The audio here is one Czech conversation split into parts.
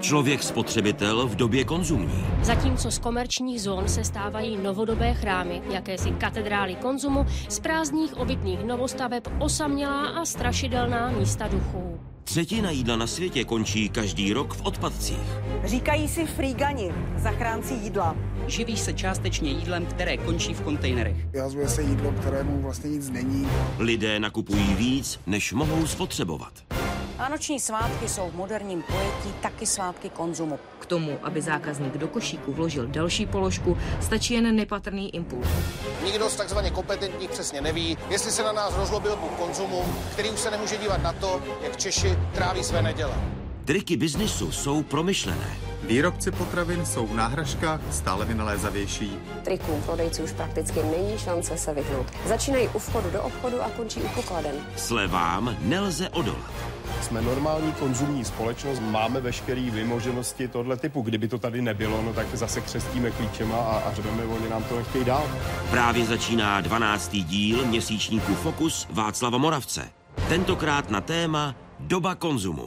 Člověk spotřebitel v době konzumní. Zatímco z komerčních zón se stávají novodobé chrámy, jakési katedrály konzumu, z prázdných obytných novostaveb osamělá a strašidelná místa duchů. Třetina jídla na světě končí každý rok v odpadcích. Říkají si frýgani, zachránci jídla. Živí se částečně jídlem, které končí v kontejnerech. Vyhazuje se jídlo, kterému vlastně nic není. Lidé nakupují víc, než mohou spotřebovat. Vánoční svátky jsou v moderním pojetí taky svátky konzumu. K tomu, aby zákazník do košíku vložil další položku, stačí jen nepatrný impuls. Nikdo z takzvaně kompetentních přesně neví, jestli se na nás rozlobil bůh konzumu, který už se nemůže dívat na to, jak Češi tráví své neděle. Triky biznisu jsou promyšlené. Výrobci potravin jsou v náhražkách stále vynalézavější. Trikům prodejců už prakticky není šance se vyhnout. Začínají u vchodu do obchodu a končí u pokladen. Slevám nelze odolat. Jsme normální konzumní společnost, máme veškeré vymoženosti tohle typu. Kdyby to tady nebylo, no tak zase křestíme klíčema a řveme, oni nám to nechtějí dál. Právě začíná 12. díl měsíčníku Fokus Václava Moravce. Tentokrát na téma doba konzumu.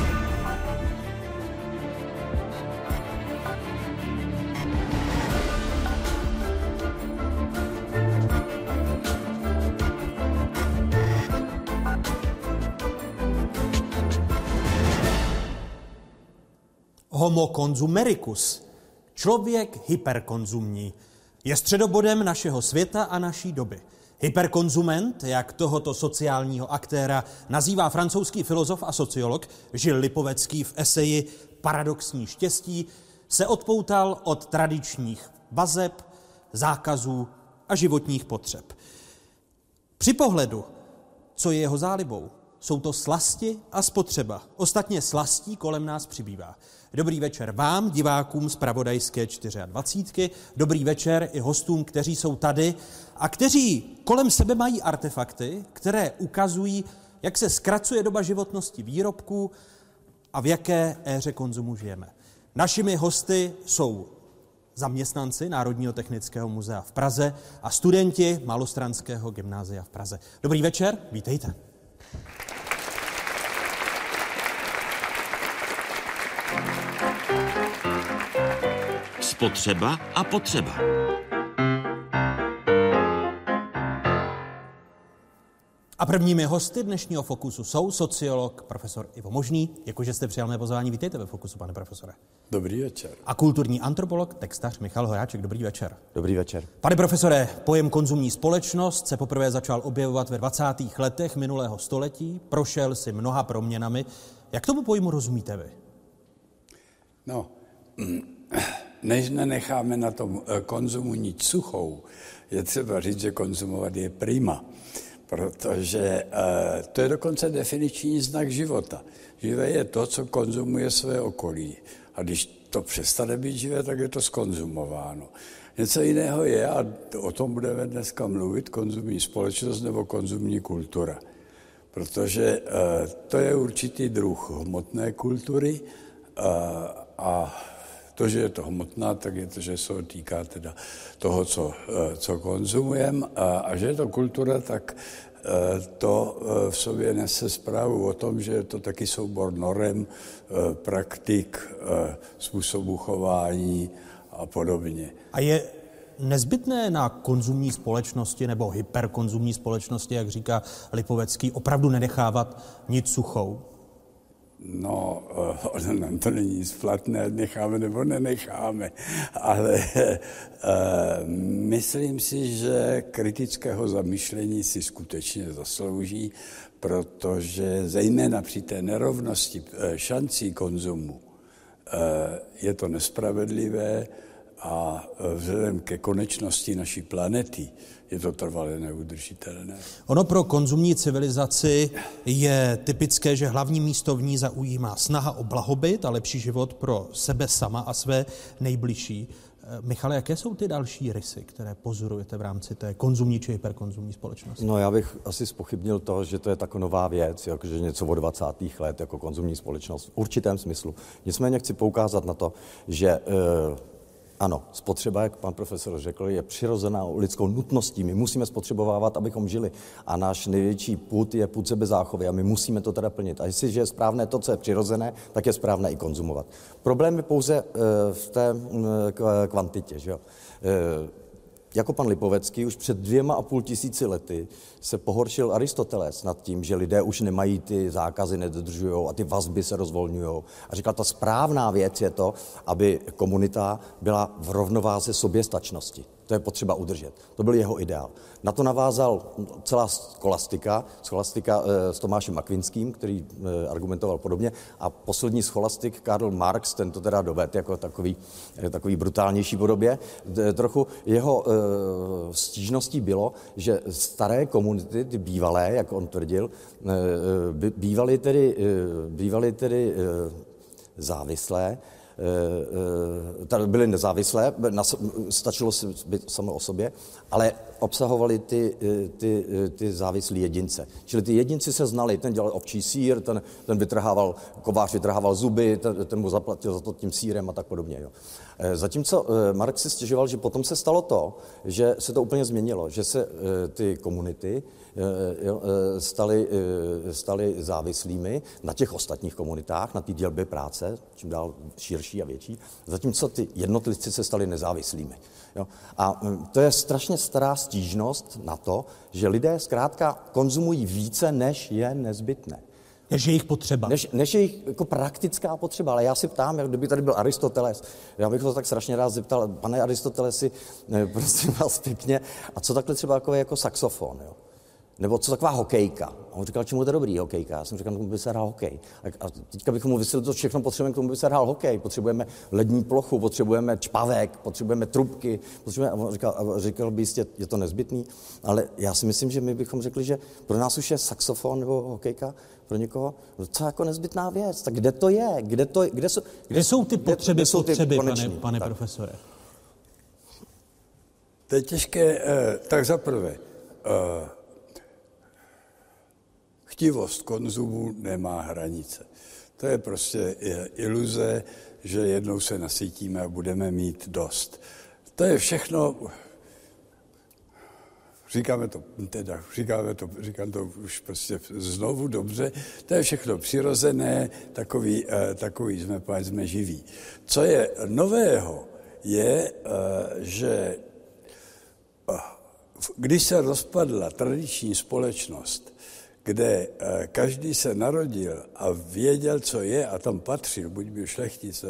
Homo consumericus, člověk hyperkonzumní, je středobodem našeho světa a naší doby. Hyperkonzument, jak tohoto sociálního aktéra nazývá francouzský filozof a sociolog Žil Lipovecký v eseji Paradoxní štěstí, se odpoutal od tradičních vazeb, zákazů a životních potřeb. Při pohledu, co je jeho zálibou, jsou to slasti a spotřeba. Ostatně slastí kolem nás přibývá. Dobrý večer vám, divákům z Pravodajské 24. Dobrý večer i hostům, kteří jsou tady a kteří kolem sebe mají artefakty, které ukazují, jak se zkracuje doba životnosti výrobků a v jaké éře konzumu žijeme. Našimi hosty jsou zaměstnanci Národního technického muzea v Praze a studenti Malostranského gymnázia v Praze. Dobrý večer, vítejte. Spotřeba a potřeba. A prvními hosty dnešního Fokusu jsou sociolog profesor Ivo Možný. Děkuji, že jste přijal mé pozvání. Vítejte ve Fokusu, pane profesore. Dobrý večer. A kulturní antropolog, textař Michal Horáček. Dobrý večer. Dobrý večer. Pane profesore, pojem konzumní společnost se poprvé začal objevovat ve 20. letech minulého století. Prošel si mnoha proměnami. Jak tomu pojmu rozumíte vy? No, než nenecháme na tom konzumu nic suchou, je třeba říct, že konzumovat je prima. Protože to je dokonce definiční znak života. Živé je to, co konzumuje své okolí. A když to přestane být živé, tak je to skonzumováno. Něco jiného je, a o tom budeme dneska mluvit, konzumní společnost nebo konzumní kultura. Protože to je určitý druh hmotné kultury a to, že je to hmotná, tak je to, že se to týká teda toho, co konzumujeme, a že je to kultura, tak to v sobě nese zprávu o tom, že je to taky soubor norem, praktik, způsobu chování a podobně. A je nezbytné na konzumní společnosti nebo hyperkonzumní společnosti, jak říká Lipovecký, opravdu nenechávat nic suchou? No, nám to není nic platné, necháme nebo nenecháme, ale myslím si, že kritického zamyšlení si skutečně zaslouží, protože zejména při té nerovnosti šancí konzumu je to nespravedlivé a vzhledem ke konečnosti naší planety je to trvale neudržitelné. Ono pro konzumní civilizaci je typické, že hlavní místo v ní zaujímá snaha o blahobyt a lepší život pro sebe sama a své nejbližší. Michale, jaké jsou ty další rysy, které pozorujete v rámci té konzumní či hyperkonzumní společnosti? No, já bych asi zpochybnil to, že to je taková nová věc, jakože něco od 20. let jako konzumní společnost v určitém smyslu. Nicméně chci poukázat na to, že Ano, spotřeba, jak pan profesor řekl, je přirozená lidskou nutností. My musíme spotřebovávat, abychom žili. A náš největší pud je pud sebezáchovy a my musíme to teda plnit. A jestliže je správné to, co je přirozené, tak je správné i konzumovat. Problém je pouze v té kvantitě. Že jo? Jako pan Lipovecký už před 2,5 tisíci lety se pohoršil Aristoteles nad tím, že lidé už nemají ty zákazy, nedodržujou a ty vazby se rozvolňujou. A říkal, ta správná věc je to, aby komunita byla v rovnováze soběstačnosti. To je potřeba udržet. To byl jeho ideál. Na to navázal celá scholastika s Tomášem Akvinským, který argumentoval podobně, a poslední scholastik Karl Marx, ten to teda dovedl jako takový brutálnější podobě. Trochu jeho stížností bylo, že staré komunity, ty bývalé, jak on tvrdil, bývaly tedy závislé, byly nezávislé, stačilo si být samo o sobě, ale obsahovaly ty závislí jedince. Čili ty jedinci se znali, ten dělal ovčí sýr, ten kovář vytrhával zuby, ten mu zaplatil za to tím sýrem a tak podobně. Jo. Zatímco Marx si stěžoval, že potom se stalo to, že se to úplně změnilo, že se ty komunity staly závislými na těch ostatních komunitách, na té dělbě práce, čím dál širší a větší, zatímco ty jednotlivci se stali nezávislými. Jo? A to je strašně stará stížnost na to, že lidé zkrátka konzumují více, než je nezbytné. Než je jich potřeba. Než je jich jako praktická potřeba. Ale já si ptám, kdyby tady byl Aristoteles, já bych ho tak strašně rád zeptal, pane Aristotelesi, prosím vás pěkně, a co takhle třeba jako saxofon, jo? Nebo co taková hokejka? A on říkal, čemu to je dobrý hokejka? Já jsem říkal, tomu by se hrál hokej. A teďka bychom mu vysvětlili, to všechno potřebujeme, k tomu by se hrál hokej. Potřebujeme lední plochu, potřebujeme čpavek, potřebujeme trubky. A on říkal by jistě, je to nezbytný. Ale já si myslím, že my bychom řekli, že pro nás už je saxofon nebo hokejka pro někoho docela jako nezbytná věc. Tak kde to je? Kde jsou ty potřeby, pane profesore? To je těžké. Tak zaprvé, chtivost konzumu nemá hranice. To je prostě iluze, že jednou se nasytíme a budeme mít dost. To je všechno, říkám to už prostě znovu dobře, to je všechno přirozené, takový jsme živí. Co je nového, je, že když se rozpadla tradiční společnost, kde každý se narodil a věděl, co je a tam patřil, buď byl šlechtic,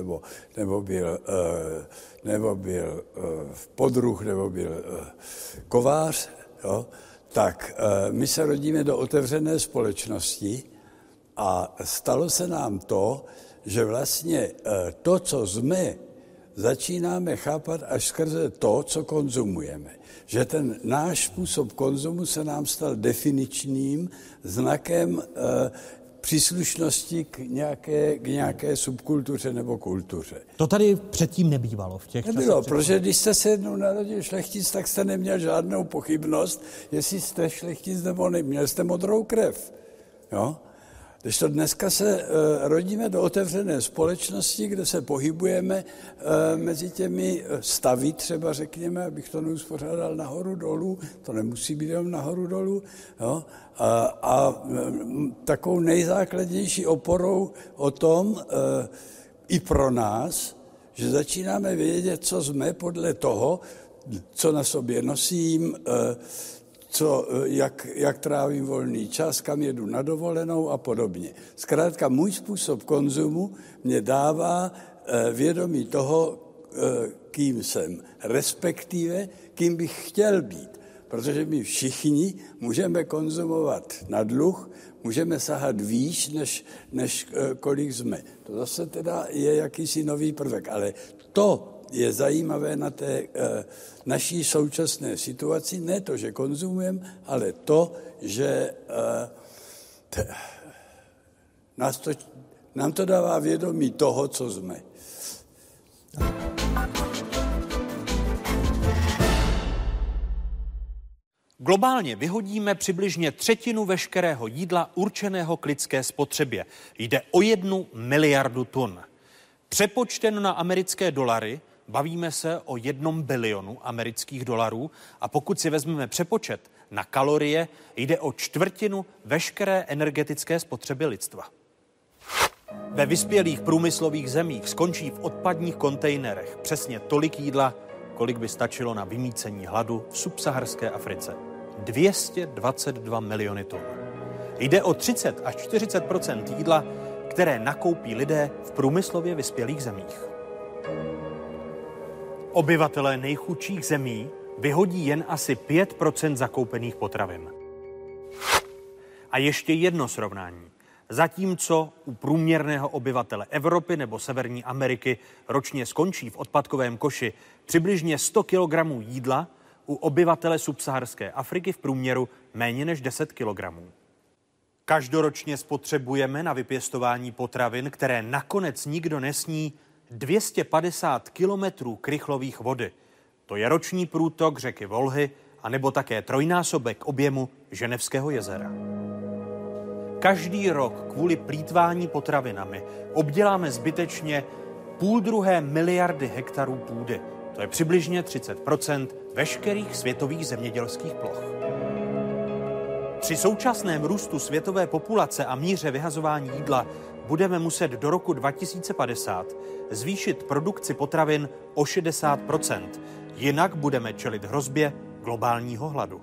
nebo byl podruh, nebo byl kovář, jo, tak my se rodíme do otevřené společnosti a stalo se nám to, že vlastně to, co jsme, začínáme chápat až skrze to, co konzumujeme. Že ten náš způsob konzumu se nám stal definičním znakem příslušnosti k nějaké subkultuře nebo kultuře. To tady předtím nebývalo v těch časech. Nebylo, protože když jste se jednou narodil šlechtic, tak jste neměl žádnou pochybnost, jestli jste šlechtic nebo neměl jste modrou krev. Jo? Když to dneska se rodíme do otevřené společnosti, kde se pohybujeme mezi těmi stavy, třeba řekněme, abych to neuspořádal nahoru dolů, to nemusí být jenom nahoru dolů, jo? A takovou nejzákladnější oporou o tom i pro nás, že začínáme vědět, co jsme podle toho, co na sobě nosím, jak trávím volný čas, kam jedu na dovolenou a podobně. Zkrátka můj způsob konzumu mě dává vědomí toho, kým jsem, respektive kým bych chtěl být. Protože my všichni můžeme konzumovat na dluh, můžeme sahat výš, než kolik jsme. To zase teda je jakýsi nový prvek, ale to je zajímavé na té naší současné situaci, ne to, že konzumujeme, ale to, že nám to dává vědomí toho, co jsme. Globálně vyhodíme přibližně třetinu veškerého jídla určeného k lidské spotřebě. Jde o 1 miliardu tun. Přepočten na americké dolary Bavíme se o 1 bilionu amerických dolarů a pokud si vezmeme přepočet na kalorie, jde o čtvrtinu veškeré energetické spotřeby lidstva. Ve vyspělých průmyslových zemích skončí v odpadních kontejnerech přesně tolik jídla, kolik by stačilo na vymýcení hladu v subsaharské Africe. 222 miliony tun. Jde o 30 až 40% jídla, které nakoupí lidé v průmyslově vyspělých zemích. Obyvatelé nejchudších zemí vyhodí jen asi 5% zakoupených potravin. A ještě jedno srovnání. Zatímco u průměrného obyvatele Evropy nebo Severní Ameriky ročně skončí v odpadkovém koši přibližně 100 kg jídla, u obyvatele subsaharské Afriky v průměru méně než 10 kg. Každoročně spotřebujeme na vypěstování potravin, které nakonec nikdo nesní, 250 kilometrů krychlových vody. To je roční průtok řeky Volhy, anebo také trojnásobek objemu Ženevského jezera. Každý rok kvůli plýtvání potravinami obděláme zbytečně 1,5 miliardy hektarů půdy. To je přibližně 30% veškerých světových zemědělských ploch. Při současném růstu světové populace a míře vyhazování jídla budeme muset do roku 2050 zvýšit produkci potravin o 60%. Jinak budeme čelit hrozbě globálního hladu.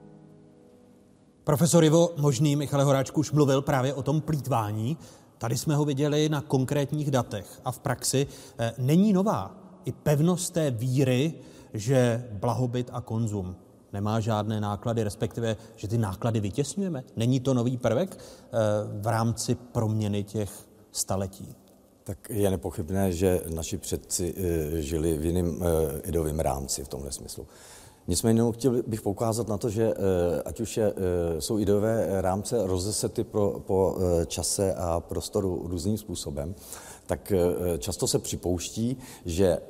Profesor Ivo Možný, Michale Horáčku, už mluvil právě o tom plýtvání. Tady jsme ho viděli na konkrétních datech a v praxi není nová i pevnost té víry, že blahobyt a konzum nemá žádné náklady, respektive, že ty náklady vytěsňujeme. Není to nový prvek v rámci proměny těch staletí? Tak je nepochybné, že naši předci žili v jiném ideovém rámci v tomhle smyslu. Nicméně chtěl bych poukázat na to, že ať už jsou ideové rámce rozesety po čase a prostoru různým způsobem, tak často se připouští, že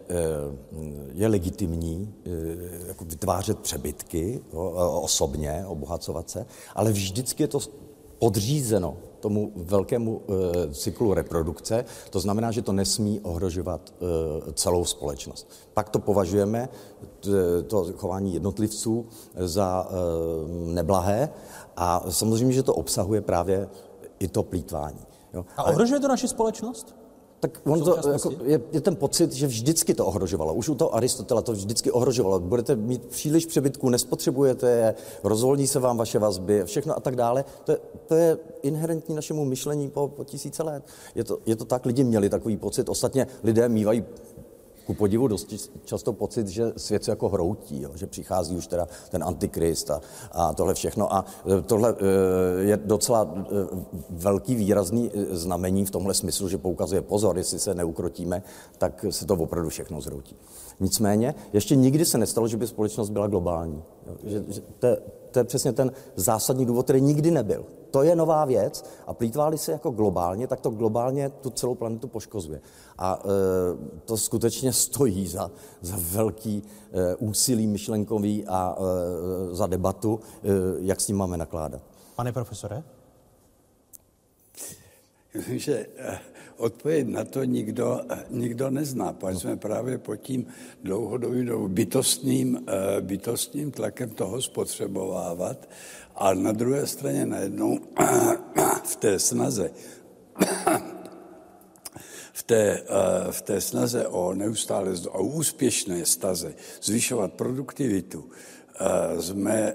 je legitimní jako vytvářet přebytky osobně, obohacovat se, ale vždycky je to podřízeno tomu velkému cyklu reprodukce, to znamená, že to nesmí ohrožovat celou společnost. Pak to považujeme, to chování jednotlivců, za neblahé a samozřejmě, že to obsahuje právě i to plýtvání. Jo. A ohrožuje to naši společnost? Tak on to, jako, je ten pocit, že vždycky to ohrožovalo. Už u toho Aristotela to vždycky ohrožovalo. Budete mít příliš přebytků, nespotřebujete je, rozvolní se vám vaše vazby, všechno a tak dále. To je inherentní našemu myšlení po tisíce let. Je to tak, lidi měli takový pocit. Ostatně lidé mívají ku podivu dost často pocit, že svět se jako hroutí, jo, že přichází už teda ten antikrist a tohle všechno. A tohle je docela velký výrazný znamení v tomhle smyslu, že poukazuje pozor, jestli se neukrotíme, tak se to opravdu všechno zhroutí. Nicméně ještě nikdy se nestalo, že by společnost byla globální. To je přesně ten zásadní důvod, který nikdy nebyl. To je nová věc a plýtvá-li se jako globálně, tak to globálně tu celou planetu poškozuje. A to skutečně stojí za velký úsilí myšlenkový a za debatu, jak s tím máme nakládat. Pane profesore? Myslím, že odpověď na to nikdo nezná, protože jsme právě pod tím dlouhodobým bytostným tlakem toho spotřebovávat a na druhé straně najednou v té snaze v té snaze o neustále o úspěšné staze zvyšovat produktivitu jsme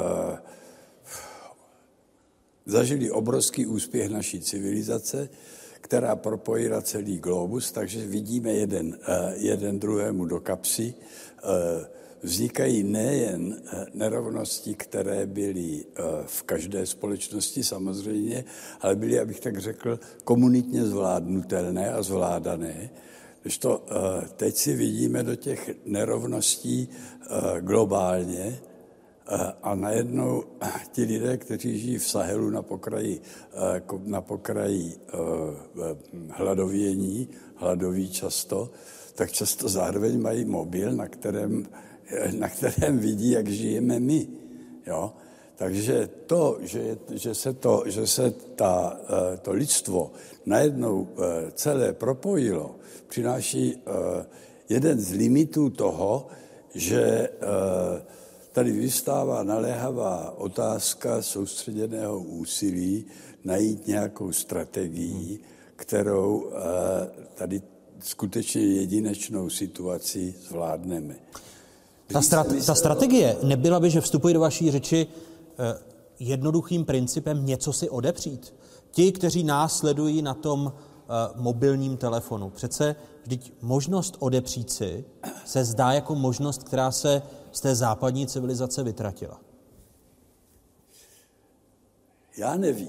zažili obrovský úspěch naší civilizace, která propojila celý globus, takže vidíme jeden druhému do kapsy. Vznikají nejen nerovnosti, které byly v každé společnosti samozřejmě, ale byly, abych tak řekl, komunitně zvládnutelné a zvládané. Když to teď si vidíme do těch nerovností globálně, a najednou ti lidé, kteří žijí v Sahelu na pokraji hladovění, hladoví často, tak často zároveň mají mobil, na kterém vidí, jak žijeme my. Jo? Takže to, že se to lidstvo najednou celé propojilo, přináší jeden z limitů toho, že tady vystává naléhavá otázka soustředěného úsilí najít nějakou strategii, kterou tady skutečně jedinečnou situaci zvládneme. Ta strategie nebyla by, že vstupuji do vaší řeči jednoduchým principem něco si odepřít? Ti, kteří nás sledují na tom mobilním telefonu. Přece vždyť možnost odepřít si se zdá jako možnost, která se z té západní civilizace vytratila. Já nevím.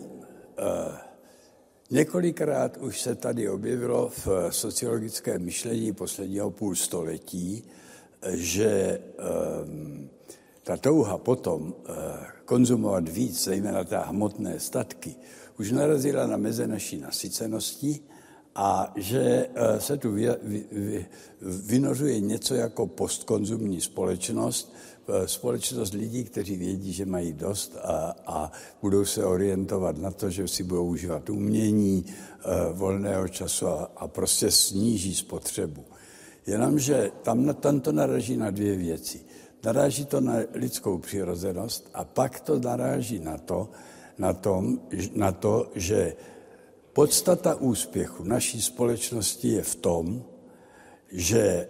Několikrát už se tady objevilo v sociologickém myšlení posledního půlstoletí, že ta touha potom konzumovat víc, zejména ta hmotné statky, už narazila na meze naší nasycenosti a že se tu vynořuje něco jako postkonzumní společnost, společnost lidí, kteří vědí, že mají dost a budou se orientovat na to, že si budou užívat umění, volného času a prostě sníží spotřebu. Jenomže tam to naráží na dvě věci. Naráží to na lidskou přirozenost a pak to naráží na to, že podstata úspěchu naší společnosti je v tom, že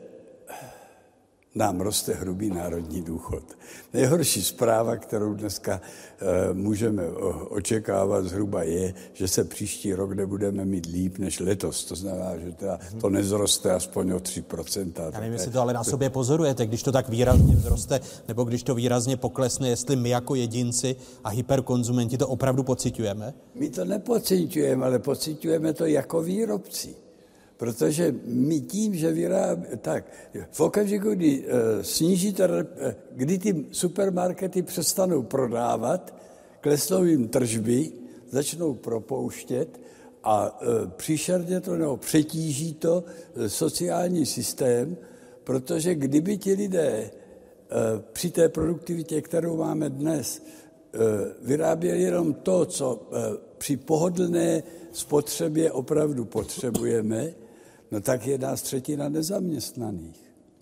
nám roste hrubý národní důchod. Nejhorší zpráva, kterou dneska můžeme očekávat zhruba je, že se příští rok nebudeme mít líp než letos. To znamená, že to nezroste aspoň o 3%. Já nevím, jestli to ale na sobě pozorujete, když to tak výrazně vzroste, nebo když to výrazně poklesne, jestli my jako jedinci a hyperkonzumenti to opravdu pociťujeme? My to nepociťujeme, ale pociťujeme to jako výrobci. Protože my tím, že v okamžiku, kdy kdy ty supermarkety přestanou prodávat, klesnou jim tržby, začnou propouštět a příšerně to nebo přetíží to sociální systém, protože kdyby ti lidé při té produktivitě, kterou máme dnes, vyráběli jenom to, co při pohodlné spotřebě opravdu potřebujeme, no tak je nás 1/3 nezaměstnaných.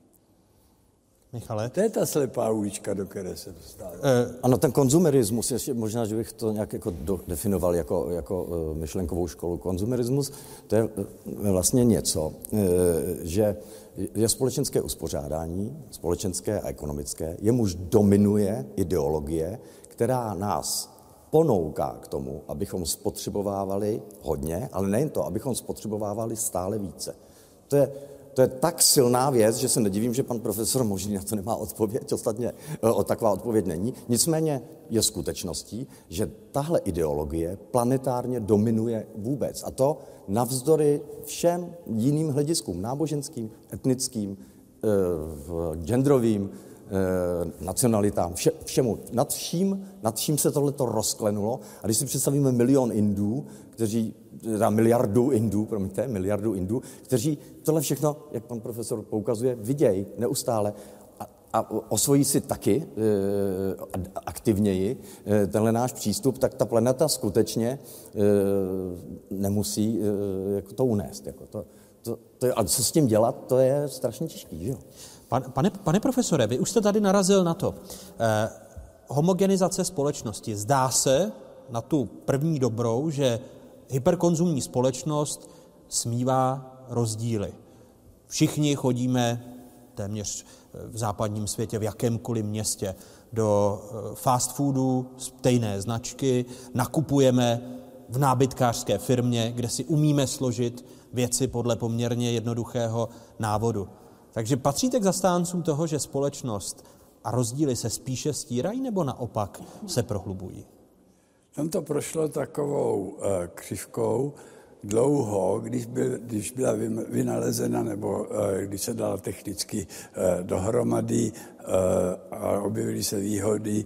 Michale? To je ta slepá ulička, do které se dostává. Ano, ten konzumerismus, ještě možná, že bych to nějak jako definoval jako myšlenkovou školu. Konzumerismus, to je vlastně něco, že je společenské uspořádání, společenské a ekonomické, jemuž dominuje ideologie, která nás ponouká k tomu, abychom spotřebovávali hodně, ale nejen to, abychom spotřebovávali stále více. To je tak silná věc, že se nedivím, že pan profesor Možný na to nemá odpověď, ostatně taková odpověď není. Nicméně je skutečností, že tahle ideologie planetárně dominuje vůbec. A to navzdory všem jiným hlediskům, náboženským, etnickým, genderovým, nacionalitám, všemu. Nad čím se tohleto rozklenulo. A když si představíme miliardu Indů, kteří tohle všechno, jak pan profesor poukazuje, vidějí neustále a osvojí si taky aktivněji tenhle náš přístup, tak ta planeta skutečně nemusí jako to unést. A co s tím dělat, to je strašně těžký, že jo? Pane profesore, vy už jste tady narazil na to. Homogenizace společnosti. Zdá se na tu první dobrou, že hyperkonzumní společnost smívá rozdíly. Všichni chodíme téměř v západním světě, v jakémkoliv městě, do fast foodu stejné značky, nakupujeme v nábytkářské firmě, kde si umíme složit věci podle poměrně jednoduchého návodu. Takže patříte k zastáncům toho, že společnost a rozdíly se spíše stírají, nebo naopak se prohlubují? Tam to prošlo takovou křivkou dlouho, když byla vynalezena, nebo když se dala technicky dohromady a objevily se výhody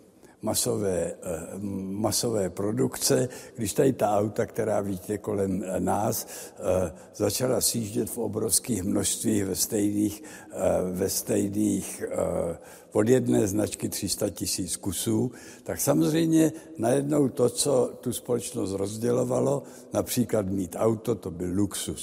masové produkce, když tady ta auta, která vidíte kolem nás, začala sjíždět v obrovských množstvích ve stejných od jedné značky 300 000 kusů, tak samozřejmě najednou to, co tu společnost rozdělovalo, například mít auto, to byl luxus.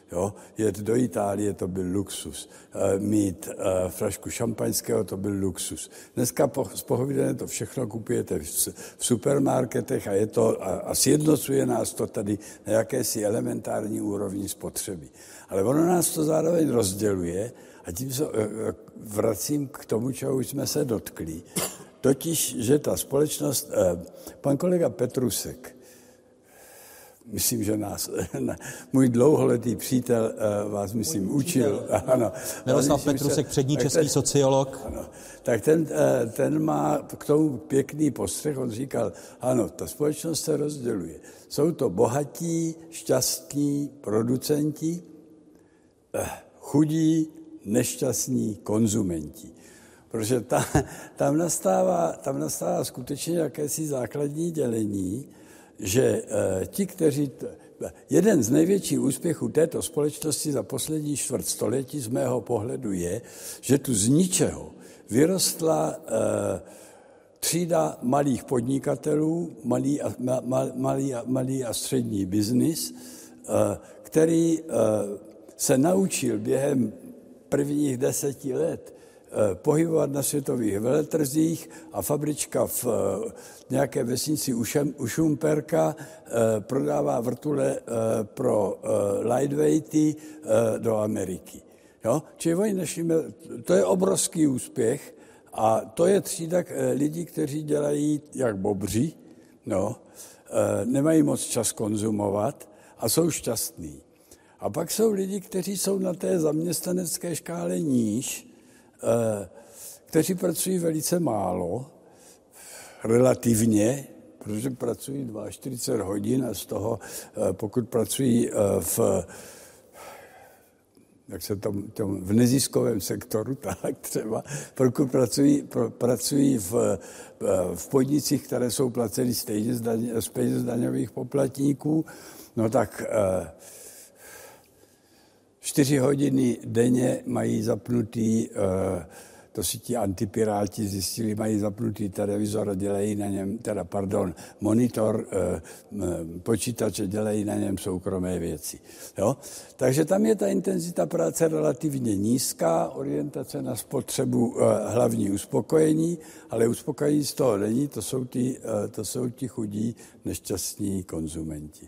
Jo? Jet do Itálie, to byl luxus. Mít flašku šampaňského, to byl luxus. Dneska spohovidelně to všechno kupujete v supermarketech a sjednocuje nás to tady na jakési elementární úrovni spotřeby. Ale ono nás to zároveň rozděluje a tím se vracím k tomu, čeho už jsme se dotkli. Totiž, že ta společnost, pan kolega Petrusek, myslím, že můj dlouholetý přítel vás, myslím, učil. Ano. Miroslav Petrusek, přední český sociolog. Ano. Tak ten má k tomu pěkný postřeh. On říkal, ano, ta společnost se rozděluje. Jsou to bohatí, šťastní producenti, chudí, nešťastní konzumenti. Protože tam nastává skutečně jakési základní dělení, že ti, kteří... Jeden z největších úspěchů této společnosti za poslední čtvrtstoletí z mého pohledu je, že tu z ničeho vyrostla třída malých podnikatelů, malý a střední biznis, který se naučil během prvních 10 let pohybovat na světových veletrzích a fabrička v nějaké vesnici u Šumperka prodává vrtule pro lightweighty do Ameriky. Jo? Čili to je obrovský úspěch a to je třída lidí, kteří dělají jak bobři, nemají moc čas konzumovat a jsou šťastní. A pak jsou lidi, kteří jsou na té zaměstnanecké škále níž, kteří pracují velice málo, relativně, protože pracují 42 hodin a z toho, pokud pracují v neziskovém sektoru, tak třeba, pokud pracují v podnicích, které jsou placeny stejně z peněz daňových poplatníků, no tak 4 hodiny denně mají zapnutý, to si ti antipiráti zjistili, mají zapnutý televizor a dělají na něm, monitor počítače, dělají na něm soukromé věci. Jo? Takže tam je ta intenzita práce relativně nízká, orientace na spotřebu hlavní uspokojení, ale uspokojení z toho není, to jsou ti chudí, nešťastní konzumenti.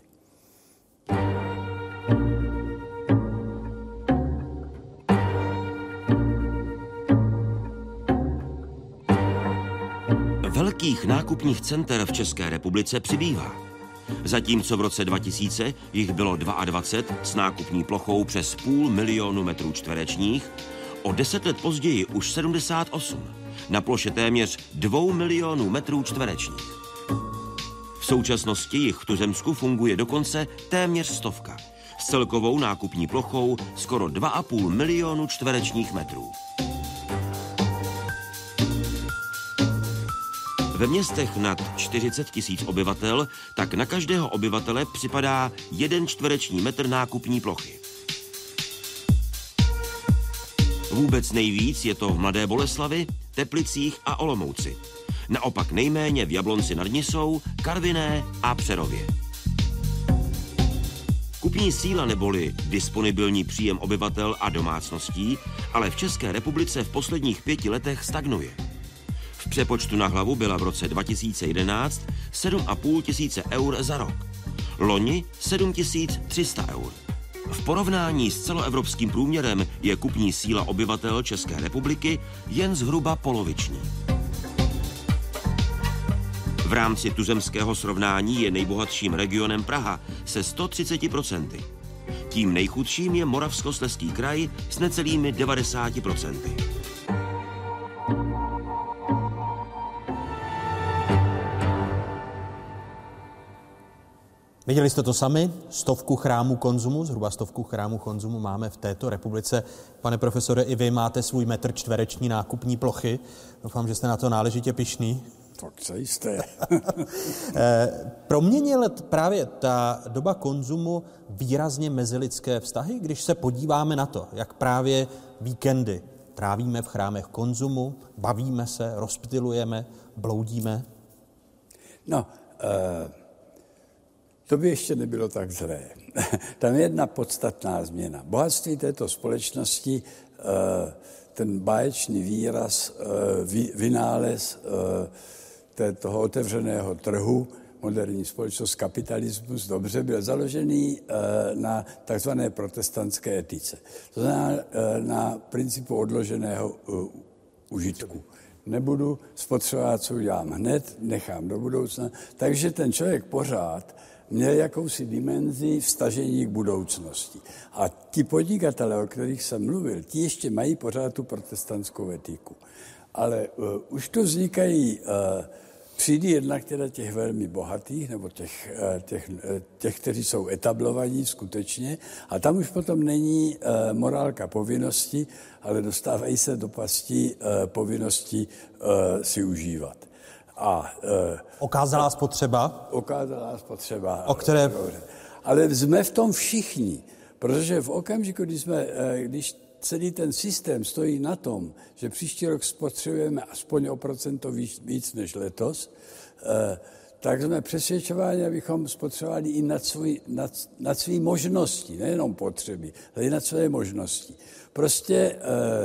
Velkých nákupních center v České republice přibývá. Zatímco v roce 2000 jich bylo 22 s nákupní plochou přes 500 000 metrů čtverečních, o 10 let později už 78 na ploše téměř 2 milionů metrů čtverečních. V současnosti jich v tuzemsku funguje dokonce téměř 100 s celkovou nákupní plochou skoro 2,5 milionu čtverečních metrů. Ve městech nad 40 000 obyvatel tak na každého obyvatele připadá 1 čtvereční metr nákupní plochy. Vůbec nejvíc je to v Mladé Boleslavi, Teplicích a Olomouci. Naopak nejméně v Jablonci nad Nisou, Karviné a Přerově. Kupní síla neboli disponibilní příjem obyvatel a domácností ale v České republice v posledních 5 letech stagnuje. V přepočtu na hlavu byla v roce 2011 7,5 tisíce eur za rok. Loni 7 300 eur. V porovnání s celoevropským průměrem je kupní síla obyvatel České republiky jen zhruba poloviční. V rámci tuzemského srovnání je nejbohatším regionem Praha se 130%. Tím nejchudším je Moravskoslezský kraj s necelými 90%. Viděli jste to sami? 100 chrámů konzumu, zhruba 100 chrámů konzumu máme v této republice. Pane profesore, i vy máte svůj metr čtvereční nákupní plochy. Doufám, že jste na to náležitě pyšný. Tak se jisté. Proměnila právě ta doba konzumu výrazně mezilidské vztahy, když se podíváme na to, jak právě víkendy trávíme v chrámech konzumu, bavíme se, rozptylujeme, bloudíme? No, To by ještě nebylo tak zlé. Tam je jedna podstatná změna. Bohatství této společnosti, ten báječný výraz, vynález toho otevřeného trhu, moderní společnost, kapitalismus, dobře, byl založený na takzvané protestantské etice. To znamená na principu odloženého užitku. Nebudu spotřebovat, co udělám hned, nechám do budoucna. Takže ten člověk pořád měl jakousi dimenzi vztažení k budoucnosti. A ti podnikatelé, o kterých jsem mluvil, ti ještě mají pořád tu protestantskou etiku. Ale už tu vznikají třídy jednak teda těch velmi bohatých, nebo těch, kteří jsou etablovaní skutečně, a tam už potom není morálka povinnosti, ale dostávají se do pasti povinnosti si užívat. Okázalá spotřeba? Okázalá spotřeba. O které... Ale jsme v tom všichni, protože v okamžiku, když celý ten systém stojí na tom, že příští rok spotřebujeme aspoň o procento víc než letos, tak jsme přesvědčováni, abychom spotřebovali i nad svý možnosti, nejenom potřeby, ale i nad své možnosti. Prostě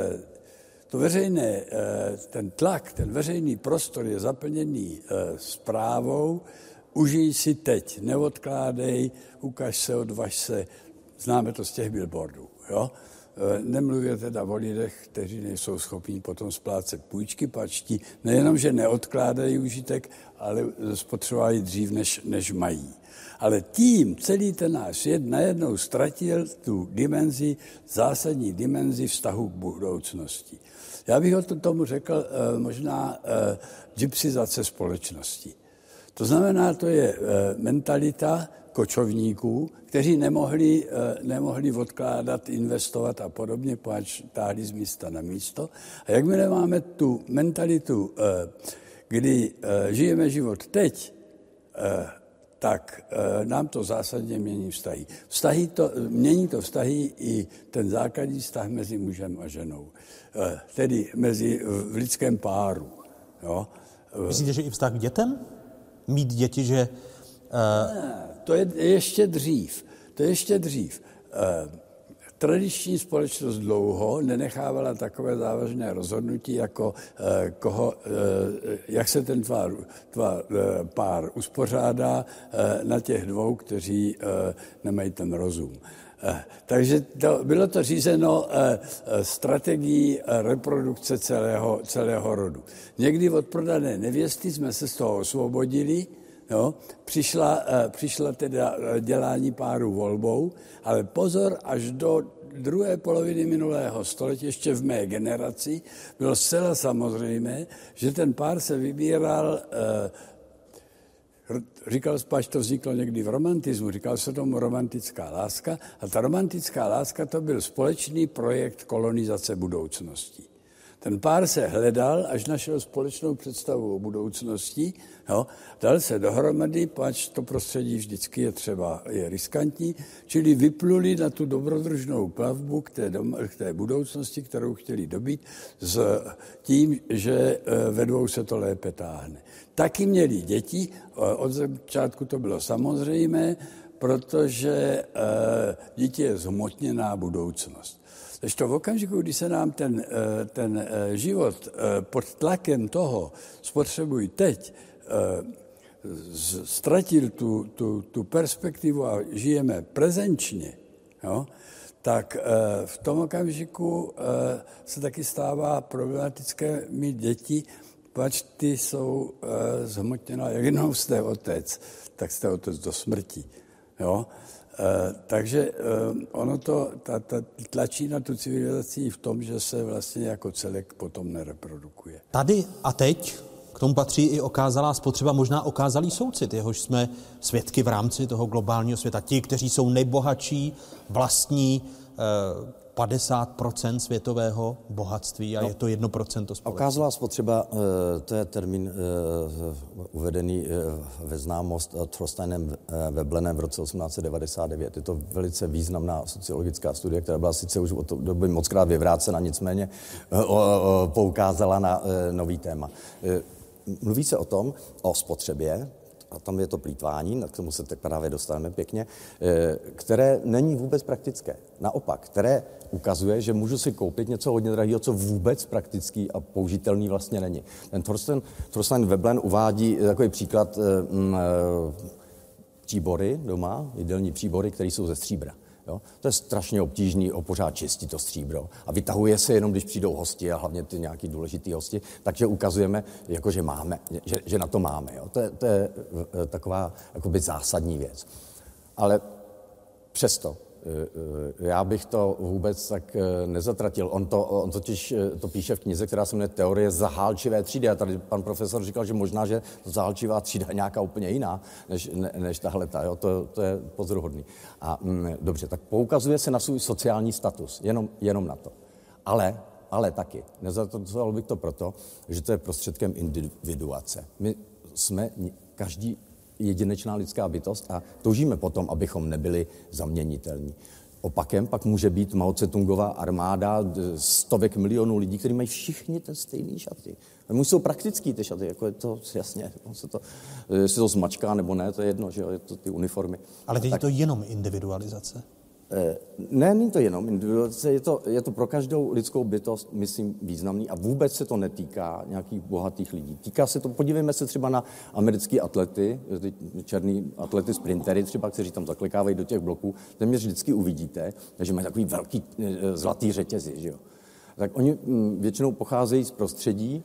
ten tlak, ten veřejný prostor je zaplněný zprávou, užij si teď, neodkládej, ukaž se, odvaž se, známe to z těch billboardů, jo? Nemluvě teda o lidech, kteří nejsou schopní potom splácet půjčky, pačtí, nejenom, že neodkládají užitek, ale spotřebovají dřív, než mají. Ale tím celý ten náš svět najednou ztratil tu dimenzi, zásadní dimenzi vztahu k budoucnosti. Já bych tomu řekl možná gypsizace společnosti. To znamená, to je mentalita kočovníků, kteří nemohli odkládat, investovat a podobně, páč táhli z místa na místo. A jakmile máme tu mentalitu, kdy žijeme život teď, tak nám to zásadně mění vztahy. Mění to vztahy i ten základní vztah mezi mužem a ženou. Tedy v lidském páru. Jo. Myslíte, že i vztah k dětem? Mít děti, že... To je ještě dřív. Tradiční společnost dlouho nenechávala takové závažné rozhodnutí, jako jak se ten pár uspořádá na těch dvou, kteří nemají ten rozum. Takže bylo to řízeno strategií reprodukce celého rodu. Někdy od prodané nevěsty jsme se z toho osvobodili, jo? Přišla teda dělání páru volbou, ale pozor, až do druhé poloviny minulého století, ještě v mé generaci, bylo zcela samozřejmé, že ten pár se vybíral, říkal se, to vzniklo někdy v romantismu, říkal se tomu romantická láska, a ta romantická láska to byl společný projekt kolonizace budoucnosti. Ten pár se hledal, až našel společnou představu o budoucnosti, jo, dal se dohromady, pač to prostředí vždycky je riskantní, čili vypluli na tu dobrodružnou plavbu k té budoucnosti, kterou chtěli dobít, s tím, že ve dvou se to lépe táhne. Taky měli děti, od začátku to bylo samozřejmé, protože dítě je zhmotněná budoucnost. Takže to v okamžiku, kdy se nám ten život pod tlakem toho spotřebuj teď, ztratil tu perspektivu a žijeme prezenčně, jo, tak v tom okamžiku se taky stává problematické mít děti, pač ty jsou zhmotněná, jak jednou jste otec, tak jste otec do smrti. Jo? Takže ono to tlačí na tu civilizaci v tom, že se vlastně jako celek potom nereprodukuje. Tady a teď k tomu patří i okázalá spotřeba, možná okázalý soucit, jehož jsme svědky v rámci toho globálního světa. Ti, kteří jsou nejbohatší, vlastní 50% světového bohatství a je to 1% společnosti. Okázalá spotřeba, to je termín uvedený ve známost Thorsteinem Veblenem v roce 1899. Je to velice významná sociologická studie, která byla sice už od té doby mockrát vyvrácena, nicméně poukázala na nový téma. Mluví se o spotřebě, a tam je to plýtvání, k tomu se tak právě dostaneme pěkně, které není vůbec praktické. Naopak, které ukazuje, že můžu si koupit něco hodně drahého, co vůbec praktický a použitelný vlastně není. Ten Thorstein Veblen uvádí takový příklad příbory doma, jídelní příbory, které jsou ze stříbra. Jo? To je strašně obtížný pořád čistit to stříbro. A vytahuje se jenom, když přijdou hosti a hlavně ty nějaký důležitý hosti, takže ukazujeme, jako, že máme, že na to máme. Jo? To je taková jakoby zásadní věc. Ale přesto já bych to vůbec tak nezatratil. On totiž to píše v knize, která se jmenuje Teorie zahálčivé třídy. A tady pan profesor říkal, že možná, že zahálčivá třída je nějaká úplně jiná, než tahleta. Jo? To je pozoruhodný. A dobře, tak poukazuje se na svůj sociální status. Jenom na to. Ale taky. Nezatracoval bych to proto, že to je prostředkem individuace. My jsme každý jedinečná lidská bytost a toužíme potom, abychom nebyli zaměnitelní. Opakem pak může být Mao Tse-tungová armáda stovek milionů lidí, kteří mají všichni ten stejný šaty. Oni jsou praktický ty šaty, jako je to jasně, jestli to zmačká nebo ne, to je jedno, že jo, je to ty uniformy. Ale teď je to jenom individualizace. Ne, není to jenom individualizace, je to pro každou lidskou bytost, myslím, významný a vůbec se to netýká nějakých bohatých lidí. Týká se to, podívejme se třeba na americké atlety, ty černý atlety sprintery třeba, kteří tam zaklikávají do těch bloků, téměř vždycky uvidíte, že mají takový velký zlatý řetězy, že jo. Tak oni většinou pocházejí z prostředí,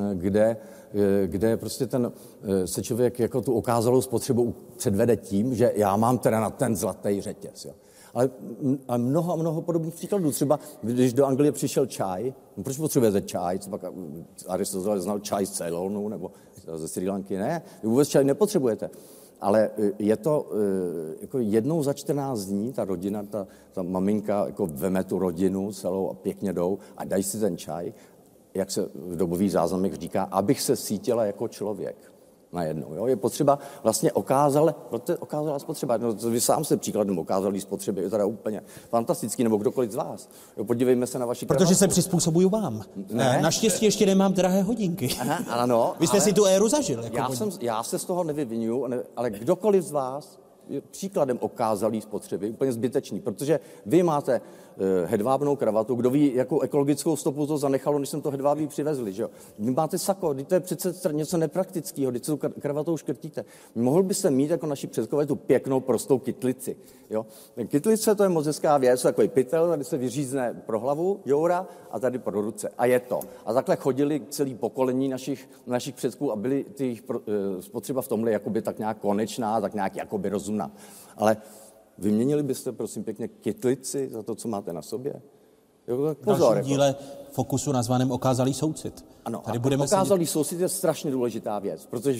kde prostě se člověk jako tu okázalou spotřebu předvede tím, že já mám teda na ten zlatý řetěz, jo. Ale mnoho podobných příkladů. Třeba, když do Anglie přišel čaj, proč potřebujete čaj? Třeba Aristoteles znal čaj z Ceylonu nebo ze Srí Lanky. Ne, vy vůbec čaj nepotřebujete. Ale je to jako jednou za 14 dní, ta rodina, ta maminka jako veme tu rodinu celou a pěkně jdou a dají si ten čaj, jak se v dobových záznamech říká, abych se cítila jako člověk. Najednou. Jo? Je potřeba vlastně okázala spotřeba. No, vy sám jste příkladem okázalý spotřeby, je teda úplně fantastický, nebo kdokoliv z vás. Jo, podívejme se na vaši kravatu. Protože se přizpůsobuju vám. Ne? Naštěstí ještě nemám drahé hodinky. Aha, ano. Vy jste si tu éru zažil. Jako já se z toho nevyvinuju, ale kdokoliv z vás je příkladem okázalý spotřeby, úplně zbytečný, protože vy máte hedvábnou kravatu, kdo ví, jakou ekologickou stopu to zanechalo, než jsem to hedvábí přivezli, že jo. Vy máte sako, to je přece něco nepraktického, když tu kravatou škrtíte. Mohl byste mít jako naši předkové tu pěknou prostou kytlici, jo. Kytlice to je moc hezká věc, takový pytel, tady se vyřízne pro hlavu, joura, a tady pro ruce. A je to. A takhle chodili celý pokolení našich předků a byly ty jejich spotřeba v tomhle jakoby tak nějak konečná, tak nějak jakoby rozumná. Ale vyměnili byste, prosím pěkně, kytlici za to, co máte na sobě? V dalším díle Fokusu nazvaném Okázalý soucit. Ano, okázalý soucit je strašně důležitá věc, protože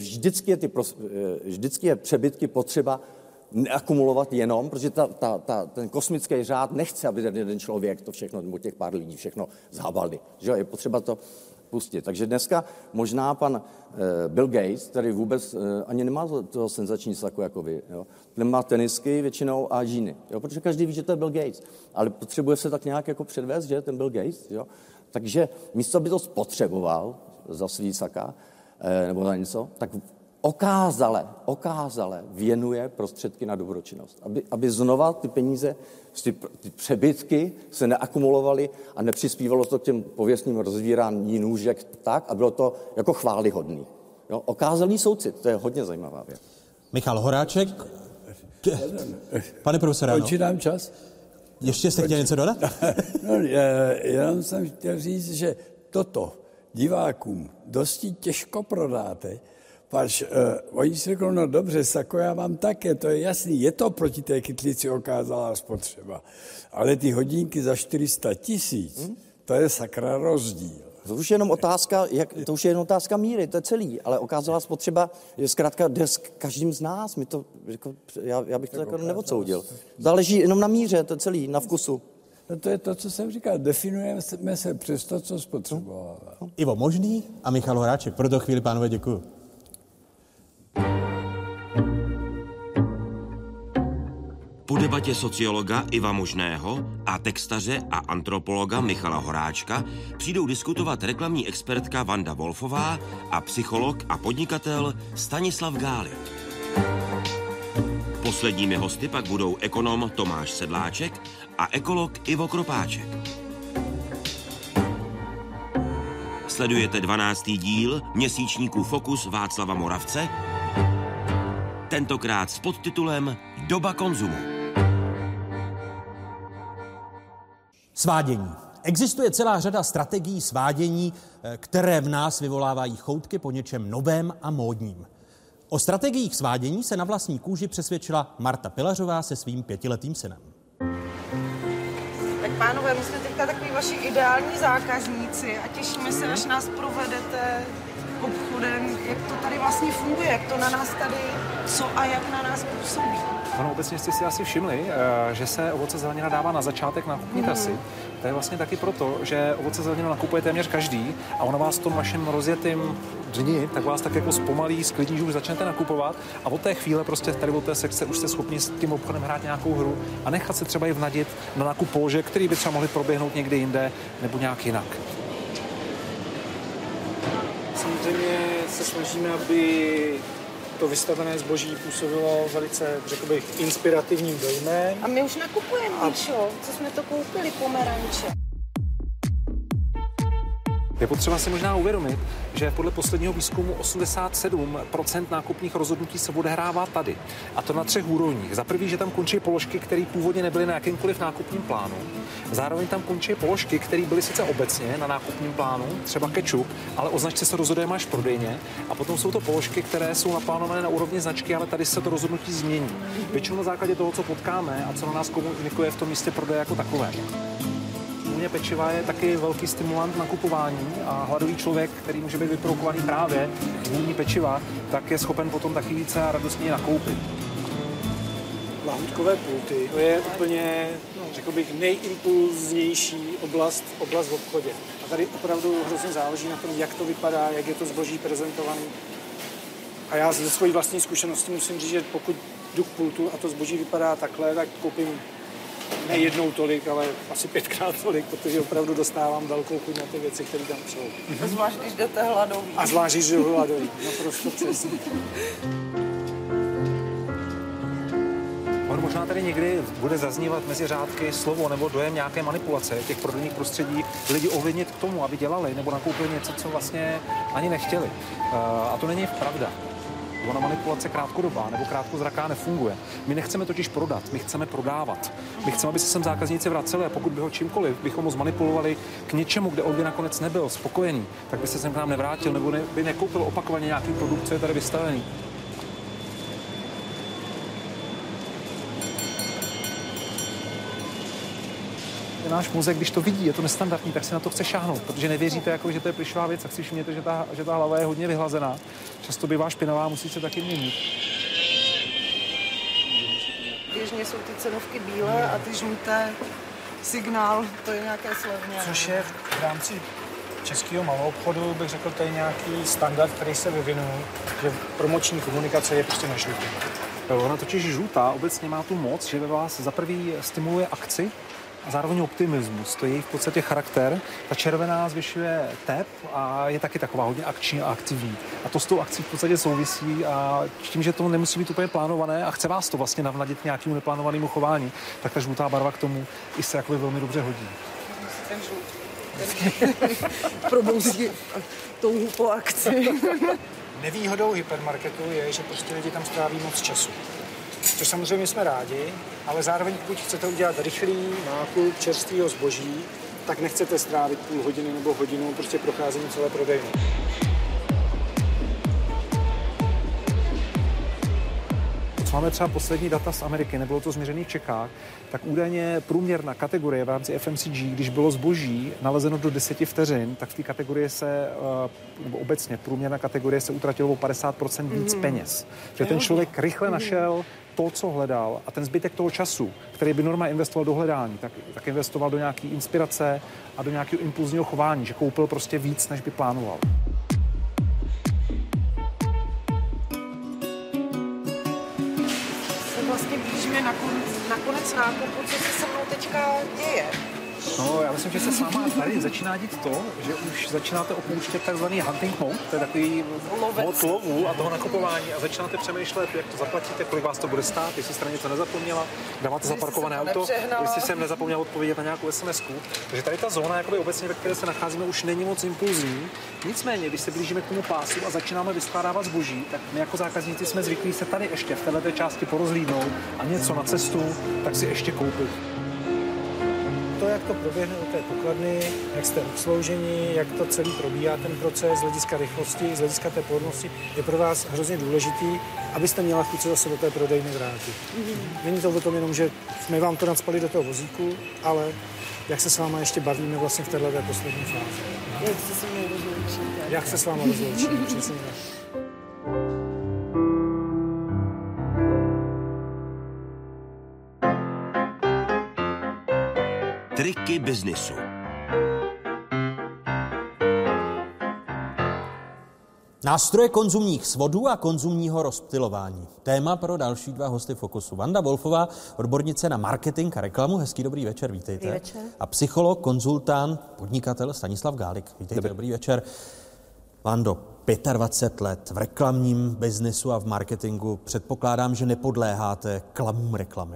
vždycky je přebytky potřeba neakumulovat jenom, protože ten kosmický řád nechce, aby ten jeden člověk to všechno, nebo těch pár lidí všechno zhabali. Že je potřeba to pustit. Takže dneska možná pan Bill Gates, který vůbec ani nemá toho senzační sako jako vy, jo. Nemá tenisky většinou a džíny, jo, protože každý ví, že to je Bill Gates, ale potřebuje se tak nějak jako předvést, že ten Bill Gates, jo. Takže místo, aby to spotřeboval za svý saka nebo za něco, tak okázale věnuje prostředky na dobročinnost. Aby znova ty peníze, ty přebytky se neakumulovaly a nepřispívalo to k těm pověstným rozvírání nůžek tak, a bylo to jako chvályhodný. Jo? Okázalý soucit, to je hodně zajímavá věc. Michal Horáček. Pane profesore, končí nám čas? Ještě jste chtěl něco dodat? No, jenom jsem chtěl říct, že toto divákům dosti těžko prodáte, pač oni si řeknou, no dobře, sako já mám také, to je jasný, je to proti té kytlici okázalá spotřeba, ale ty hodinky za 400 000, to je sakra rozdíl. To už je jenom otázka míry, to je celý, ale okázalá spotřeba je zkrátka s každým z nás, já bych to jako neodsoudil. Záleží jenom na míře, to je celý, na vkusu. No to je to, co jsem říkal, definujeme se přes to, co spotřebovává. Ivo Možný a Michal Horáček, pro to chvíli, pánové, děkuju. Po debatě sociologa Iva Možného a textaře a antropologa Michala Horáčka přijdou diskutovat reklamní expertka Vanda Wolfová a psycholog a podnikatel Stanislav Gály. Posledními hosty pak budou ekonom Tomáš Sedláček a ekolog Ivo Kropáček. Sledujete 12. díl měsíčníku Fokus Václava Moravce, tentokrát s podtitulem Doba konzumu. Svádění. Existuje celá řada strategií svádění, které v nás vyvolávají choutky po něčem novém a módním. O strategiích svádění se na vlastní kůži přesvědčila Marta Pilařová se svým 5letým synem. Tak pánové, my jsme teďka takový vaši ideální zákazníci a těšíme se, až nás provedete obchodem, jak to tady vlastně funguje, jak to na nás tady, co a jak na nás působí. Ano, obecně jste si asi všimli, že se ovoce zelenina dává na začátek nákupní trasy. To je vlastně taky proto, že ovoce zeleninu nakupuje téměř každý a ono vás v tom vašem rozjetém dni, tak vás tak jako zpomalí, sklidní, že už začnete nakupovat a od té chvíle prostě tady od té sekce už jste schopni s tím obchodem hrát nějakou hru a nechat se třeba i vnadit na nákup položek, který by třeba mohli proběhnout někde jinde nebo nějak jinak. Samozřejmě se snažíme, aby to vystavené zboží působilo velice, řekl bych, inspirativním dojmem. A my už nakupujeme, Míšo, co jsme to koupili, pomeranče. Je potřeba si možná uvědomit, že podle posledního výzkumu 87% nákupních rozhodnutí se odehrává tady. A to na 3 úrovních. Za prvý, že tam končí položky, které původně nebyly na jakýmkoliv nákupním plánu. Zároveň tam končí položky, které byly sice obecně na nákupním plánu, třeba kečup, ale o značce se rozhodujeme až v prodejně. A potom jsou to položky, které jsou naplánované na úrovni značky, ale tady se to rozhodnutí změní. Většinou na základě toho, co potkáme a co na nás komunikuje v tom místě prodeje jako takové. Pečiva je taky velký stimulant nakupování a hladový člověk, který může být vyprovokovaný právě vůní pečiva, tak je schopen potom taky více a radostně nakoupit. Lahůdkové pulty, to je úplně, řekl bych, nejimpulznější oblast v obchodě. A tady opravdu hrozně záleží na tom, jak to vypadá, jak je to zboží prezentované. A já ze své vlastní zkušenosti musím říct, že pokud jdu k pultu a to zboží vypadá takhle, tak koupím ne jednou tolik, ale asi 5krát tolik, protože opravdu dostávám velkou chuť na ty věci, které tam jsou. Zvlášť, když jdete hladový. A zvlášť, když jdu hladový, naprosto přesně. Možná tady někdy bude zaznívat mezi řádky slovo nebo dojem nějaké manipulace těch prodejních prostředí, lidi ovlivnit k tomu, aby dělali nebo nakoupili něco, co vlastně ani nechtěli. A to není pravda. Ona manipulace krátkodobá nebo krátkozraká nefunguje. My nechceme totiž prodat, my chceme prodávat. My chceme, aby se sem zákazníci vraceli a pokud by ho čímkoliv bychom ho zmanipulovali k něčemu, kde on by nakonec nebyl spokojený, tak by se sem k nám nevrátil nebo by nekoupil opakovaně nějaký produkt, co je tady vystavený. Náš mozek, když to vidí, je to nestandardní, tak si na to chce šáhnout, protože nevěříte, jako, že to je plišová věc, tak si všimněte, že ta hlava je hodně vyhlazená. Často bývá špinavá, musí se taky měnit. Běžně jsou ty cenovky bílé a ty žluté signál, to je nějaké slevně. Což je v rámci českého maloobchodu, bych řekl, to je nějaký standard, který se vyvinul, že promoční komunikace je prostě na žlutý. Ona totiž žlutá obecně má tu moc, že ve vás za prvý stimuluje akci, a zároveň optimismus, to je její v podstatě charakter. Ta červená zvyšuje tep a je taky taková hodně akční a aktivní. A to s tou akcí v podstatě souvisí a tím, že to nemusí být úplně plánované a chce vás to vlastně navnadit k nějakému neplánovanému chování, tak ta žlutá barva k tomu i se jakoby velmi dobře hodí. Ten žlutý. Probouzí touhu po akci. Nevýhodou hypermarketu je, že prostě lidi tam stráví moc času. Což samozřejmě jsme rádi, ale zároveň pokud chcete udělat rychlý nákup čerstvého zboží, tak nechcete strávit půl hodiny nebo hodinu prostě procházení celé prodejny. Máme třeba poslední data z Ameriky, nebylo to změřené v Čechách, tak údajně průměrná kategorie v rámci FMCG, když bylo zboží nalezeno do 10 vteřin, tak v té kategorii se, nebo obecně průměrná kategorie se utratilo o 50% víc peněz. Že ten člověk rychle našel to, co hledal a ten zbytek toho času, který by normálně investoval do hledání, tak investoval do nějaké inspirace a do nějakého impulzního chování, že koupil prostě víc, než by plánoval. Vlastně blížíme na konec nákupu, co se se mnou teďka děje. No, já myslím, že se s váma tady začíná dít to, že už začínáte opouštět takzvaný hunting mode, to je takový mod lovu a toho nakupování a začínáte přemýšlet, jak to zaplatíte, kolik vás to bude stát, jestli jste něco nezapomněla, kde máte zaparkované auto, jestli jsem nezapomněl odpovědět na nějakou SMS-ku. Takže tady ta zóna, jakoby obecně, ve které se nacházíme, už není moc impulzní. Nicméně, když se blížíme k tomu pásu a začínáme vyskládávat zboží, tak my jako zákazníci jsme zvyklí se tady ještě v této části porozhlídnout a něco na cestu, tak si ještě koupit. To, jak to proběhne u té pokladny, jak jste obslouženi, jak to celý probíhá ten proces z hlediska rychlosti, z hlediska té pohodlnosti, je pro vás hrozně důležitý, abyste měla chuť se zase do té prodejny vrátit. Není to o tom jenom, že jsme vám to nacpali do toho vozíku, ale jak se s váma ještě bavíme vlastně v této poslední fázi. Jak se s vámi rozloučíte. Jak se s váma rozloučíme, přesně tak. Triky biznisu. Nástroje konzumních svodů a konzumního rozptylování. Téma pro další dva hosty Fokusu. Vanda Wolfová, odbornice na marketing a reklamu. Hezký dobrý večer, vítejte. Dobrý večer. A psycholog, konzultant, podnikatel Stanislav Gálik. Vítejte, dobrý večer. Vando, 25 let v reklamním biznisu a v marketingu. Předpokládám, že nepodléháte klamům reklamy.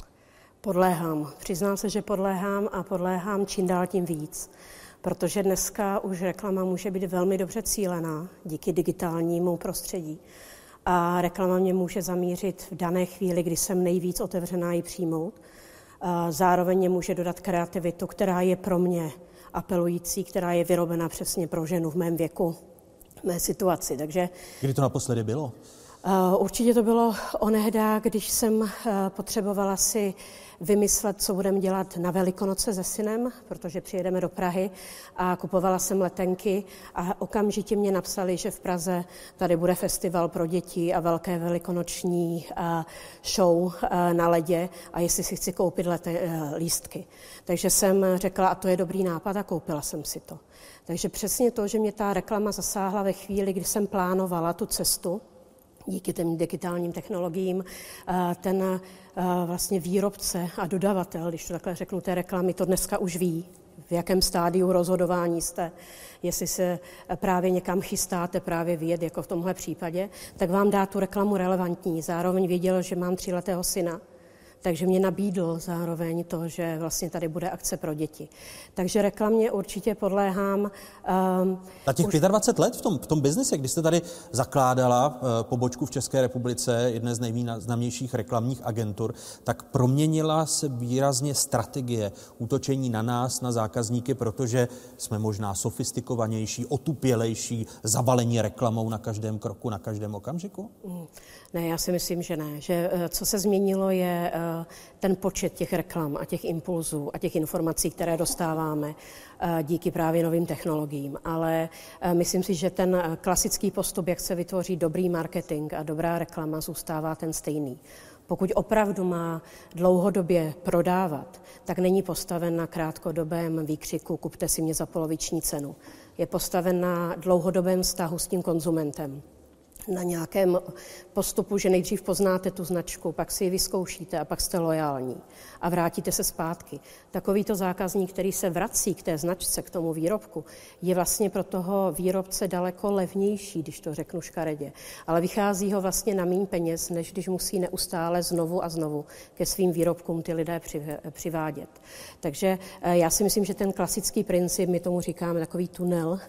Podléhám. Přiznám se, že podléhám a podléhám čím dál tím víc. Protože dneska už reklama může být velmi dobře cílená díky digitálnímu prostředí. A reklama mě může zamířit v dané chvíli, kdy jsem nejvíc otevřená ji přijmout. Zároveň mě může dodat kreativitu, která je pro mě apelující, která je vyrobena přesně pro ženu v mém věku, v mé situaci. Takže kdy to naposledy bylo? Určitě to bylo onehda, když jsem potřebovala si vymyslet, co budeme dělat na Velikonoce se synem, protože přijedeme do Prahy a kupovala jsem letenky a okamžitě mě napsali, že v Praze tady bude festival pro děti a velké velikonoční show na ledě a jestli si chci koupit lístky. Takže jsem řekla, a to je dobrý nápad a koupila jsem si to. Takže přesně to, že mě ta reklama zasáhla ve chvíli, kdy jsem plánovala tu cestu, díky těm digitálním technologiím, ten vlastně výrobce a dodavatel, když to takhle řeknu, té reklamy, to dneska už ví, v jakém stádiu rozhodování jste, jestli se právě někam chystáte právě vyjet, jako v tomhle případě, tak vám dá tu reklamu relevantní. Zároveň věděl, že mám 3letého syna, takže mě nabídl zároveň to, že vlastně tady bude akce pro děti. Takže reklamě určitě podléhám. Na těch 25 let v tom biznise, kdy jste tady zakládala pobočku v České republice, jedné z nejvýznamnějších reklamních agentur, tak proměnila se výrazně strategie útočení na nás, na zákazníky, protože jsme možná sofistikovanější, otupělejší, zavalení reklamou na každém kroku, na každém okamžiku? Ne, já si myslím, že ne. Že co se změnilo, je ten počet těch reklam a těch impulzů a těch informací, které dostáváme díky právě novým technologiím. Ale myslím si, že ten klasický postup, jak se vytvoří dobrý marketing a dobrá reklama, zůstává ten stejný. Pokud opravdu má dlouhodobě prodávat, tak není postaven na krátkodobém výkřiku kupte si mě za poloviční cenu. Je postaven na dlouhodobém vztahu s tím konzumentem. Na nějakém postupu, že nejdřív poznáte tu značku, pak si ji vyzkoušíte a pak jste loajální a vrátíte se zpátky. Takovýto zákazník, který se vrací k té značce, k tomu výrobku, je vlastně pro toho výrobce daleko levnější, když to řeknu škaredě. Ale vychází ho vlastně na míň peněz, než když musí neustále znovu a znovu ke svým výrobkům ty lidé přivádět. Takže já si myslím, že ten klasický princip, my tomu říkáme takový tunel,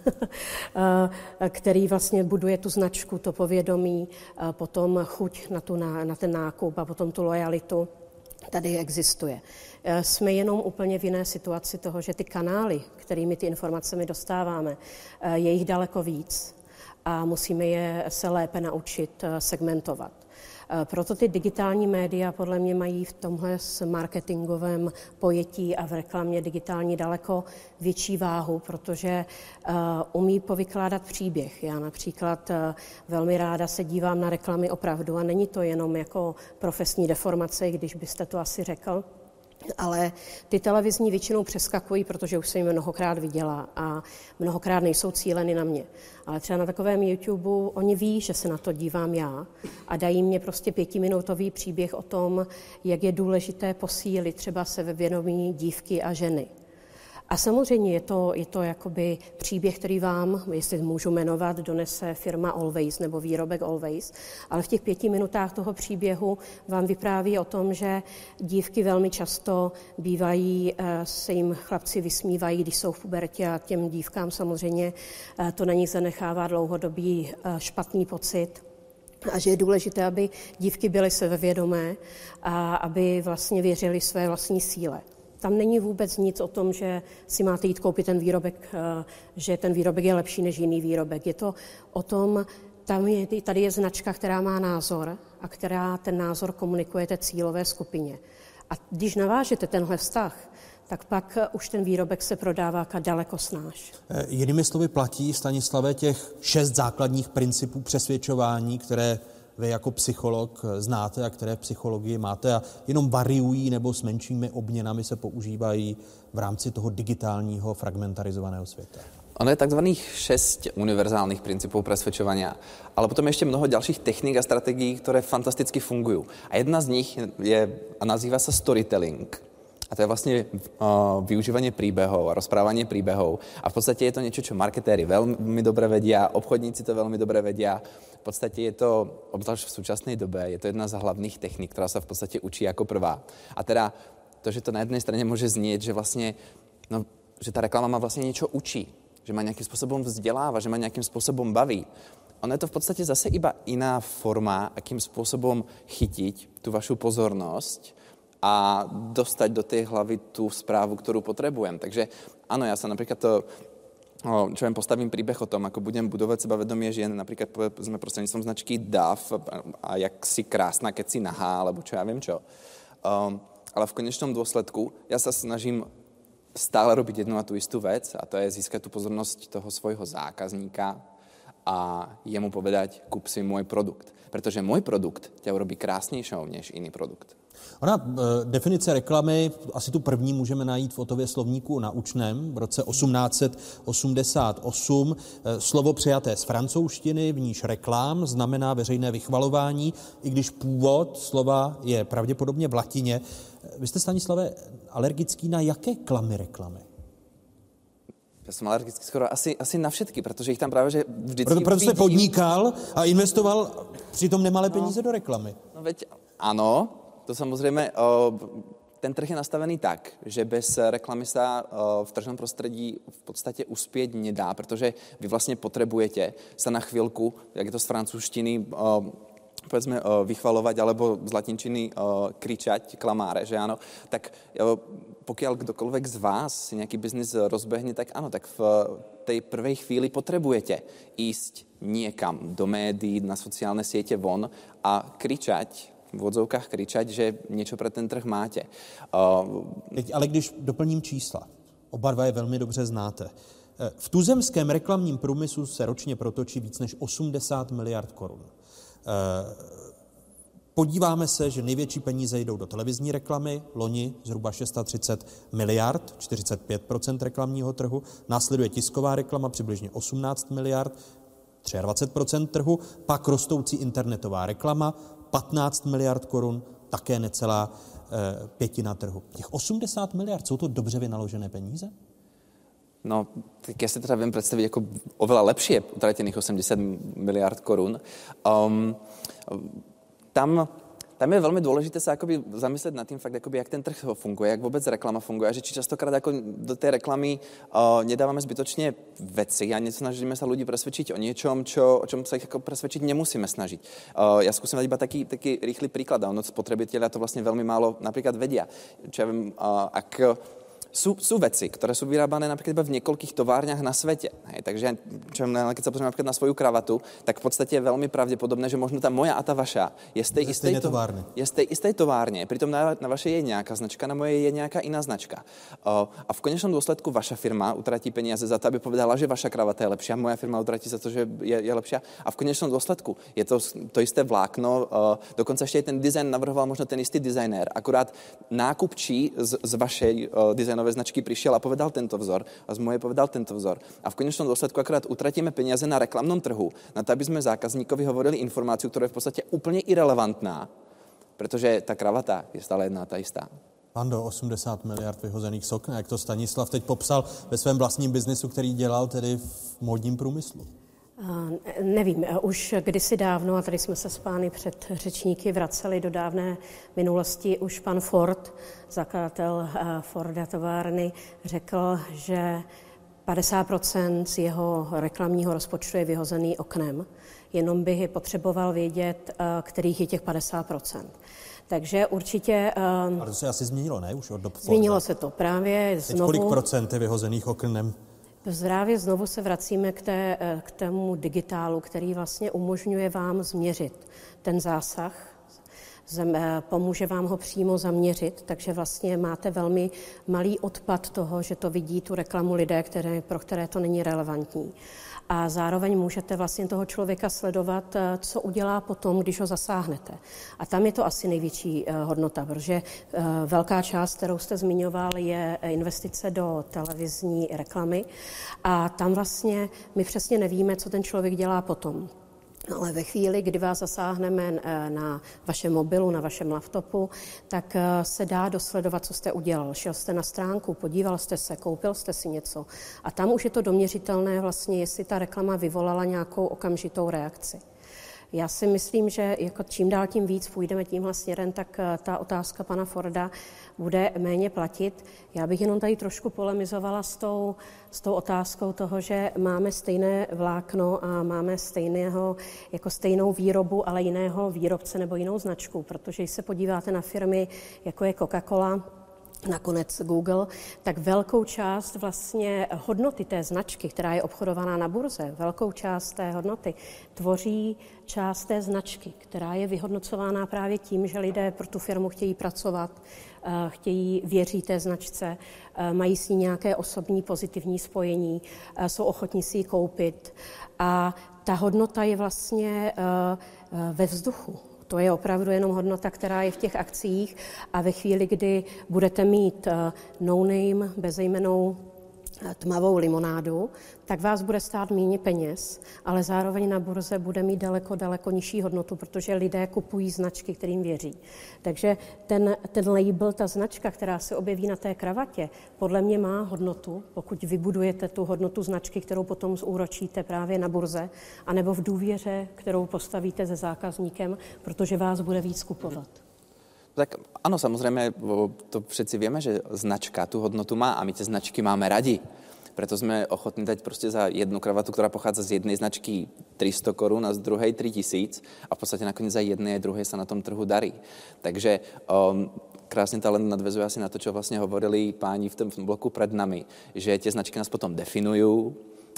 který vlastně buduje tu značku, to povědomí, potom chuť na ten nákup a potom tu lojalitu, tady existuje. Jsme jenom úplně v jiné situaci toho, že ty kanály, kterými ty informace my dostáváme, je jich daleko víc a musíme je se lépe naučit segmentovat. Proto ty digitální média podle mě mají v tomhle marketingovém pojetí a v reklamě digitální daleko větší váhu, protože umí povykládat příběh. Já například velmi ráda se dívám na reklamy opravdu a není to jenom jako profesní deformace, když byste to asi řekl, ale ty televizní většinou přeskakují, protože už jsem jim mnohokrát viděla a mnohokrát nejsou cíleny na mě. Ale třeba na takovém YouTube oni ví, že se na to dívám já a dají mě prostě 5minutový příběh o tom, jak je důležité posílit třeba sebevědomí dívky a ženy. A samozřejmě je to jakoby příběh, který vám, jestli můžu jmenovat, donese firma Always nebo výrobek Always, ale v těch 5 minutách toho příběhu vám vypráví o tom, že dívky velmi často bývají, se jim chlapci vysmívají, když jsou v pubertě a těm dívkám samozřejmě to na nich zanechává dlouhodobý špatný pocit. A že je důležité, aby dívky byly sebevědomé a aby vlastně věřily své vlastní síle. Tam není vůbec nic o tom, že si máte jít koupit ten výrobek, že ten výrobek je lepší než jiný výrobek. Je to o tom, tady je značka, která má názor a která ten názor komunikuje té cílové skupině. A když navážete tenhle vztah, tak pak už ten výrobek se prodává daleko snáš. Jinými slovy platí, Stanislave, těch 6 základních principů přesvědčování, které vy jako psycholog znáte a které v psychologii máte a jenom variují nebo s menšími obměnami se používají v rámci toho digitálního fragmentarizovaného světa. Ono je takzvaných 6 univerzálnych princípov presvedčovania, ale potom ešte mnoho ďalších techník a strategií, ktoré fantasticky fungujú. A jedna z nich je a nazýva sa storytelling. A to je vlastne využívanie príbehov a rozprávanie príbehov. A v podstate je to niečo, čo marketéri veľmi dobre vedia, obchodníci to veľmi dobre vedia. V podstate je to, obzvlášť v súčasnej dobe, je to jedna z hlavných techník, ktorá sa v podstate učí ako prvá. A teda to, že to na jednej strane môže znieť, že vlastne, že tá reklama má vlastne niečo učí, že ma nejakým spôsobom vzdeláva, že ma nejakým spôsobom baví. Ono je to v podstate zase iba iná forma, akým spôsobom chytiť tú vašu pozornosť a dostať do tej hlavy tú správu, ktorú potrebujem. Takže áno, ja sa napríklad postavím príbeh o tom, ako budem budovať sebavedomie žien, napríklad povedzme prostredníctvom značky DAF a jak si krásna, keď si nahá, alebo čo ja viem čo. Ale v konečnom dôsledku ja sa snažím stále robiť jednu a tú istú vec a to je získať tú pozornosť toho svojho zákazníka a jemu povedať, kúp si môj produkt. Pretože môj produkt ťa urobí krásnejšou než iný produkt. Ona definice reklamy, asi tu první můžeme najít v Otově slovníku naučném v roce 1888. Slovo přijaté z francouzštiny, v níž reklám znamená veřejné vychvalování, i když původ slova je pravděpodobně v latině. Vy jste, Stanislave, alergický na jaké klamy reklamy? Ja som alergický skoro asi na všetky, protože ich tam práve že vždycky Proto jste podnikal a investoval přitom nemalé peníze do reklamy. No veď áno, to samozrejme, ten trh je nastavený tak, že bez reklamy sa v tržnom prostredí v podstate uspieť nedá, pretože vy vlastne potrebujete sa na chvíľku, jak je to z francúzštiny, povedzme vychvalovať alebo z latinčiny kričať, klamáre, že áno, tak pokiaľ kdokoľvek z vás si nejaký biznis rozbehne, tak áno, tak v tej prvej chvíli potrebujete ísť niekam do médií, na sociálne siete von a kričať, v odzovkách kričať, že niečo pre ten trh máte. Teď ale když doplním čísla, oba dva je velmi dobře znáte. V tuzemském reklamním průmyslu se ročně protočí víc než 80 miliard korun. Podíváme se, že největší peníze jdou do televizní reklamy, loni zhruba 630 miliard, 45% reklamního trhu, následuje tisková reklama přibližně 18 miliard, 23% trhu, pak rostoucí internetová reklama, 15 miliard korun, také necelá pětina trhu. Těch 80 miliard, jsou to dobře vynaložené peníze? No, tak ja si teda viem predstaviť ako oveľa lepšie utratených 80 miliard korún. Tam je veľmi dôležité sa akoby zamyslieť nad tým fakt, akoby, jak ten trh funguje, jak vôbec reklama funguje a že či častokrát ako do tej reklamy nedávame zbytočne veci a nesnažíme sa ľudí presvedčiť o niečom, o čom sa ich ako presvedčiť nemusíme snažiť. Ja skúsim dať iba taký rýchly príklad a ono spotrebitelia to vlastne veľmi málo napríklad vedia. Čo ja viem, Sú veci, ktoré sú vyrábané napríklad iba v niekoľkých továrniach na svete. Hej, takže keď sa pozrieme napríklad na svoju kravatu, tak v podstate je veľmi pravdepodobné, že možno tá moja a tá vaša je z tej istej továrne. Pritom na vašej je nejaká značka, na mojej je nejaká iná značka. A v konečnom dôsledku vaša firma utratí peniaze za to, aby povedala, že vaša kravata je lepšia, moja firma utratí za to, že je lepšia. A v konečnom dôsledku je to isté vlákno, dokonca ešte aj ten dizajn navrhoval možno ten istý dizajnér. Akurát nákupčí z vašej dizajnové značky prišiel a povedal tento vzor a z mojej povedal tento vzor. A v konečnom dôsledku akorát utratíme peniaze na reklamnom trhu, na to, aby sme zákazníkovi hovorili informáciu, ktorá je v podstate úplne irelevantná, pretože tá kravata je stále jedna tá istá. Pando, 80 miliard vyhozených z okna, jak to Stanislav teď popsal ve svém vlastním biznesu, který dělal tedy v módním průmyslu. Nevím, už kdysi dávno, a tady jsme se s pány před řečníky vraceli do dávné minulosti, už pan Ford, zakladatel Forda továrny, řekl, že 50% z jeho reklamního rozpočtu je vyhozený oknem, jenom by potřeboval vědět, kterých je těch 50%. Takže určitě... Ale to se asi změnilo, ne? Už od dob Forda. Změnilo se to právě teď znovu. Kolik procent je vyhozených oknem? Právě znovu se vracíme k tomu digitálu, který vlastně umožňuje vám změřit ten zásah, pomůže vám ho přímo zaměřit, takže vlastně máte velmi malý odpad toho, že to vidí tu reklamu lidé, pro které to není relevantní. A zároveň můžete vlastně toho člověka sledovat, co udělá potom, když ho zasáhnete. A tam je to asi největší hodnota, protože velká část, kterou jste zmiňoval, je investice do televizní reklamy a tam vlastně my přesně nevíme, co ten člověk dělá potom. Ale ve chvíli, kdy vás zasáhneme na vašem mobilu, na vašem laptopu, tak se dá dosledovat, co jste udělal. Šel jste na stránku, podíval jste se, koupil jste si něco. A tam už je to doměřitelné vlastně, jestli ta reklama vyvolala nějakou okamžitou reakci. Já si myslím, že jako čím dál tím víc půjdeme tímhle směrem, tak ta otázka pana Forda bude méně platit. Já bych jenom tady trošku polemizovala s tou otázkou toho, že máme stejné vlákno a máme stejnou výrobu, ale jiného výrobce nebo jinou značku, protože když se podíváte na firmy, jako je Coca-Cola, nakonec Google, tak velkou část vlastně hodnoty té značky, která je obchodovaná na burze, velkou část té hodnoty tvoří část té značky, která je vyhodnocována právě tím, že lidé pro tu firmu chtějí pracovat, věří té značce, mají s ní nějaké osobní pozitivní spojení, jsou ochotní si ji koupit. A ta hodnota je vlastně ve vzduchu. To je opravdu jenom hodnota, která je v těch akcích a ve chvíli, kdy budete mít no-name, bezejmennou tmavou limonádu, tak vás bude stát méně peněz, ale zároveň na burze bude mít daleko nižší hodnotu, protože lidé kupují značky, kterým věří. Takže ten label, ta značka, která se objeví na té kravatě, podle mě má hodnotu, pokud vybudujete tu hodnotu značky, kterou potom zúročíte právě na burze, anebo v důvěře, kterou postavíte se zákazníkem, protože vás bude víc kupovat. Tak áno, samozrejme, to všetci vieme, že značka tú hodnotu má a my tie značky máme radi. Preto sme ochotní dať proste za jednu kravatu, ktorá pochádza z jednej značky 300 korún a z druhej 3000 a v podstate nakoniec aj jednej a druhej sa na tom trhu darí. Takže krásne to len nadväzuje asi na to, čo vlastne hovorili páni v tom bloku pred nami, že tie značky nás potom definujú.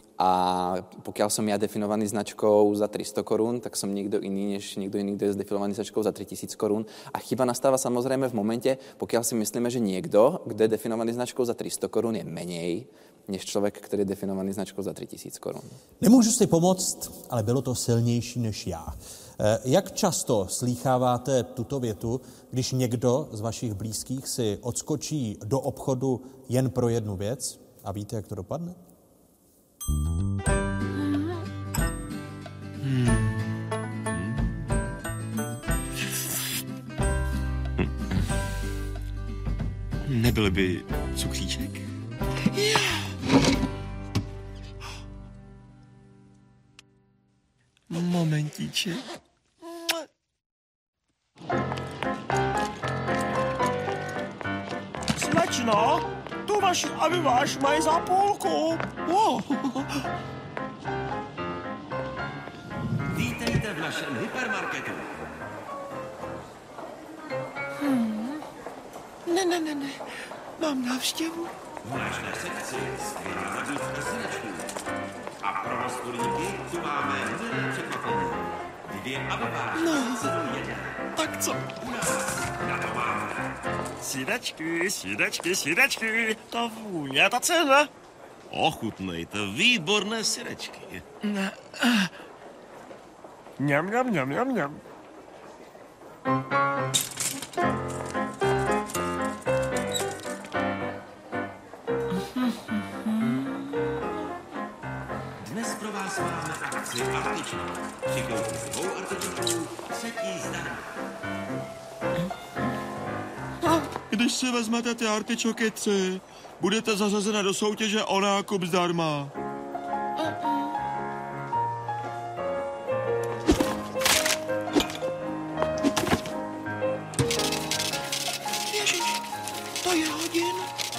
A pokiaľ som ja definovaný značkou za 300 korún, tak som niekto iný, než niekto iný, kto je definovaný značkou za 3000 korún. A chyba nastáva samozrejme v momente, pokiaľ si myslíme, že niekto, kto je definovaný značkou za 300 korún, je menej než člověk, který je definovaný značkou za 3000 korun. Nemůžu si pomoct, ale bylo to silnější než já. Jak často slýcháváte tuto větu, když někdo z vašich blízkých si odskočí do obchodu jen pro jednu věc a víte, jak to dopadne? Nebyl by cukříček? Momentíček. Slečno, tu vaši aviváž mají za půlku. Wow. Vítejte v našem hypermarketu. Ne. Mám návštěvu. V naší sekci skvělá nabídka syrečků. A pro hospodníky tu máme milé překvapení. 2 aviváže. No, 7,1. tak co? U nás na to máme. Syrečky. Ta vůně, ta cena. Ochutnejte výborné syrečky. Mňam. Dnes pro vás máme akci Artičok. Při koupi 2 artičoků 3. zdarma. když si vezmete ty artičoky 3, budete zařazena do soutěže o nákup zdarma. Ježiš, to je hodin.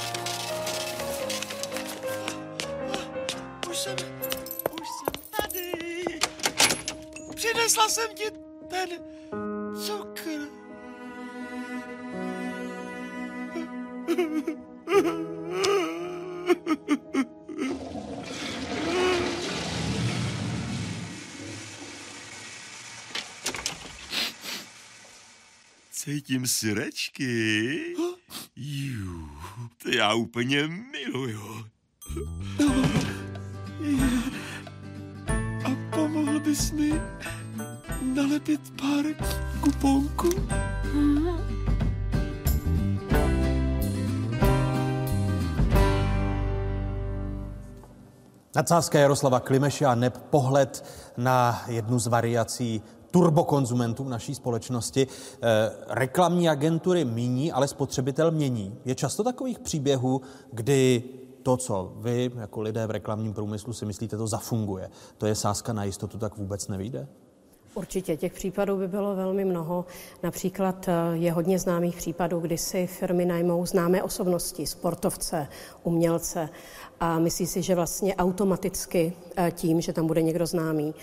Už jsem tady. Přinesla jsem ti ten cukr. Cítím syrečky. To já úplně miluju. A pomohl bys mi nalepit pár kuponků? Nadsázka Jaroslava Klimeše a neb pohled na jednu z variací turbokonzumentů naší společnosti. Reklamní agentury míní, ale spotřebitel mění. Je často takových příběhů, kdy to, co vy jako lidé v reklamním průmyslu si myslíte, to zafunguje. To je sázka na jistotu, tak vůbec nevyjde? Určitě, těch případů by bylo velmi mnoho. Například je hodně známých případů, kdy si firmy najmou známé osobnosti, sportovce, umělce a myslí si, že vlastně automaticky tím, že tam bude někdo známý,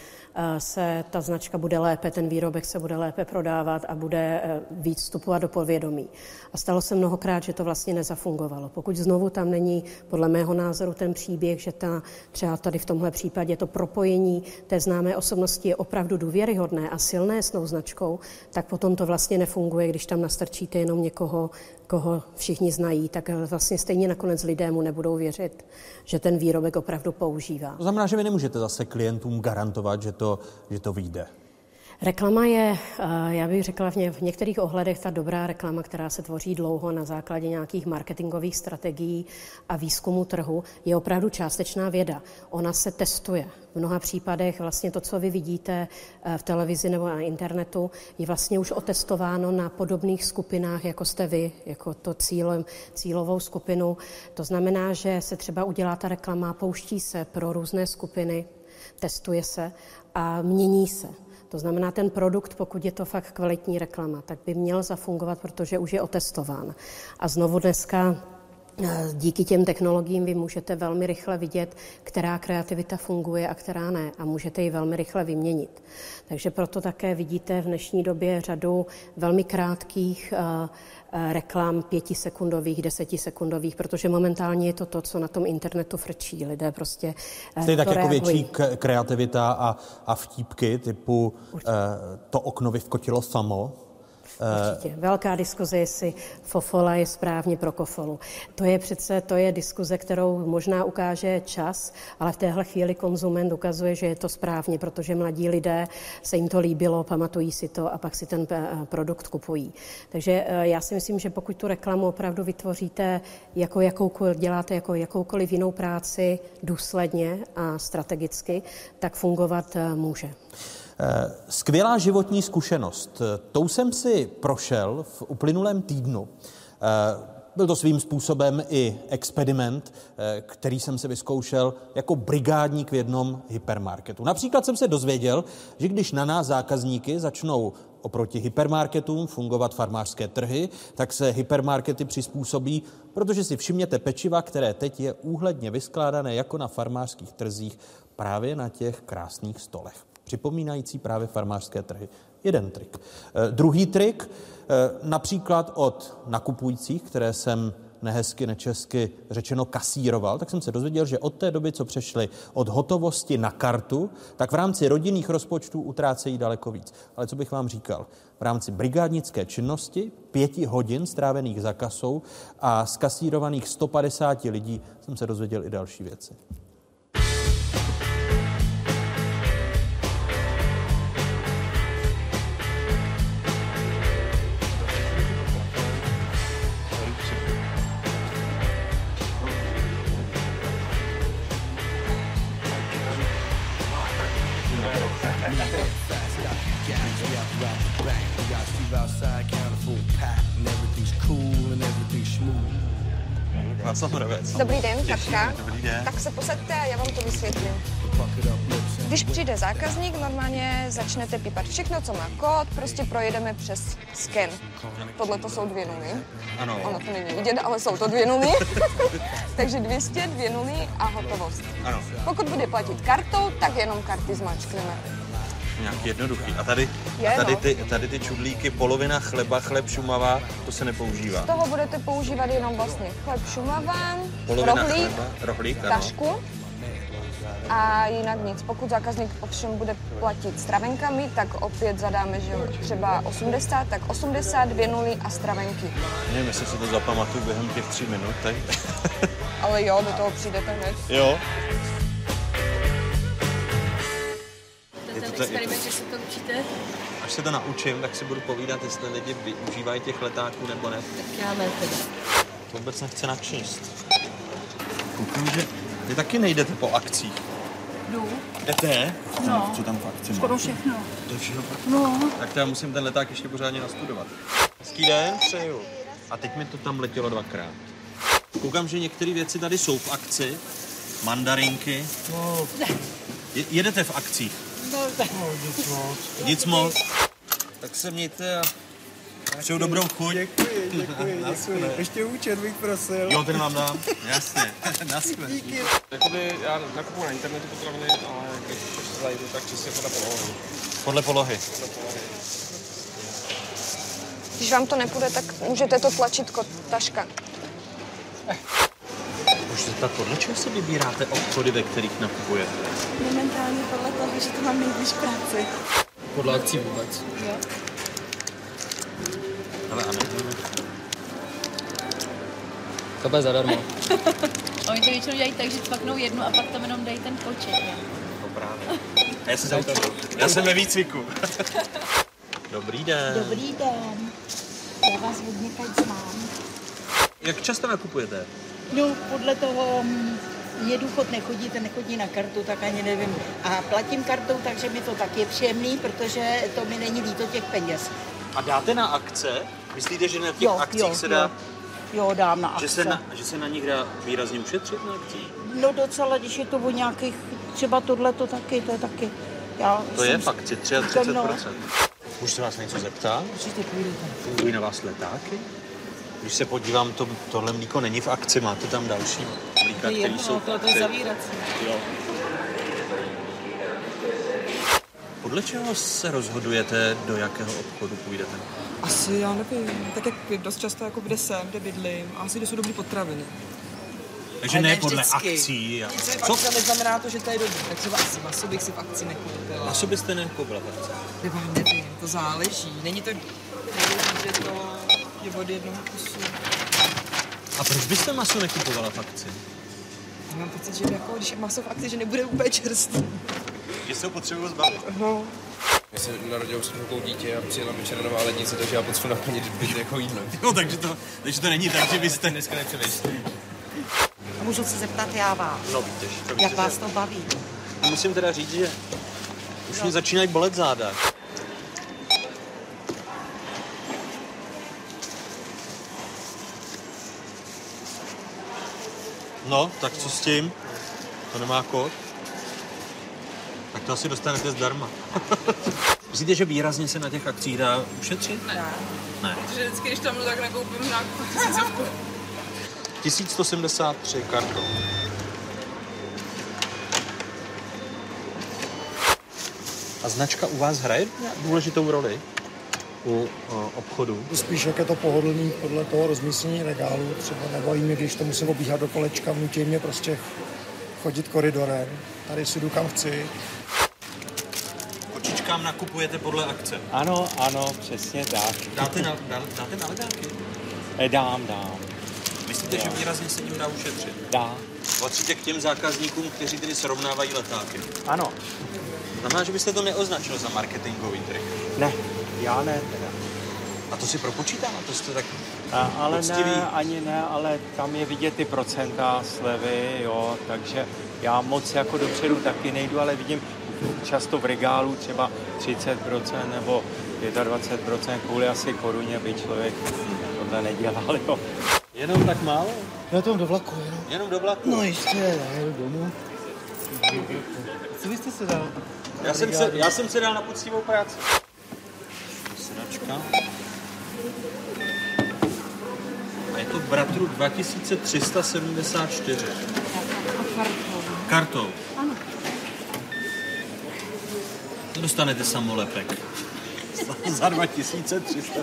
se ta značka bude lépe, ten výrobek se bude lépe prodávat a bude víc vstupovat do povědomí. A stalo se mnohokrát, že to vlastně nezafungovalo. Pokud znovu tam není, podle mého názoru, ten příběh, že třeba tady v tomhle případě to propojení té známé osobnosti je opravdu důvěryhodné a silné s tou značkou, tak potom to vlastně nefunguje, když tam nastrčíte jenom někoho, koho všichni znají, tak vlastně stejně nakonec lidé mu nebudou věřit, že ten výrobek opravdu používá. To znamená, že vy nemůžete zase klientům garantovat, že to vyjde. Reklama je, já bych řekla, v některých ohledech ta dobrá reklama, která se tvoří dlouho na základě nějakých marketingových strategií a výzkumu trhu, je opravdu částečná věda. Ona se testuje. V mnoha případech vlastně to, co vy vidíte v televizi nebo na internetu, je vlastně už otestováno na podobných skupinách, jako jste vy, jako to cílovou skupinu. To znamená, že se třeba udělá ta reklama, pouští se pro různé skupiny, testuje se a mění se. To znamená, ten produkt, pokud je to fakt kvalitní reklama, tak by měl zafungovat, protože už je otestován. A znovu dneska díky těm technologiím vy můžete velmi rychle vidět, která kreativita funguje a která ne. A můžete ji velmi rychle vyměnit. Takže proto také vidíte v dnešní době řadu velmi krátkých reklam 5sekundových, 10sekundových, protože momentálně je to, co na tom internetu frčí. Lidé prostě Stejně tak jako větší kreativita a vtípky typu to okno vyvkotilo samo. Určitě. Velká diskuze, jestli fofola je správně pro kofolu. To je diskuze, kterou možná ukáže čas, ale v téhle chvíli konzument ukazuje, že je to správně, protože mladí lidé se jim to líbilo, pamatují si to a pak si ten produkt kupují. Takže já si myslím, že pokud tu reklamu opravdu vytvoříte, děláte jako jakoukoliv jinou práci důsledně a strategicky, tak fungovat může. Skvělá životní zkušenost. Tou jsem si prošel v uplynulém týdnu. Byl to svým způsobem i experiment, který jsem si vyzkoušel jako brigádník v jednom hypermarketu. Například jsem se dozvěděl, že když na nás zákazníky začnou oproti hypermarketům fungovat farmářské trhy, tak se hypermarkety přizpůsobí, protože si všimněte pečiva, které teď je úhledně vyskládané jako na farmářských trzích právě na těch krásných stolech, připomínající právě farmářské trhy. Jeden trik. Druhý trik, například od nakupujících, které jsem nehezky, nečesky řečeno kasíroval, tak jsem se dozvěděl, že od té doby, co přešli od hotovosti na kartu, tak v rámci rodinných rozpočtů utrácejí daleko víc. Ale co bych vám říkal, v rámci brigádnické činnosti 5 hodin strávených za kasou a zkasírovaných 150 lidí jsem se dozvěděl i další věci. Outside, count a full pack, and everything's cool. Dobrý den, Katka. Dobrý den. Tak se posaďte a já vám to vysvětlím. Když přijde zákazník, normálně začnete pípat všechno, co má kód, prostě projedeme přes sken. Tohle to jsou 2 nuly. Ano. Ono to není vidět, ale jsou to 2 nuly. Takže 200, 2 nuly a hotovost. Ano. Pokud bude platit kartou, tak jenom karty zmačkneme. Nějaký jednoduchý. A tady, Je, tady ty čudlíky, polovina chleba, chléb Šumava, to se nepoužívá. Z toho budete používat jenom vlastně chléb Šumava, rohlík, ano. tašku a jinak nic. Pokud zákazník ovšem bude platit stravenkami, tak opět zadáme, že třeba 80, tak 80, 2 nuly a stravenky. Nevím, jestli si to zapamatuju během těch 3 minut, tak. Ale jo, do toho přijdete hned. Jo. Ten experiment, že se to učíte? Až se to naučím, tak si budu povídat, jestli lidi využívají těch letáků nebo ne. Tak já ne teda. To vůbec nechce načíst. Koukám, že vy taky nejdete po akcích. Jdu. Jdete? No. Co tam v akci Skoro máte? všechno. To je všechno? No. Tak to já musím ten leták ještě pořádně nastudovat. Hezký den, přeju. A teď mi to tam letělo 2krát. Koukám, že některé věci tady jsou v akci. Mandarinky. No. Jedete v akcích? No, nic moc. Nic moc. Tak se mějte a přeju dobrou chuť. Děkuji. Ještě účet bych prosil. Jo, ten vám dám. Jasně. Naschle. Díky. Jakoby já nakupuji na internetu potraviny, ale když se zajdu, tak čistě podle polohy. Podle polohy. Když vám to nepůjde, tak můžete to tlačítko, taška. Můžu se zeptat, podle čeho si vybíráte obchody, ve kterých nakupujete? Momentálně podle toho, že to mám nejblíž práci. Podle akcí vůbec. Jo. Ale ano. To bude zadarmo. Oni to většinou dělají tak, že cvaknou jednu a pak tam jenom dají ten počet. Ne? To právě. A já se zaučuju. Já jsem ve výcviku. Dobrý den. Dobrý den. Já vás hodně teď znám. Jak často nakupujete? No, podle toho je důchod, nechodí na kartu, tak ani nevím. A platím kartou, takže mi to tak je příjemný, protože to mi není líto těch peněz. A dáte na akce? Myslíte, že na těch akcích se dá... Jo, dám na akce. Že se na nich dá výrazně ušetřit na akcích? No docela, když je to o nějakých, třeba tohle to taky, to je taky. To je v akci, 33%. Můžu se vás něco zeptat? Určitě půjdete. Fungují na vás letáky? Když se podívám, tohle mlíko není v akci, máte tam další mlíka, které jsou v akci. To je zavírací. Jo. Podle čeho se rozhodujete, do jakého obchodu půjdete? Asi, já nevím, tak jak dost často jako kde jsem, kde bydlím, a asi kde jsou dobrý potraviny. Takže ne podle akcí. Co? To neznamená to, že to je dobrý, tak třeba asi maso bych si v akci nekoupila. Maso byste nekoupila v akci? Nebo nevím, to záleží. Není to, že to je od jednoho kusu. A proč byste maso nekupovala v akci? Já mám pocit, že jako, když je maso v akci, že nebude úplně čerstvý. Že se ho potřebuji zbavit. No. Já jsem narodil s chvilkou dítě a přijela mi červenová lednice, takže já potřebuji naplnit byt jako jídlo. Jo, takže to není tak, že byste dneska nepřemýšleli. Můžu se zeptat já vás. No vítěž. Jak vás to baví? Musím teda říct, že už mě začínají bolet záda. No, tak co s tím? To nemá kód? Tak to asi dostanete zdarma. Myslíte, že výrazně se na těch akcích dá ušetřit? Ne. Protože vždycky, když tam jdu, tak nakoupím na 1000. 1173 kartou. A značka u vás hraje důležitou roli u obchodu? Spíš jak je to pohodlný podle toho rozmístění regálu. Třeba nebaví mě, když to musím obíhat do kolečka, nutí mě prostě chodit koridorem. Tady si jdu kam chci. Kočičkám nakupujete podle akce? Ano, přesně tak. Dáte na letáky? Dám. Myslíte, že výrazně se tím dá ušetřit? Dá. Patříte k těm zákazníkům, kteří tedy srovnávají letáky? Ano. Znamená, že byste to neoznačil za marketingový trik? Ne, já ne teda. A to si propočítám? A to jste tak ale poctivý? ne, ani ne, ale tam je vidět ty procenta slevy, jo, takže já moc jako dopředu taky nejdu, ale vidím často v regálu třeba 30% nebo 25% kvůli asi koruně by člověk tohle nedělal, jo. Jenom tak málo? Já tam do vlaku, jenom. Jenom do vlaku? No ještě, já jedu domů. Co byste se dal? Já jsem se dal na poctivou práci. Sedačka. A je to bratru 2374. Kartou. Ano. Dostanete samolepek. Za 2300.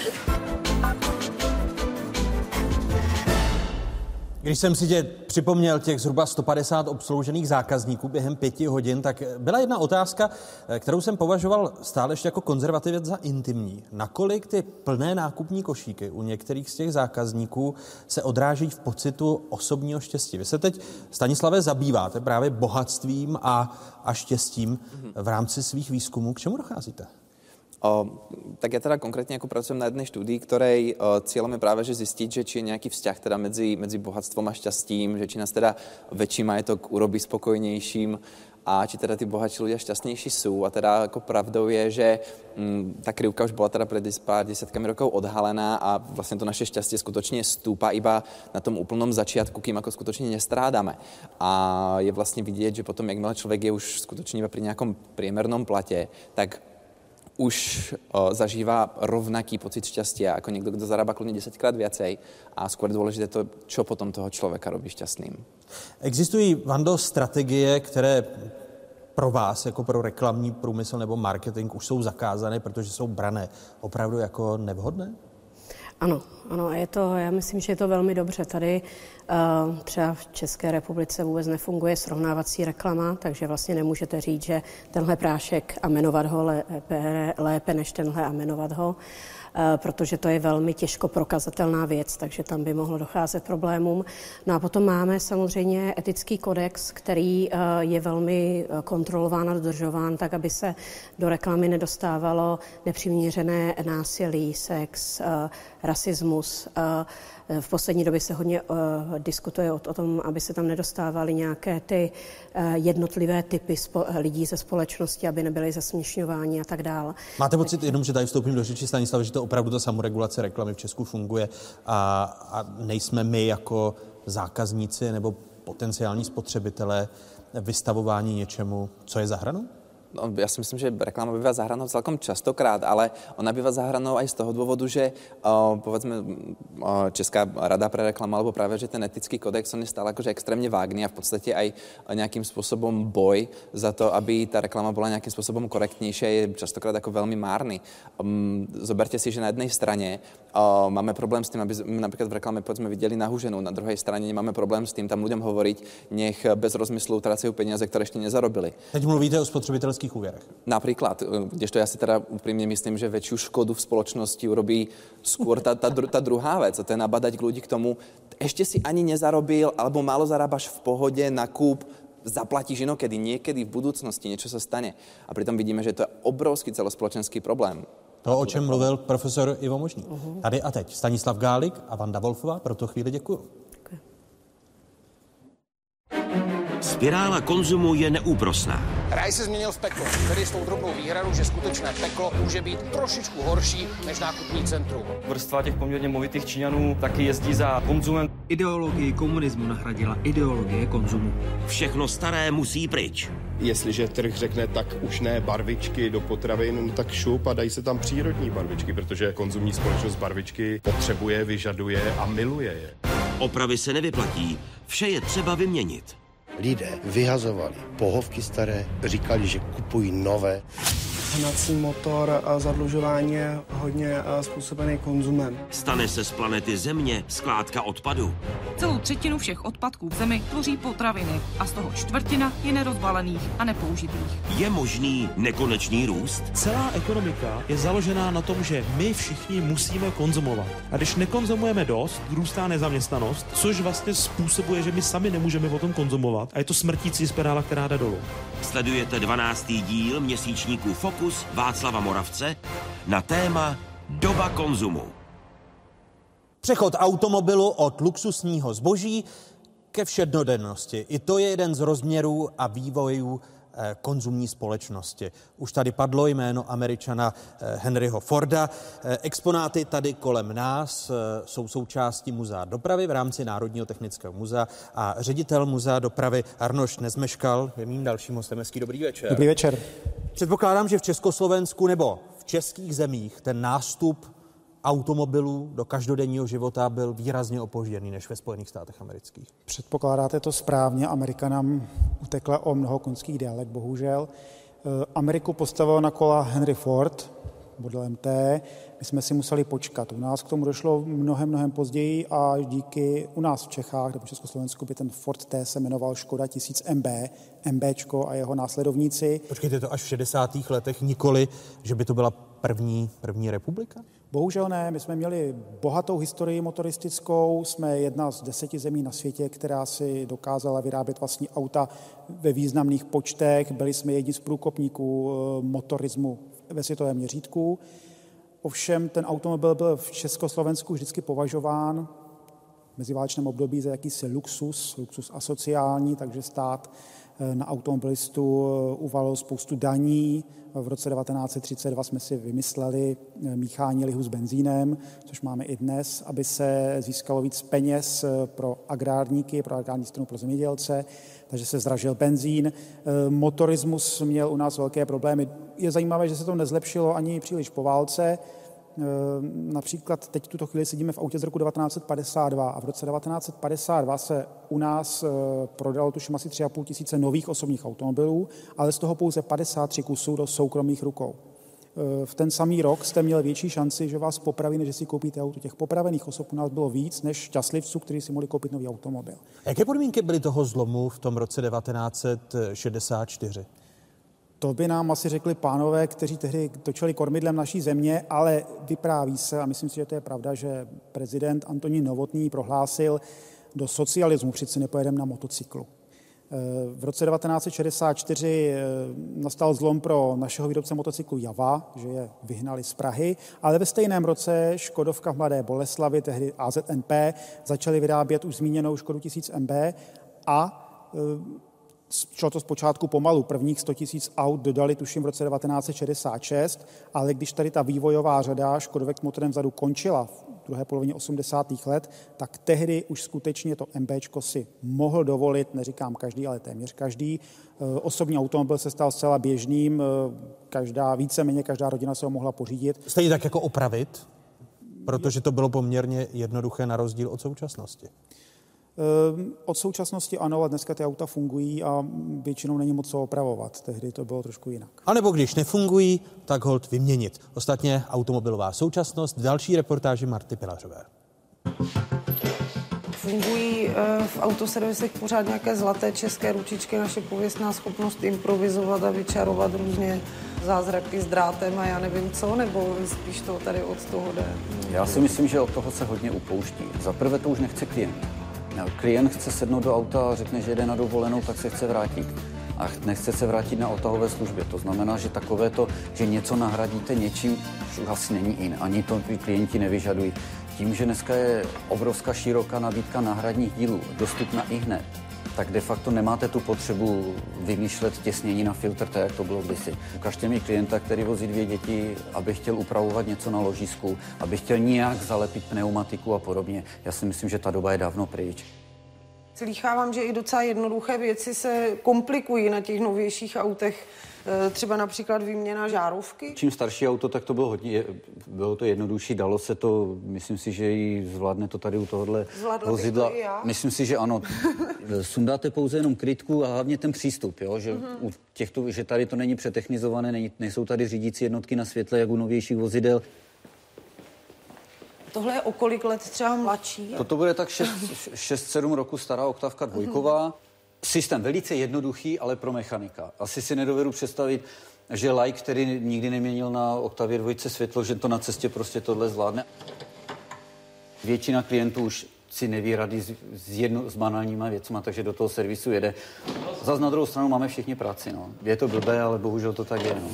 Když jsem si tě připomněl těch zhruba 150 obsloužených zákazníků během 5 hodin, tak byla jedna otázka, kterou jsem považoval stále ještě jako konzervativec za intimní. Nakolik ty plné nákupní košíky u některých z těch zákazníků se odráží v pocitu osobního štěstí? Vy se teď, Stanislave, zabýváte právě bohatstvím a štěstím v rámci svých výzkumů. K čemu docházíte? Tak ja teda konkrétne ako pracujem na jednej štúdii, ktorej cieľom je práve že zistiť, že či je nejaký vzťah teda medzi bohatstvom a šťastím, že či nás teda väčší majetok urobí spokojnejším a či teda tí bohatší ľudia šťastnejší sú. A teda ako pravdou je, že tá krivka už bola teda pred pár desiatkami rokov odhalená a vlastne to naše šťastie skutočne stúpa iba na tom úplnom začiatku, kým ako skutočne nestrádame. A je vlastne vidieť, že potom, jakmile človek je už skutočne iba pri nejakom priemernom plate, tak už zažíva rovnaký pocit šťastia ako niekto, kto zarába kľudne 10-krát viacej a skôr dôležité to, čo potom toho človeka robí šťastným. Existují, Vando, strategie, které pro vás, jako pro reklamní průmysl nebo marketing, už jsou zakázané, protože jsou brané opravdu jako nevhodné? Ano, a já myslím, že je to velmi dobře. Tady třeba v České republice vůbec nefunguje srovnávací reklama, takže vlastně nemůžete říct, že tenhle prášek a jmenovat ho lépe než tenhle a jmenovat ho, protože to je velmi těžko prokazatelná věc, takže tam by mohlo docházet problémům. No a potom máme samozřejmě etický kodex, který je velmi kontrolován a dodržován, tak aby se do reklamy nedostávalo nepřiměřené násilí, sex, rasismus. V poslední době se hodně diskutuje o tom, aby se tam nedostávaly nějaké ty jednotlivé typy lidí ze společnosti, aby nebyly zasměšňováni a tak dále. Máte pocit, jenom, že tady vstoupím do řeči, Stanislav, že to opravdu ta samoregulace reklamy v Česku funguje a nejsme my jako zákazníci nebo potenciální spotřebitelé vystavováni něčemu, co je za hranou? No, ja si myslím, že reklama býva za hranou celkom častokrát, ale ona býva za hranou aj z toho dôvodu, že povedzme Česká rada pre reklamu alebo práve, že ten etický kodex on je stále akože extrémne vágný a v podstate aj nejakým spôsobom boj za to, aby tá reklama bola nejakým spôsobom korektnejšia, je častokrát ako veľmi márny. Zoberte si, že na jednej strane máme problém s tým, aby napríklad v reklame povedzme videli nahú ženu, na druhej strane nemáme problém s tým tam ľuďom hovoriť, nech bez rozmyslu tracajú peniaze, ktoré ešte nezarobili. Teď mluvíte o spotřebitelských úvěrech. Napríklad, kdežto ja si teda úprimne myslím, že väčšiu škodu v spoločnosti urobí skôr tá druhá vec, a to je nabadať ľudí k tomu, ešte si ani nezarobil, alebo málo zarábaš v pohode, nakúp, zaplatíš inokedy, niekedy v budúcnosti niečo sa stane. A pritom vidíme, že to je obrovský celospoločenský problém. To, o čem mluvil profesor Ivo Možný. Tady a teď Stanislav Gálik a Vanda Wolfová, pro tu chvíli děkuju. Spirála konzumu je neúprosná. Ráj se změnil v peklo, tedy s tou drobnou výhradou, že skutečné peklo může být trošičku horší než nákupní centrum. Vrstva těch poměrně movitých Číňanů taky jezdí za konzumem. Ideologii komunismu nahradila ideologie konzumu. Všechno staré musí pryč. Jestliže trh řekne, tak už ne barvičky do potravin, tak šup a dají se tam přírodní barvičky, protože konzumní společnost barvičky potřebuje, vyžaduje a miluje je. Opravy se nevyplatí, vše je třeba vyměnit. Lidé vyhazovali pohovky staré, říkali, že kupují nové. Hnací motor a zadlužování je hodně způsobený konzumem. Stane se z planety Země skládka odpadu. Celou třetinu všech odpadků v Zemi tvoří potraviny a z toho čtvrtina je nerozbalených a nepoužitých. Je možný nekonečný růst? Celá ekonomika je založená na tom, že my všichni musíme konzumovat. A když nekonzumujeme dost, růstá nezaměstnanost, což vlastně způsobuje, že my sami nemůžeme potom konzumovat. A je to smrtící spirála, která jde dolů. Sledujete 12. díl měsíčníku Fokus Václava Moravce na téma doba konzumu. Přechod automobilu od luxusního zboží ke všednodennosti. I to je jeden z rozměrů a vývojů konzumní společnosti. Už tady padlo jméno Američana Henryho Forda. Exponáty tady kolem nás jsou součástí Muzea dopravy v rámci Národního technického muzea a ředitel Muzea dopravy Arnošt Nezmeškal je mým dalším hostem. Hezký dobrý večer. Dobrý večer. Předpokládám, že v Československu nebo v českých zemích ten nástup automobilů do každodenního života byl výrazně opožděný než ve Spojených státech amerických. Předpokládáte to správně, Amerika nám utekla o mnoho koňských délek, bohužel. Ameriku postavil na kola Henry Ford, modelem T. My jsme si museli počkat. U nás k tomu došlo mnohem později a díky u nás v Čechách nebo v Československu by ten Ford T se jmenoval Škoda 1000 MB, MBčko a jeho následovníci. Počkejte, to až v 60. letech, nikoli, že by to byla první republika? Bohužel ne, my jsme měli bohatou historii motoristickou, jsme jedna z 10 zemí na světě, která si dokázala vyrábět vlastní auta ve významných počtech, byli jsme jedni z průkopníků motorismu ve světovém měřítku. Ovšem ten automobil byl v Československu vždycky považován v meziválečném období za jakýsi luxus asociální, takže stát na automobilistu uvalil spoustu daní. V roce 1932 jsme si vymysleli míchání lihu s benzínem, což máme i dnes, aby se získalo víc peněz pro agrárníky, pro agrární stranu, pro zemědělce, takže se zdražil benzín. Motorismus měl u nás velké problémy. Je zajímavé, že se to nezlepšilo ani příliš po válce. Například teď v tuto chvíli sedíme v autě z roku 1952 a v roce 1952 se u nás prodalo tuším asi 3,5 tisíce nových osobních automobilů, ale z toho pouze 53 kusů do soukromých rukou. V ten samý rok jste měli větší šanci, že vás popraví, než si koupíte auto. Těch popravených osob u nás bylo víc než šťastlivců, kteří si mohli koupit nový automobil. Jaké podmínky byly toho zlomu v tom roce 1964? To by nám asi řekli pánové, kteří tehdy točili kormidlem naší země, ale vypráví se, a myslím si, že to je pravda, že prezident Antonín Novotný prohlásil, do socialismu přeci nepojedeme na motocyklu. V roce 1964 nastal zlom pro našeho výrobce motocyklu Java, že je vyhnali z Prahy, ale ve stejném roce Škodovka v Mladé Boleslavi, tehdy AZNP, začali vyrábět už zmíněnou Škodu 1000 MB a šlo to zpočátku pomalu. Prvních 100 000 aut dodali tuším v roce 1966, ale když tady ta vývojová řada Škodovek s motorem vzadu končila v druhé polovině 80. let, tak tehdy už skutečně to MBčko si mohl dovolit, neříkám každý, ale téměř každý. Osobní automobil se stal zcela běžným, víceméně každá rodina se ho mohla pořídit. Stejně tak jako opravit, protože to bylo poměrně jednoduché na rozdíl od současnosti. Od současnosti ano, a dneska ty auta fungují a většinou není moc co opravovat. Tehdy to bylo trošku jinak. A nebo když nefungují, tak holt vyměnit. Ostatně automobilová současnost v další reportáži Marty Pilařové. Fungují v autoservisech pořád nějaké zlaté české ručičky, naše pověstná schopnost improvizovat a vyčarovat různě zázraky s drátem a já nevím co, nebo spíš to tady od toho jde? Já si myslím, že od toho se hodně upouští. Za prvé to už nechce klient. Klient chce sednout do auta a řekne, že jde na dovolenou, tak se chce vrátit. A nechce se vrátit na odtahové službě. To znamená, že takové to, že něco nahradíte něčím, už asi není in. Ani to klienti nevyžadují. Tím, že dneska je obrovská široká nabídka náhradních dílů, dostupná i hned, tak de facto nemáte tu potřebu vymýšlet těsnění na filtr, tak jak to bylo kdysi. Ukažte mi klienta, který vozí 2 děti, aby chtěl upravovat něco na ložisku, aby chtěl nějak zalepit pneumatiku a podobně. Já si myslím, že ta doba je dávno pryč. Slýchávám, že i docela jednoduché věci se komplikují na těch novějších autech, třeba například výměna žárovky. Čím starší auto, tak to bylo to jednodušší, dalo se to, myslím si, že i zvládne to tady u tohohle vozidla. Myslím si, že ano. Sundáte pouze jenom krytku a hlavně ten přístup, jo? Že, u těchto, že tady to není přetechnizované, nejsou tady řídící jednotky na světle, jak u novějších vozidel. Tohle je o kolik let třeba mladší? Toto bude tak 6-7 roku stará oktávka dvojková. Systém velice jednoduchý, ale pro mechanika. Asi si nedovedu představit, že laik, který nikdy neměnil na Oktavě 2 světlo, že to na cestě prostě tohle zvládne. Většina klientů už si neví rady s banálníma věcma, takže do toho servisu jede. Zas na druhou stranu máme všichni práci. No. Je to blbé, ale bohužel to tak je. No.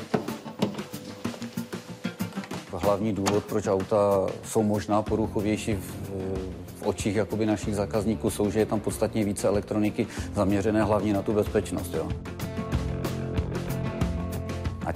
Hlavní důvod, proč auta jsou možná poruchovější v očích jakoby našich zákazníků, jsou, že je tam podstatně více elektroniky zaměřené hlavně na tu bezpečnost. Jo.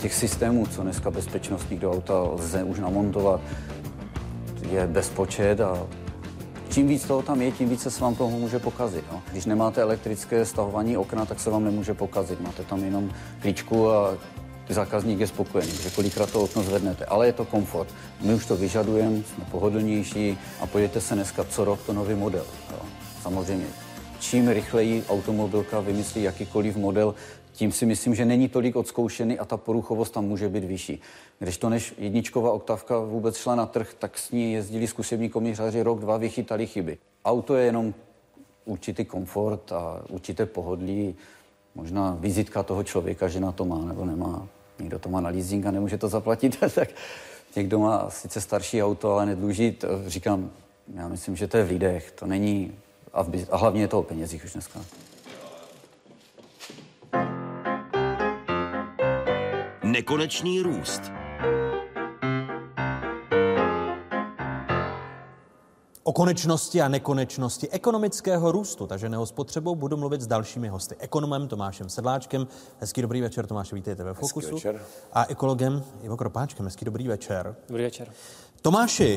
těch systémů, co dneska bezpečnostních do auta lze už namontovat, je bezpočet a čím víc toho tam je, tím více se vám toho může pokazit. No. Když nemáte elektrické stahování okna, tak se vám nemůže pokazit. Máte tam jenom klíčku a zákazník je spokojený, že kolikrát to okno zvednete. Ale je to komfort. My už to vyžadujeme, jsme pohodlnější a podívejte se dneska co rok to nový model. Jo. Samozřejmě, čím rychleji automobilka vymyslí jakýkoliv model, tím si myslím, že není tolik odzkoušený a ta poruchovost tam může být vyšší. Když to než jedničková oktávka vůbec šla na trh, tak s ní jezdili zkušební komisaři rok, dva, vychytali chyby. Auto je jenom určitý komfort a určité pohodlí, možná vizitka toho člověka, že na to má nebo nemá. Někdo to má na leasing a nemůže to zaplatit, tak někdo má sice starší auto, ale nedluží. Říkám, já myslím, že to je v lidech, to není, a hlavně je to o penězích už dneska. Nekonečný růst. O konečnosti a nekonečnosti ekonomického růstu taženého spotřebou budu mluvit s dalšími hosty. Ekonomem Tomášem Sedláčkem. Hezký dobrý večer, Tomáše, vítejte ve Fokusu. Hezký večer. A ekologem Ivo Kropáčkem. Hezký dobrý večer. Dobrý večer. Tomáši,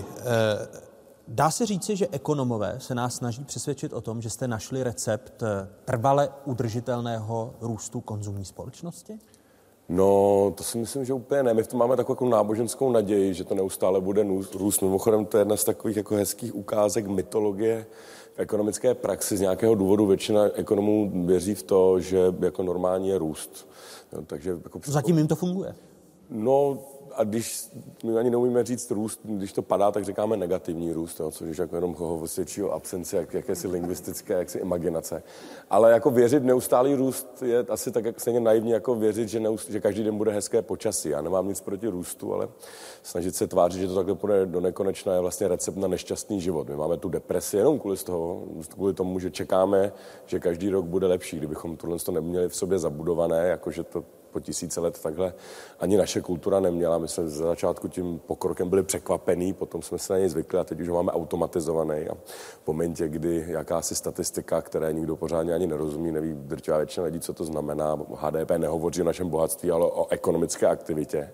dá se říci, že ekonomové se nás snaží přesvědčit o tom, že jste našli recept trvale udržitelného růstu konzumní společnosti? No, to si myslím, že úplně ne. My v tom máme takovou jako náboženskou naději, že to neustále bude růst. Mimochodem, to je jedna z takových jako hezkých ukázek mytologie v ekonomické praxi. Z nějakého důvodu většina ekonomů věří v to, že jako normální je růst. No, takže jako zatím jim to funguje? No, a když my ani neumíme říct růst, když to padá, tak říkáme negativní růst, jo, což jako jenom svědčí o absenci jakési lingvistické jaksi imaginace. Ale jako věřit v neustálý růst je asi tak jak stejně naivní, jako věřit, že každý den bude hezké počasí. Já nemám nic proti růstu, ale snažit se tvářit, že to takhle půjde do nekonečna, je vlastně recept na nešťastný život. My máme tu depresi jenom kvůli tomu, že čekáme, že každý rok bude lepší. Kdybychom tohle neměli v sobě zabudované, jakože to po tisíce let takhle ani naše kultura neměla. My jsme za začátku tím pokrokem byli překvapení, potom jsme se na něj zvykli a teď už ho máme automatizovaný. A v momentě, kdy jakási statistika, které nikdo pořádně ani nerozumí, neví drtivá většina lidí, co to znamená, HDP nehovoří o našem bohatství, ale o ekonomické aktivitě,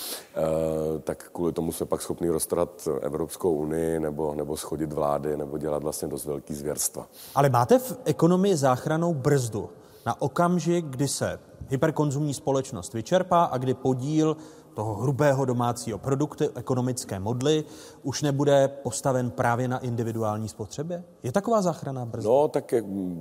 tak kvůli tomu jsme pak schopni roztrhat Evropskou unii nebo schodit vlády nebo dělat vlastně dost velký zvěrstva. Ale máte v ekonomii záchrannou brzdu na okamžik, kdy se hyperkonzumní společnost vyčerpá a kdy podíl toho hrubého domácího produktu, ekonomické modly, už nebude postaven právě na individuální spotřebě? Je taková záchranná brzda? No, tak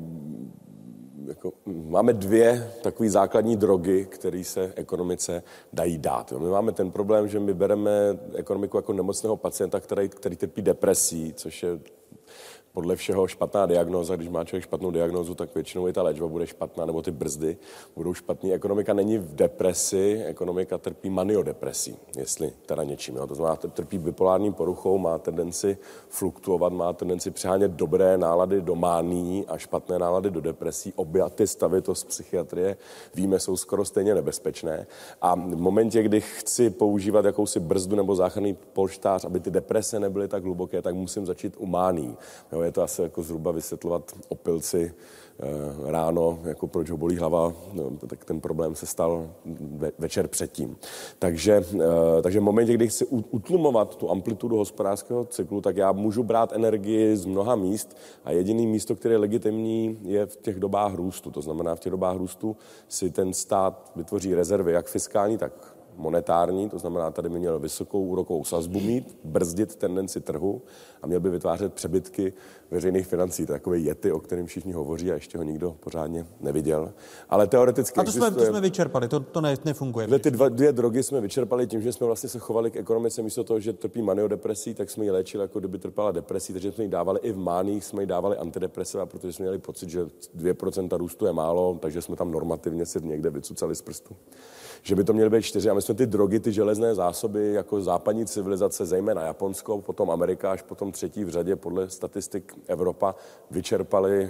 jako, máme dvě takové základní drogy, které se ekonomice dají dát. Jo. My máme ten problém, že my bereme ekonomiku jako nemocného pacienta, který trpí depresí, což je podle všeho špatná diagnóza. Když má člověk špatnou diagnózu, tak většinou i ta léčba bude špatná, nebo ty brzdy budou špatný. Ekonomika není v depresi, ekonomika trpí maniodepresí, jestli teda něčím. Jo. To znamená, trpí bipolární poruchou, má tendenci fluktuovat, má tendenci přehánět dobré nálady do mánií a špatné nálady do depresí. Obě ty stavy, to z psychiatrie víme, jsou skoro stejně nebezpečné. A v momentě, kdy chci používat jakousi brzdu nebo záchranný polštář, aby ty deprese nebyly tak hluboké, tak musím začít u mánií. Jo, je to asi jako zhruba vysvětlovat opilci ráno, jako proč ho bolí hlava, no, tak ten problém se stal večer předtím. Takže v momentě, kdy chci utlumovat tu amplitudu hospodářského cyklu, tak já můžu brát energii z mnoha míst a jediné místo, které je legitimní, je v těch dobách růstu. To znamená, v těch dobách růstu si ten stát vytvoří rezervy, jak fiskální, tak monetární, to znamená, tady by měl vysokou úrokovou sazbu mít, brzdit tendenci trhu a měl by vytvářet přebytky veřejných financí. To je takový yeti, o kterém všichni hovoří a ještě ho nikdo pořádně neviděl. Ale teoreticky a to jsme vyčerpali, to nefunguje. Ty dvě drogy jsme vyčerpali tím, že jsme vlastně se chovali k ekonomice místo toho, že trpí maniodepresí, tak jsme ji léčili, jako kdyby trpěla depresí, takže jsme ji dávali i v máních, jsme ji dávali antidepresiva, protože jsme měli pocit, že 2% růstu je málo, takže jsme tam normativně si někde vycucali z prstu. Že by to měly být 4. A my jsme ty drogy, ty železné zásoby, jako západní civilizace, zejména Japonsko, potom Amerika, až potom třetí v řadě podle statistik Evropa, vyčerpali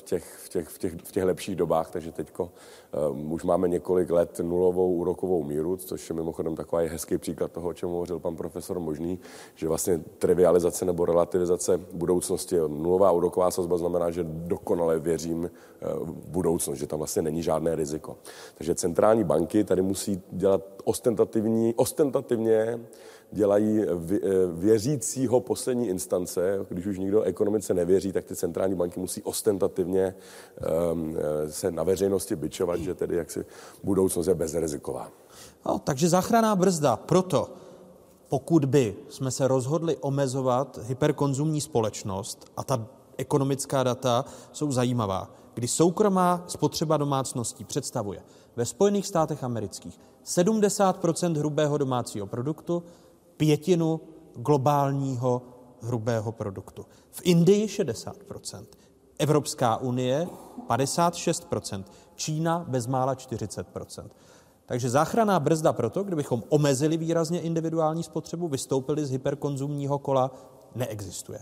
v těch lepších dobách. Takže teďko už máme několik let nulovou úrokovou míru, což je mimochodem takový hezký příklad toho, o čem hovořil pan profesor Možný, že vlastně trivializace nebo relativizace budoucnosti. Nulová úroková sazba znamená, že dokonale věřím v budoucnost, že tam vlastně není žádné riziko. Takže centrální banky tady musí musí dělat ostentativně dělají věřícího poslední instance. Když už nikdo ekonomice nevěří, tak ty centrální banky musí ostentativně se na veřejnosti bičovat, že tedy jaksi budoucnost je bezriziková. No, takže záchranná brzda. Proto, pokud by jsme se rozhodli omezovat hyperkonzumní společnost, a ta ekonomická data jsou zajímavá, kdy soukromá spotřeba domácností představuje ve Spojených státech amerických 70% hrubého domácího produktu, 1/5 globálního hrubého produktu. V Indii 60%, Evropská unie 56%, Čína bezmála 40%. Takže záchranná brzda proto, kdybychom omezili výrazně individuální spotřebu, vystoupili z hyperkonzumního kola, neexistuje.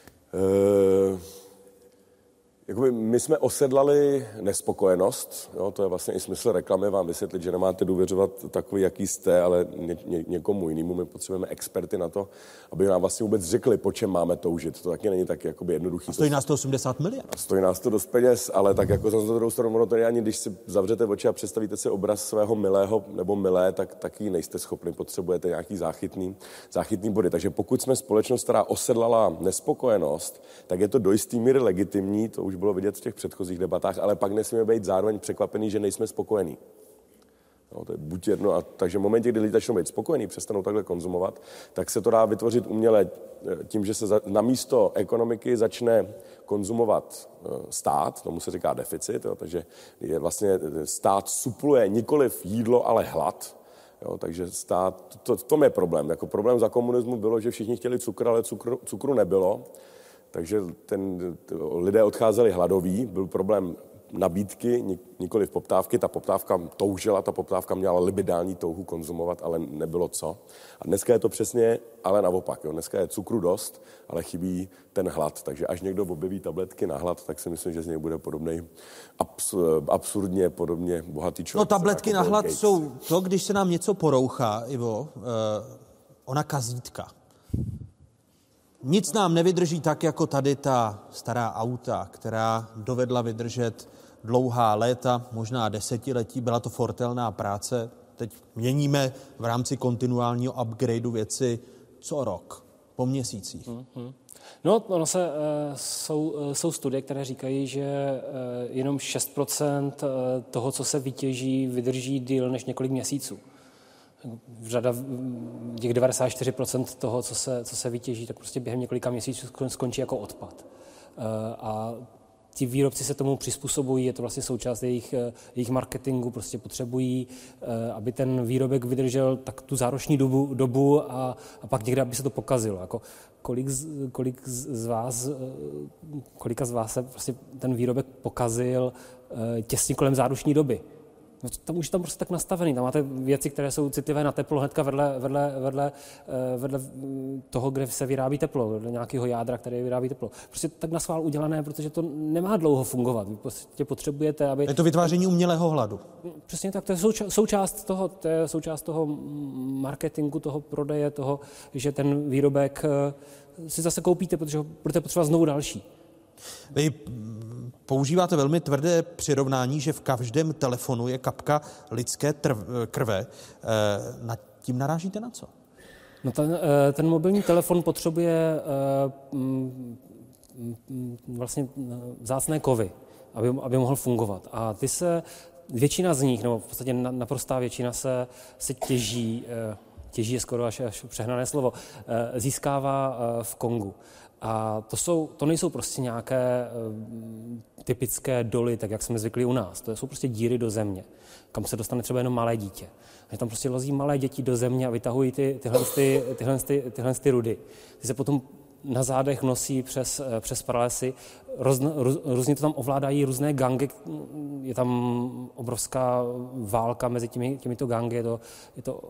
Jakoby my jsme osedlali nespokojenost, jo, to je vlastně i smysl reklamy, vám vysvětlit, že nemáte důvěřovat takový, jaký jste, ale někomu jinému. My potřebujeme experty na to, aby nám vlastně vůbec řekli, po čem máme toužit. To taky není tak jakoby jednoduchý. Stojí nás to 80 miliard. Stojí nás to dost peněz, ale tak jako za druhou stranu, to ani když si zavřete oči a představíte si obraz svého milého nebo milé, tak taky nejste schopni, potřebujete nějaký záchytný body. Takže pokud jsme společnost, která osedlala nespokojenost, tak je to do jistý míry legitimní, to už bylo vidět v těch předchozích debatách, ale pak nesmíme být zároveň překvapený, že nejsme spokojení. No, to je buď jedno, a takže v momentě, kdy lidi začnou být spokojení, přestanou takhle konzumovat, tak se to dá vytvořit uměle tím, že se na místo ekonomiky začne konzumovat stát, tomu se říká deficit, jo, takže je vlastně stát supluje nikoliv jídlo, ale hlad. Jo, takže stát, v tom je problém. Jako problém za komunismu bylo, že všichni chtěli cukr, ale cukru nebylo. Takže lidé odcházeli hladoví, byl problém nabídky, nikoliv poptávky. Ta poptávka toužila, ta poptávka měla libidální touhu konzumovat, ale nebylo co. A dneska je to přesně, ale naopak. Jo. Dneska je cukru dost, ale chybí ten hlad. Takže až někdo objeví tabletky na hlad, tak si myslím, že z něj bude podobnej, absurdně podobně bohatý člověk. No tabletky na hlad jsou to, když se nám něco porouchá, Ivo, ona kazítka. Nic nám nevydrží tak, jako tady ta stará auta, která dovedla vydržet dlouhá léta, možná desetiletí. Byla to fortelná práce. Teď měníme v rámci kontinuálního upgradeu věci co rok, po měsících. No, jsou studie, které říkají, že jenom 6% toho, co se vytěží, vydrží díl než několik měsíců. Řada těch 94% toho, co se vytěží, tak prostě během několika měsíců skončí jako odpad. A ti výrobci se tomu přizpůsobují, je to vlastně součást jejich marketingu, prostě potřebují, aby ten výrobek vydržel tak tu zároční dobu a pak někde, aby se to pokazilo. Jako kolika z vás se prostě ten výrobek pokazil těsně kolem záruční doby? No, tam už je tam prostě tak nastavený. Tam máte věci, které jsou citlivé na teplo hnedka vedle toho, kde se vyrábí teplo, vedle nějakého jádra, které vyrábí teplo. Prostě tak na schvál udělané, protože to nemá dlouho fungovat. Vy prostě potřebujete, aby... Je to vytváření umělého hladu. Přesně tak, to je součást toho marketingu, toho prodeje, toho, že ten výrobek si zase koupíte, protože budete potřebovat znovu další. Vy používáte velmi tvrdé přirovnání, že v každém telefonu je kapka lidské krve. Nad tím narážíte na co? No ten mobilní telefon potřebuje vlastně vzácné kovy, aby mohl fungovat. A většina z nich, nebo v podstatě naprostá většina se těží je skoro až přehnané slovo, získává v Kongu. A to nejsou prostě nějaké typické doly, tak jak jsme zvykli u nás. To jsou prostě díry do země, kam se dostane třeba jenom malé dítě. A tam prostě lozí malé děti do země a vytahují tyhle rudy. Ty se potom na zádech nosí přes pralesy. Různě to tam ovládají různé gangy. Je tam obrovská válka mezi těmito gangy. Je to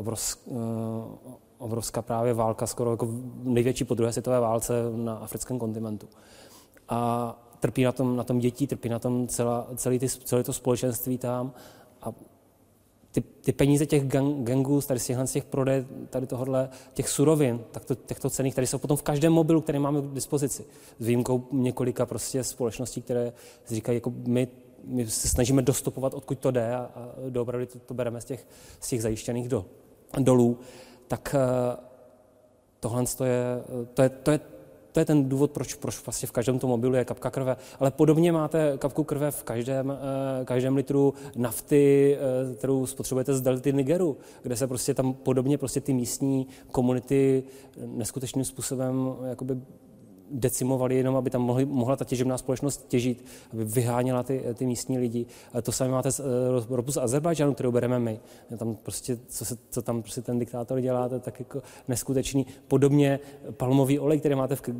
obrovská právě válka, skoro jako největší po druhé světové válce na africkém kontinentu. A trpí na tom děti, trpí na tom celé to společenství tam. A ty peníze těch gangů, tady z těch prodej, tady tohohle, těch surovin, těchto cenných, tady jsou potom v každém mobilu, který máme k dispozici. S výjimkou několika prostě společností, které říkají, jako my se snažíme dostupovat, odkud to jde a doopravdy to bereme z těch zajištěných dolů, tak tohle to je ten důvod, proč vlastně v každém tom mobilu je kapka krve. Ale podobně máte kapku krve v každém litru nafty, kterou spotřebujete z delty Nigeru, kde se prostě tam podobně prostě ty místní komunity neskutečným způsobem jakoby decimovali jenom, aby tam mohla ta těžebná společnost těžit, aby vyháněla ty místní lidi. Ale to samé máte ropu z Azerbajdžánu, kterou bereme my. Tam prostě, co tam prostě ten diktátor dělá, to je tak jako neskutečný. Podobně palmový olej, který máte v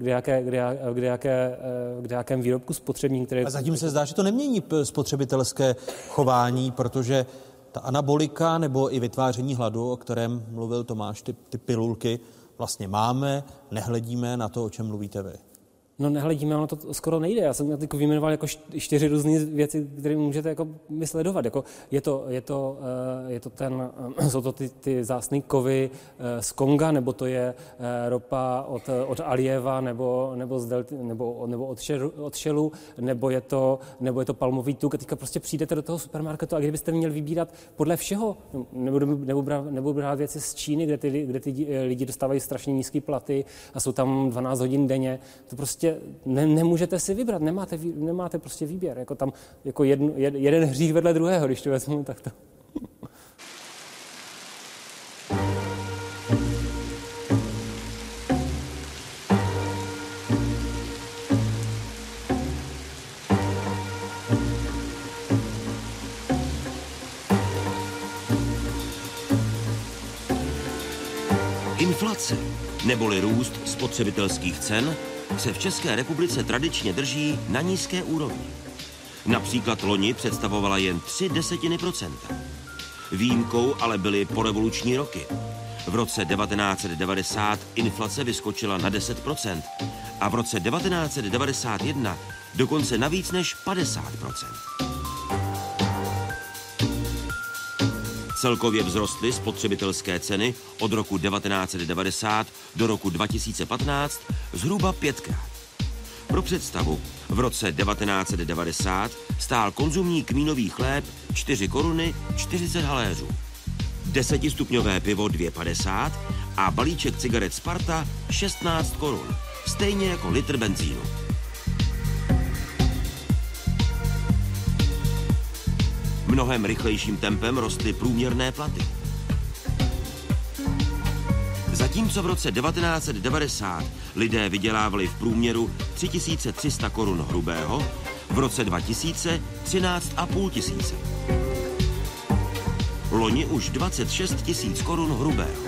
jakém výrobku spotřebním. A zatím se zdá, že to nemění spotřebitelské chování, protože ta anabolika nebo i vytváření hladu, o kterém mluvil Tomáš, ty pilulky, vlastně máme, nehledíme na to, o čem mluvíte vy. No nehledíme, ono to skoro nejde. Já jsem jako vyjmenoval jako 4 různé věci, které můžete jako sledovat. Jako jsou to ty vzácné kovy z Konga, nebo to je ropa od Alijeva, nebo z Delty, nebo od Shellu, nebo je to palmový tuk. A teďka prostě přijdete do toho supermarketu a kdybyste měl vybírat podle všeho, nebo brát věci z Číny, kde ty lidi dostávají strašně nízké platy a jsou tam 12 hodin denně, to prostě nemůžete si vybrat, nemáte prostě výběr. Jako tam jako jeden hřích vedle druhého, když to vezmu takto. Inflace neboli růst spotřebitelských cen se v České republice tradičně drží na nízké úrovni. Například loni představovala jen 0,3%. Výjimkou ale byly porevoluční roky. V roce 1990 inflace vyskočila na 10% a v roce 1991 dokonce na víc než 50%. Celkově vzrostly spotřebitelské ceny od roku 1990 do roku 2015 zhruba 5krát. Pro představu, v roce 1990 stál konzumní kmínový chléb 4 koruny 40 haléřů, 10stupňové pivo 2,50 a balíček cigaret Sparta 16 korun, stejně jako litr benzínu. Mnohem rychlejším tempem rostly průměrné platy. Zatímco v roce 1990 lidé vydělávali v průměru 3300 korun hrubého, v roce 2000 13 500. Loni už 26 000 korun hrubého.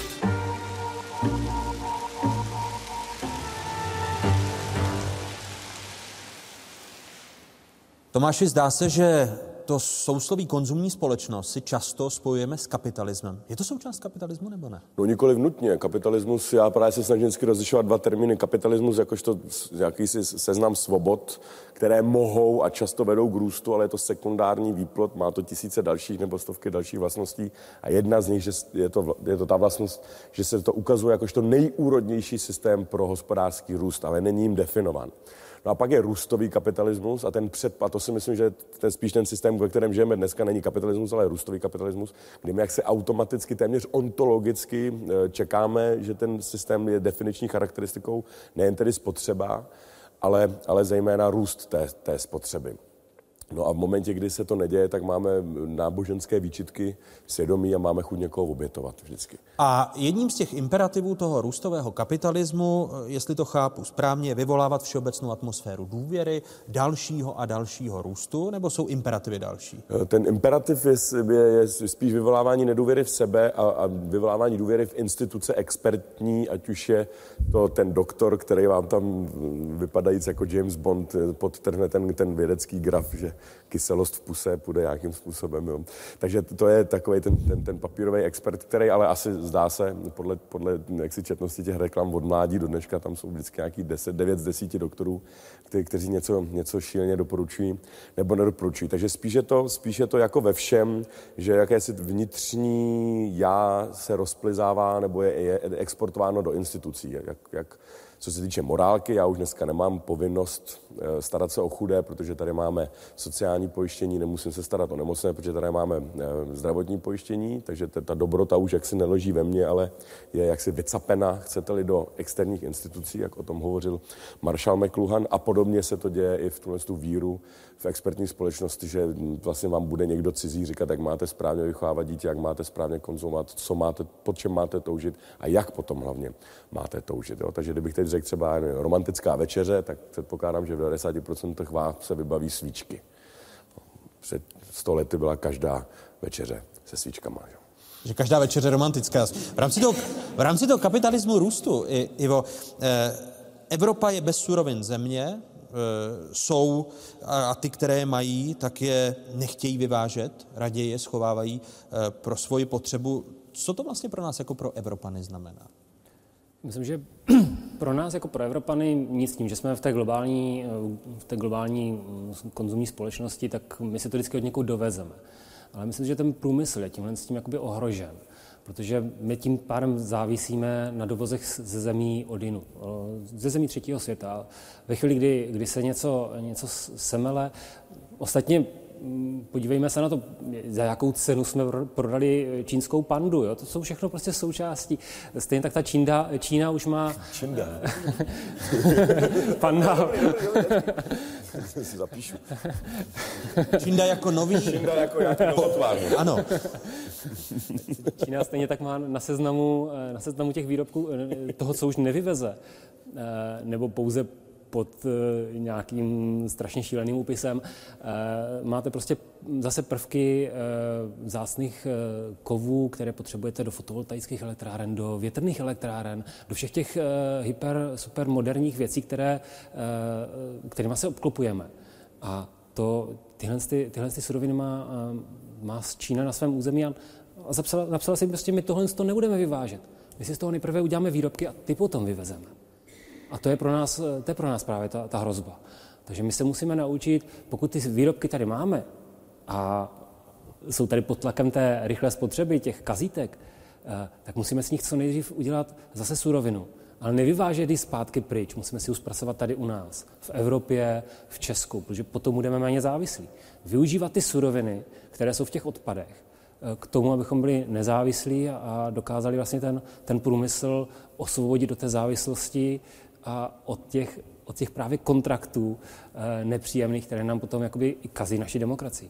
Tomáši, zdá se, že to sousloví konzumní společnost si často spojujeme s kapitalismem. Je to součást kapitalismu nebo ne? No nikoliv nutně. Kapitalismus, já právě se snažím vždycky rozlišovat 2 termíny. Kapitalismus jakožto jakýsi seznam svobod, které mohou a často vedou k růstu, ale je to sekundární výplod, má to tisíce dalších nebo stovky dalších vlastností a jedna z nich, že je to ta vlastnost, že se to ukazuje jakožto nejúrodnější systém pro hospodářský růst, ale není jim definován. No a pak je růstový kapitalismus a a to si myslím, že spíš ten systém, ve kterém žijeme dneska, není kapitalismus, ale růstový kapitalismus, kdy my jak se automaticky, téměř ontologicky čekáme, že ten systém je definiční charakteristikou nejen tedy spotřeba, ale zejména růst té spotřeby. No a v momentě, kdy se to neděje, tak máme náboženské výčitky svědomí a máme chuť někoho obětovat vždycky. A jedním z těch imperativů toho růstového kapitalismu, jestli to chápu správně, je vyvolávat všeobecnou atmosféru důvěry, dalšího a dalšího růstu, nebo jsou imperativy další? Ten imperativ je spíš vyvolávání nedůvěry v sebe a vyvolávání důvěry v instituce expertní, ať už je to ten doktor, který vám tam vypadajíc jako James Bond podtrhne ten vědecký graf, že kyselost v puse půjde nějakým způsobem. Jo. Takže to je takový ten papírový expert, který ale asi zdá se, podle jaksi četnosti těch reklam od mládí do dneška, tam jsou vždycky nějaký 9 z 10 doktorů, kteří něco šíleně doporučují nebo nedoporučují. Takže spíš je to jako ve všem, že jakési vnitřní já se rozplizává nebo je exportováno do institucí. Co se týče morálky, já už dneska nemám povinnost starat se o chudé, protože tady máme sociální pojištění, nemusím se starat o nemocné, protože tady máme zdravotní pojištění, takže ta dobrota už jaksi neloží ve mně, ale je jaksi vycapena, chcete-li, do externích institucí, jak o tom hovořil Marshall McLuhan, a podobně se to děje i v tu víru v expertní společnosti, že vlastně vám bude někdo cizí říkat, jak máte správně vychovávat dítě, jak máte správně konzumovat, co máte, po čem máte toužit a jak potom hlavně máte toužit. Jo? Takže kdybych teď řekl třeba romantická večeře, tak předpokládám, že v 90% vás se vybaví svíčky. Před 100 lety byla každá večeře se svíčkama. Jo? Že každá večeře romantická. V rámci toho kapitalismu růstu, Ivo, Evropa je bez surovin země, jsou a ty, které je mají, tak je nechtějí vyvážet, raději je schovávají pro svoji potřebu. Co to vlastně pro nás jako pro Evropany znamená? Myslím, že pro nás jako pro Evropany nic tím, že jsme v té globální konzumní společnosti, tak my si to vždycky od někud dovezeme. Ale myslím, že ten průmysl je tímhle s tím jakoby ohrožen, protože my tím pádem závisíme na dovozech ze zemí odinu, ze zemí třetího světa. Ve chvíli, kdy se něco semele, ostatně podívejme se na to, za jakou cenu jsme prodali čínskou pandu. Jo? To jsou všechno prostě součástí. Stejně tak ta Čína už má... Činda. Panda. Si zapíšu. Činda jako nový... Činda jako novotvárný. Ano. Čína stejně tak má na seznamu těch výrobků toho, co už nevyveze, nebo pouze pod nějakým strašně šíleným úpisem. Máte prostě zase prvky vzácných kovů, které potřebujete do fotovoltaických elektráren, do větrných elektráren, do všech těch super moderních věcí, kterými se obklopujeme. A tyhle suroviny má Čína na svém území a napsala si prostě, my tohle nebudeme vyvážet. My si z toho nejprve uděláme výrobky a ty potom vyvezeme. A to je pro nás právě ta hrozba. Takže my se musíme naučit, pokud ty výrobky tady máme a jsou tady pod tlakem té rychlé spotřeby, těch kazítek, tak musíme z nich co nejdřív udělat zase surovinu. Ale nevyvážet ji zpátky pryč, musíme si ji zpracovat tady u nás, v Evropě, v Česku, protože potom budeme méně závislí. Využívat ty suroviny, které jsou v těch odpadech, k tomu, abychom byli nezávislí a dokázali vlastně ten průmysl osvobodit do té závislosti a od těch právě kontraktů nepříjemných, které nám potom jakoby i kazí naši demokracii.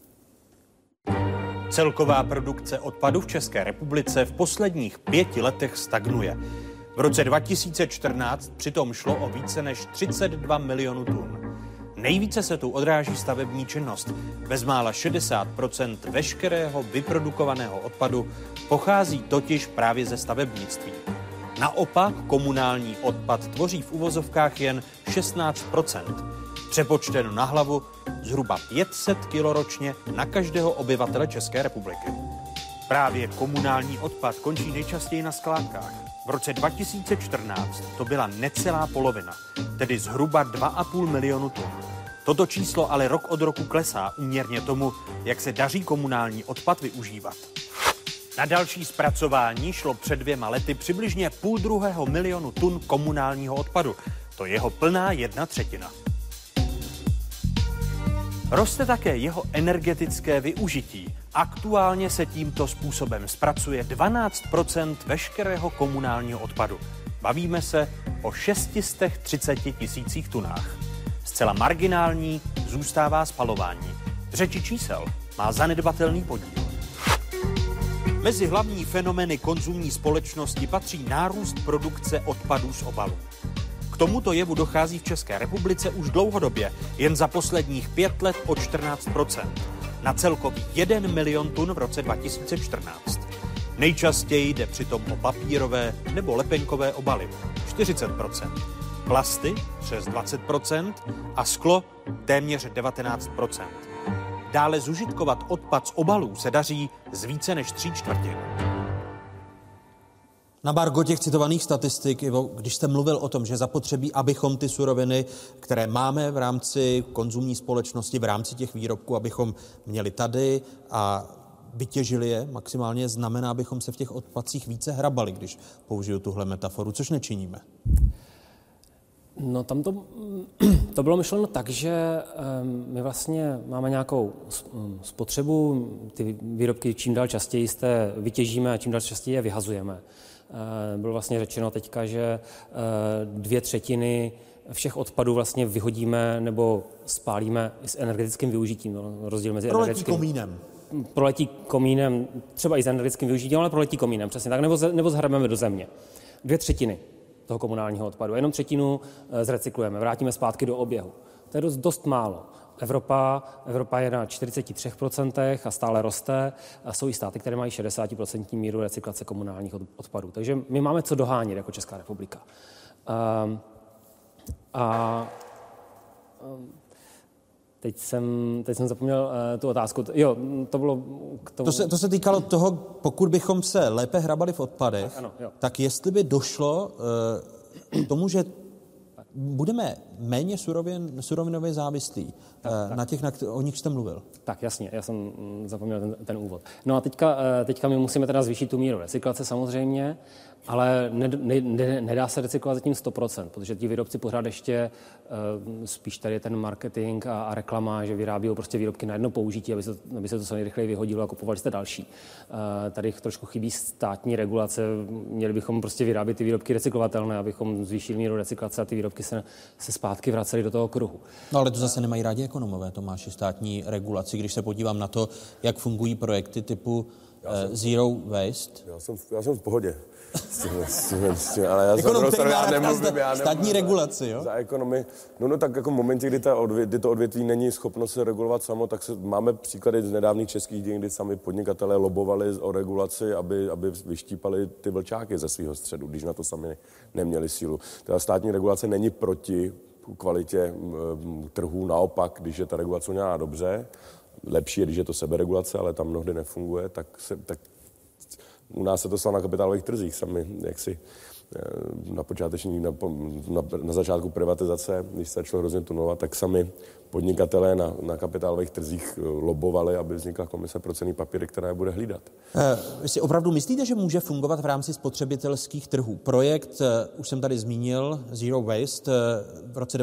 Celková produkce odpadu v České republice v posledních 5 letech stagnuje. V roce 2014 přitom šlo o více než 32 milionů tun. Nejvíce se tu odráží stavební činnost. Bezmála 60% veškerého vyprodukovaného odpadu pochází totiž právě ze stavebnictví. Naopak komunální odpad tvoří v uvozovkách jen 16%. Přepočteno na hlavu zhruba 500 kg ročně na každého obyvatele České republiky. Právě komunální odpad končí nejčastěji na skládkách. V roce 2014 to byla necelá polovina, tedy zhruba 2,5 milionu tun. Toto číslo ale rok od roku klesá úměrně tomu, jak se daří komunální odpad využívat. Na další zpracování šlo před 2 lety přibližně 1,5 milionu tun komunálního odpadu. To je jeho plná 1/3. Roste také jeho energetické využití. Aktuálně se tímto způsobem zpracuje 12% veškerého komunálního odpadu. Bavíme se o 630 000 tunách. Zcela marginální zůstává spalování. V řeči čísel má zanedbatelný podíl. Mezi hlavní fenomény konzumní společnosti patří nárůst produkce odpadů z obalů. K tomuto jevu dochází v České republice už dlouhodobě, jen za posledních 5 let o 14%. Na celkový 1 milion tun v roce 2014. Nejčastěji jde přitom o papírové nebo lepenkové obaly 40%, plasty přes 20% a sklo téměř 19%. Dále zužitkovat odpad z obalů se daří z více než 3/4. Na margo těch citovaných statistik, Ivo, když jste mluvil o tom, že zapotřebí, abychom ty suroviny, které máme v rámci konzumní společnosti, v rámci těch výrobků, abychom měli tady a vytěžili je maximálně, znamená, abychom se v těch odpadcích více hrabali, když použiju tuhle metaforu, což nečiníme. No tam to bylo myšleno tak, že my vlastně máme nějakou spotřebu, ty výrobky čím dál častěji vytěžíme a čím dál častěji je vyhazujeme. Bylo vlastně řečeno teďka, že 2/3 všech odpadů vlastně vyhodíme nebo spálíme s energetickým využitím. Rozdíl mezi energetickým komínem. Proletí komínem, třeba i s energetickým využitím, ale proletí komínem, přesně tak, nebo zhrabeme do země. 2/3 toho komunálního odpadu. Jenom 1/3 zrecyklujeme, vrátíme zpátky do oběhu. To je dost málo. Evropa je na 43% a stále roste. A jsou i státy, které mají 60% míru recyklace komunálních odpadů. Takže my máme co dohánět jako Česká republika. Teď jsem zapomněl tu otázku. Jo, to bylo... To se týkalo toho, pokud bychom se lépe hrabali v odpadech, tak, ano, tak jestli by došlo k tomu, že budeme méně surovinově závislí na těch, o nich jste mluvil. Tak, jasně, já jsem zapomněl ten úvod. No a teďka my musíme teda zvýšit tu míru recyklace samozřejmě, ale nedá se recyklovat zatím 100%, protože ti výrobci pořád ještě spíš tady je ten marketing a reklama, že vyrábí prostě výrobky na jedno použití, aby se to co nejrychleji vyhodilo a kupovali jste další. Tady trošku chybí státní regulace, měli bychom prostě vyrábět ty výrobky recyklovatelné, abychom zvýšili míru recyklace a ty výrobky se zpátky vracely do toho kruhu. No ale to zase nemají rádi ekonomové, Tomáši, státní regulaci. Když se podívám na to, jak fungují projekty typu Zero Waste. Já jsem v pohodě. Ale já nemluvím státní regulaci, jo? Za ekonomii. No tak jako v momentě, kdy to odvětví není schopno se regulovat samo, tak máme příklady z nedávných českých dějin, kdy sami podnikatelé lobovali o regulaci, aby vyštípali ty vlčáky ze svého středu, když na to sami neměli sílu. Ta státní regulace není proti kvalitě trhů, naopak, když je ta regulace udělaná dobře, lepší je, když je to seberegulace, ale tam mnohdy nefunguje, tak u nás se to stalo na kapitálových trzích sami, jaksi na začátku privatizace, když se začalo hrozně tunovat, tak sami podnikatelé na kapitálových trzích lobovali, aby vznikla komise pro cenný papíry, která je bude hlídat. Vy si opravdu myslíte, že může fungovat v rámci spotřebitelských trhů? Projekt, už jsem tady zmínil, Zero Waste, v roce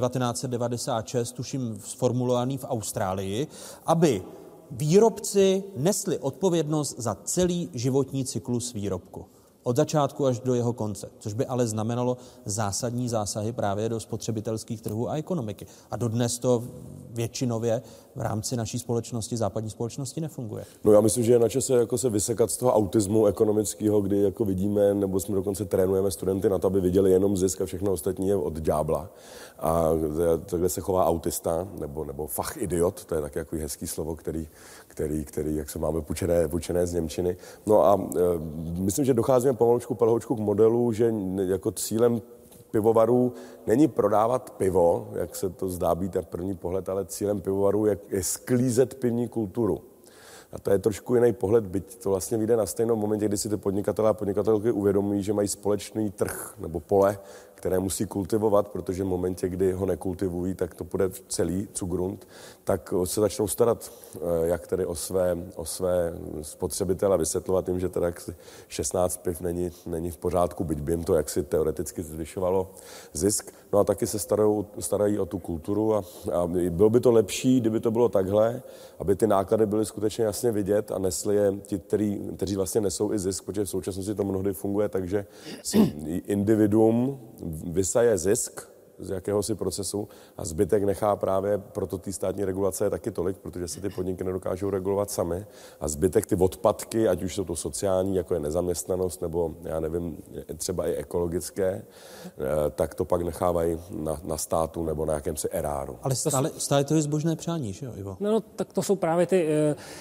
1996, tuším sformulovaný v Austrálii, aby výrobci nesli odpovědnost za celý životní cyklus výrobku. Od začátku až do jeho konce, což by ale znamenalo zásadní zásahy právě do spotřebitelských trhů a ekonomiky. A dodnes to většinově v rámci naší společnosti, západní společnosti nefunguje. No já myslím, že je na čase jako se vysekat z toho autismu ekonomického, kdy jako vidíme, nebo jsme dokonce trénujeme studenty na to, aby viděli jenom zisk a všechno ostatní je od ďábla. A takhle se chová autista, nebo fachidiot, to je taky jako hezký slovo, který jak se máme půjčené z němčiny. No a myslím, že docházíme pomalučku k modelu, že jako cílem pivovarů není prodávat pivo, jak se to zdá být na první pohled, ale cílem pivovarů je sklízet pivní kulturu. A to je trošku jiný pohled, byť to vlastně vyjde na stejném momentě, kdy si ty podnikatelé a podnikatelky uvědomují, že mají společný trh nebo pole, které musí kultivovat, protože v momentě, kdy ho nekultivují, tak to bude celý Zugrund, tak se začnou starat jak tedy o své spotřebitele, vysvětlovat jim, že teda 16 piv není v pořádku, byť by jim to jaksi teoreticky zvyšovalo zisk. No a taky se starají o tu kulturu a bylo by to lepší, kdyby to bylo takhle, aby ty náklady byly skutečně jasně vidět a nesli je ti, kteří vlastně nesou i zisk, protože v současnosti to mnohdy funguje, takže si individuum vysaje zisk z jakéhosi procesu a zbytek nechá právě, proto té státní regulace je taky tolik, protože se ty podniky nedokážou regulovat sami a zbytek ty odpadky, ať už jsou to sociální, jako je nezaměstnanost, nebo já nevím, třeba i ekologické, tak to pak nechávají na státu nebo na jakémsi eráru. Ale stále to je zbožné přání, že jo, Ivo? No, tak to jsou právě ty,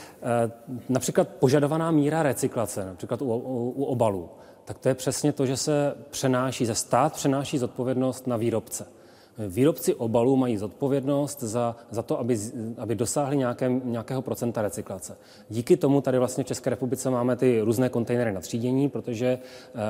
například požadovaná míra recyklace, například u obalů. Tak to je přesně to, že se stát přenáší zodpovědnost na výrobce. Výrobci obalů mají zodpovědnost za to, aby dosáhli nějakého procenta recyklace. Díky tomu tady vlastně v České republice máme ty různé kontejnery na třídění, protože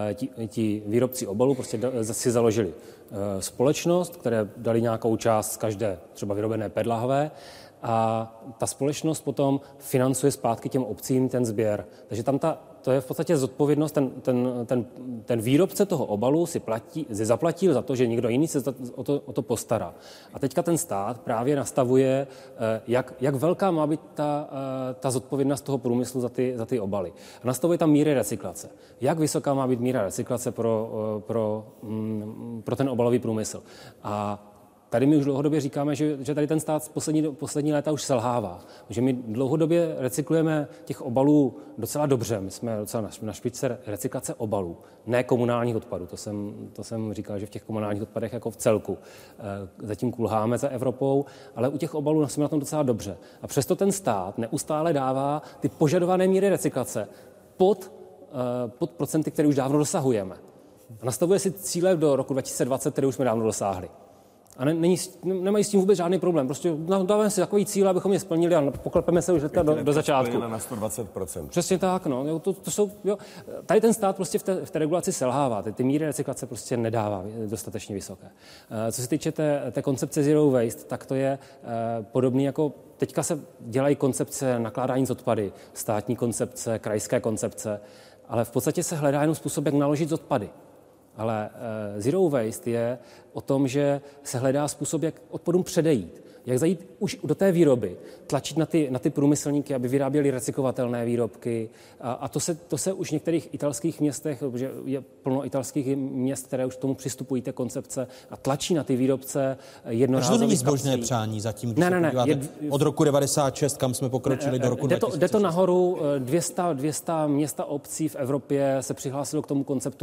ti výrobci obalů prostě si založili společnost, které dali nějakou část z každé třeba vyrobené PET lahve, a ta společnost potom financuje zpátky těm obcím ten sběr. Takže tam to je v podstatě zodpovědnost, ten výrobce toho obalu si zaplatil za to, že někdo jiný se o to postará. A teďka ten stát právě nastavuje, jak velká má být ta zodpovědnost toho průmyslu za ty obaly. A nastavuje tam míry recyklace. Jak vysoká má být míra recyklace pro ten obalový průmysl. A tady my už dlouhodobě říkáme, že tady ten stát poslední léta už selhává. Že my dlouhodobě recyklujeme těch obalů docela dobře. My jsme docela na špičce recyklace obalů, ne komunálních odpadů. To jsem říkal, že v těch komunálních odpadech jako v celku zatím kulháme za Evropou, ale u těch obalů jsme na tom docela dobře. A přesto ten stát neustále dává ty požadované míry recyklace pod procenty, které už dávno dosahujeme. A nastavuje si cíle do roku 2020, které už jsme dávno dosáhli. A nemají s tím vůbec žádný problém. Prostě dáváme si takový cíl, abychom je splnili a poklepeme se už do začátku. Na 120%. Přesně tak, no. To jsou, jo. Tady ten stát prostě v té regulaci selhává. Ty míry recyklace prostě nedává dostatečně vysoké. Co se týče té koncepce Zero Waste, tak to je podobný jako teďka se dělají koncepce nakládání s odpady, státní koncepce, krajské koncepce, ale v podstatě se hledá jenom způsob, jak naložit s odpady. Ale Zero Waste je o tom, že se hledá způsob, jak odpadům předejít. Jak zajít už do té výroby, tlačit na ty průmyslníky, aby vyráběli recyklovatelné výrobky. A to se už v některých italských městech, protože je plno italských měst, které už k tomu přistupují té koncepce a tlačí na ty výrobce jednorázových. To není zbožné přání zatím, když se podíváte od roku 96, kam jsme pokročili do roku 2000. Jde to nahoru, 200 měst a obcí v Evropě se přihlásilo k tomu konceptu,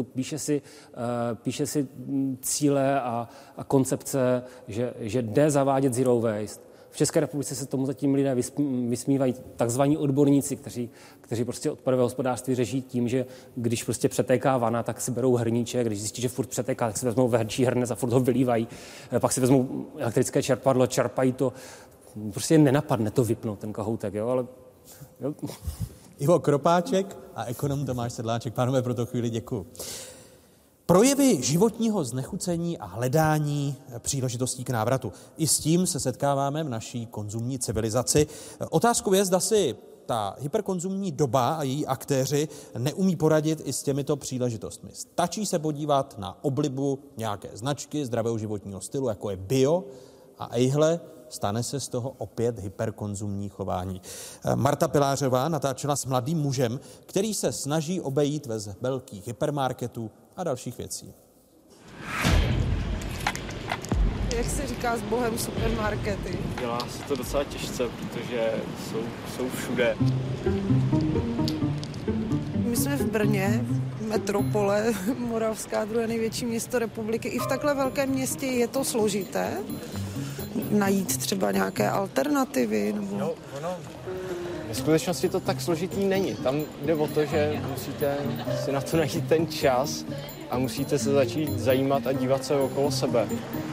píše si cíle a koncepce, že jde zavádět Zero Waste. V České republice se tomu zatím lidé vysmívají, takzvaní odborníci, kteří prostě odpadové hospodářství řeší tím, že když prostě přetéká vana, tak si berou hrníček, když zjistí, že furt přetéká, tak si vezmou vehrčí hrnec a furt ho vylívají, pak si vezmou elektrické čerpadlo, čerpají to, prostě nenapadne to vypnout, ten kohoutek, jo, ale... Jo. Ivo Kropáček a ekonom Tomáš Sedláček, pánové, pro to chvíli děkuju. Projevy životního znechucení a hledání příležitostí k návratu. I s tím se setkáváme v naší konzumní civilizaci. Otázkou je, zda si ta hyperkonzumní doba a její aktéři neumí poradit i s těmito příležitostmi. Stačí se podívat na oblibu nějaké značky zdravého životního stylu, jako je bio, a ejhle, stane se z toho opět hyperkonzumní chování. Marta Pilářová natáčela s mladým mužem, který se snaží obejít ve velkých hypermarketů a dalších věcí. Jak se říká s bohem supermarkety? Dělá se to docela těžce, protože jsou všude. My jsme v Brně, metropole, Moravská, druhé největší město republiky. I v takhle velkém městě je to složité najít třeba nějaké alternativy? Nebo... No, ve skutečnosti to tak složitý není. Tam jde o to, že musíte si na to najít ten čas a musíte se začít zajímat a dívat se okolo sebe.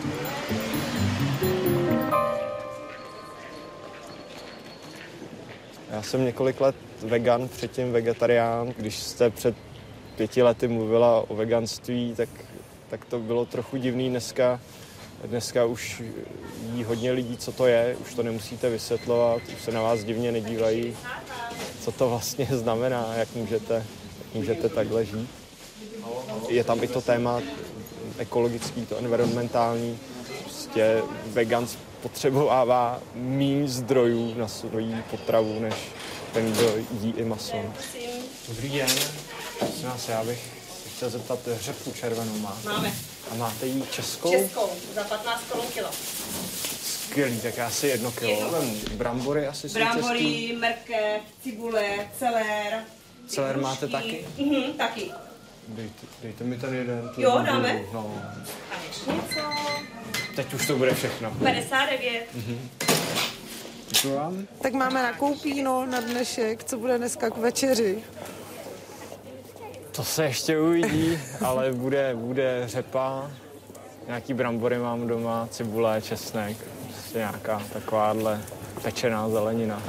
Já jsem několik let vegan, předtím vegetarián. Když jste před 5 lety mluvila o veganství, tak to bylo trochu divný. Dneska už ví hodně lidí, co to je, už to nemusíte vysvětlovat, už se na vás divně nedívají, co to vlastně znamená, jak můžete takhle žít. Je tam i to téma ekologický, to environmentální, prostě vegan potřebovává méně zdrojů na svoji potravu, než ten, kdo jí i maso. Dobrý den, prosím vás, já bych chtěl zeptat, řepku červenou máte? Máme. A máte jí českou? Českou, za 15 korun kilo. Skvělý, tak asi 1 kilo. Brambory asi jsou český. Brambory, mrkev, cibule, celér. Celér máte taky? Taky. Dejte mi ten jeden. Jo, dáme? No. A ještě něco? Teď už to bude všechno. 59. Děkuji vám. Tak máme nakoupíno na dnešek, co bude dneska k večeři. To se ještě uvidí, ale bude řepa, nějaký brambory mám doma, cibule, česnek, prostě nějaká takováhle pečená zelenina.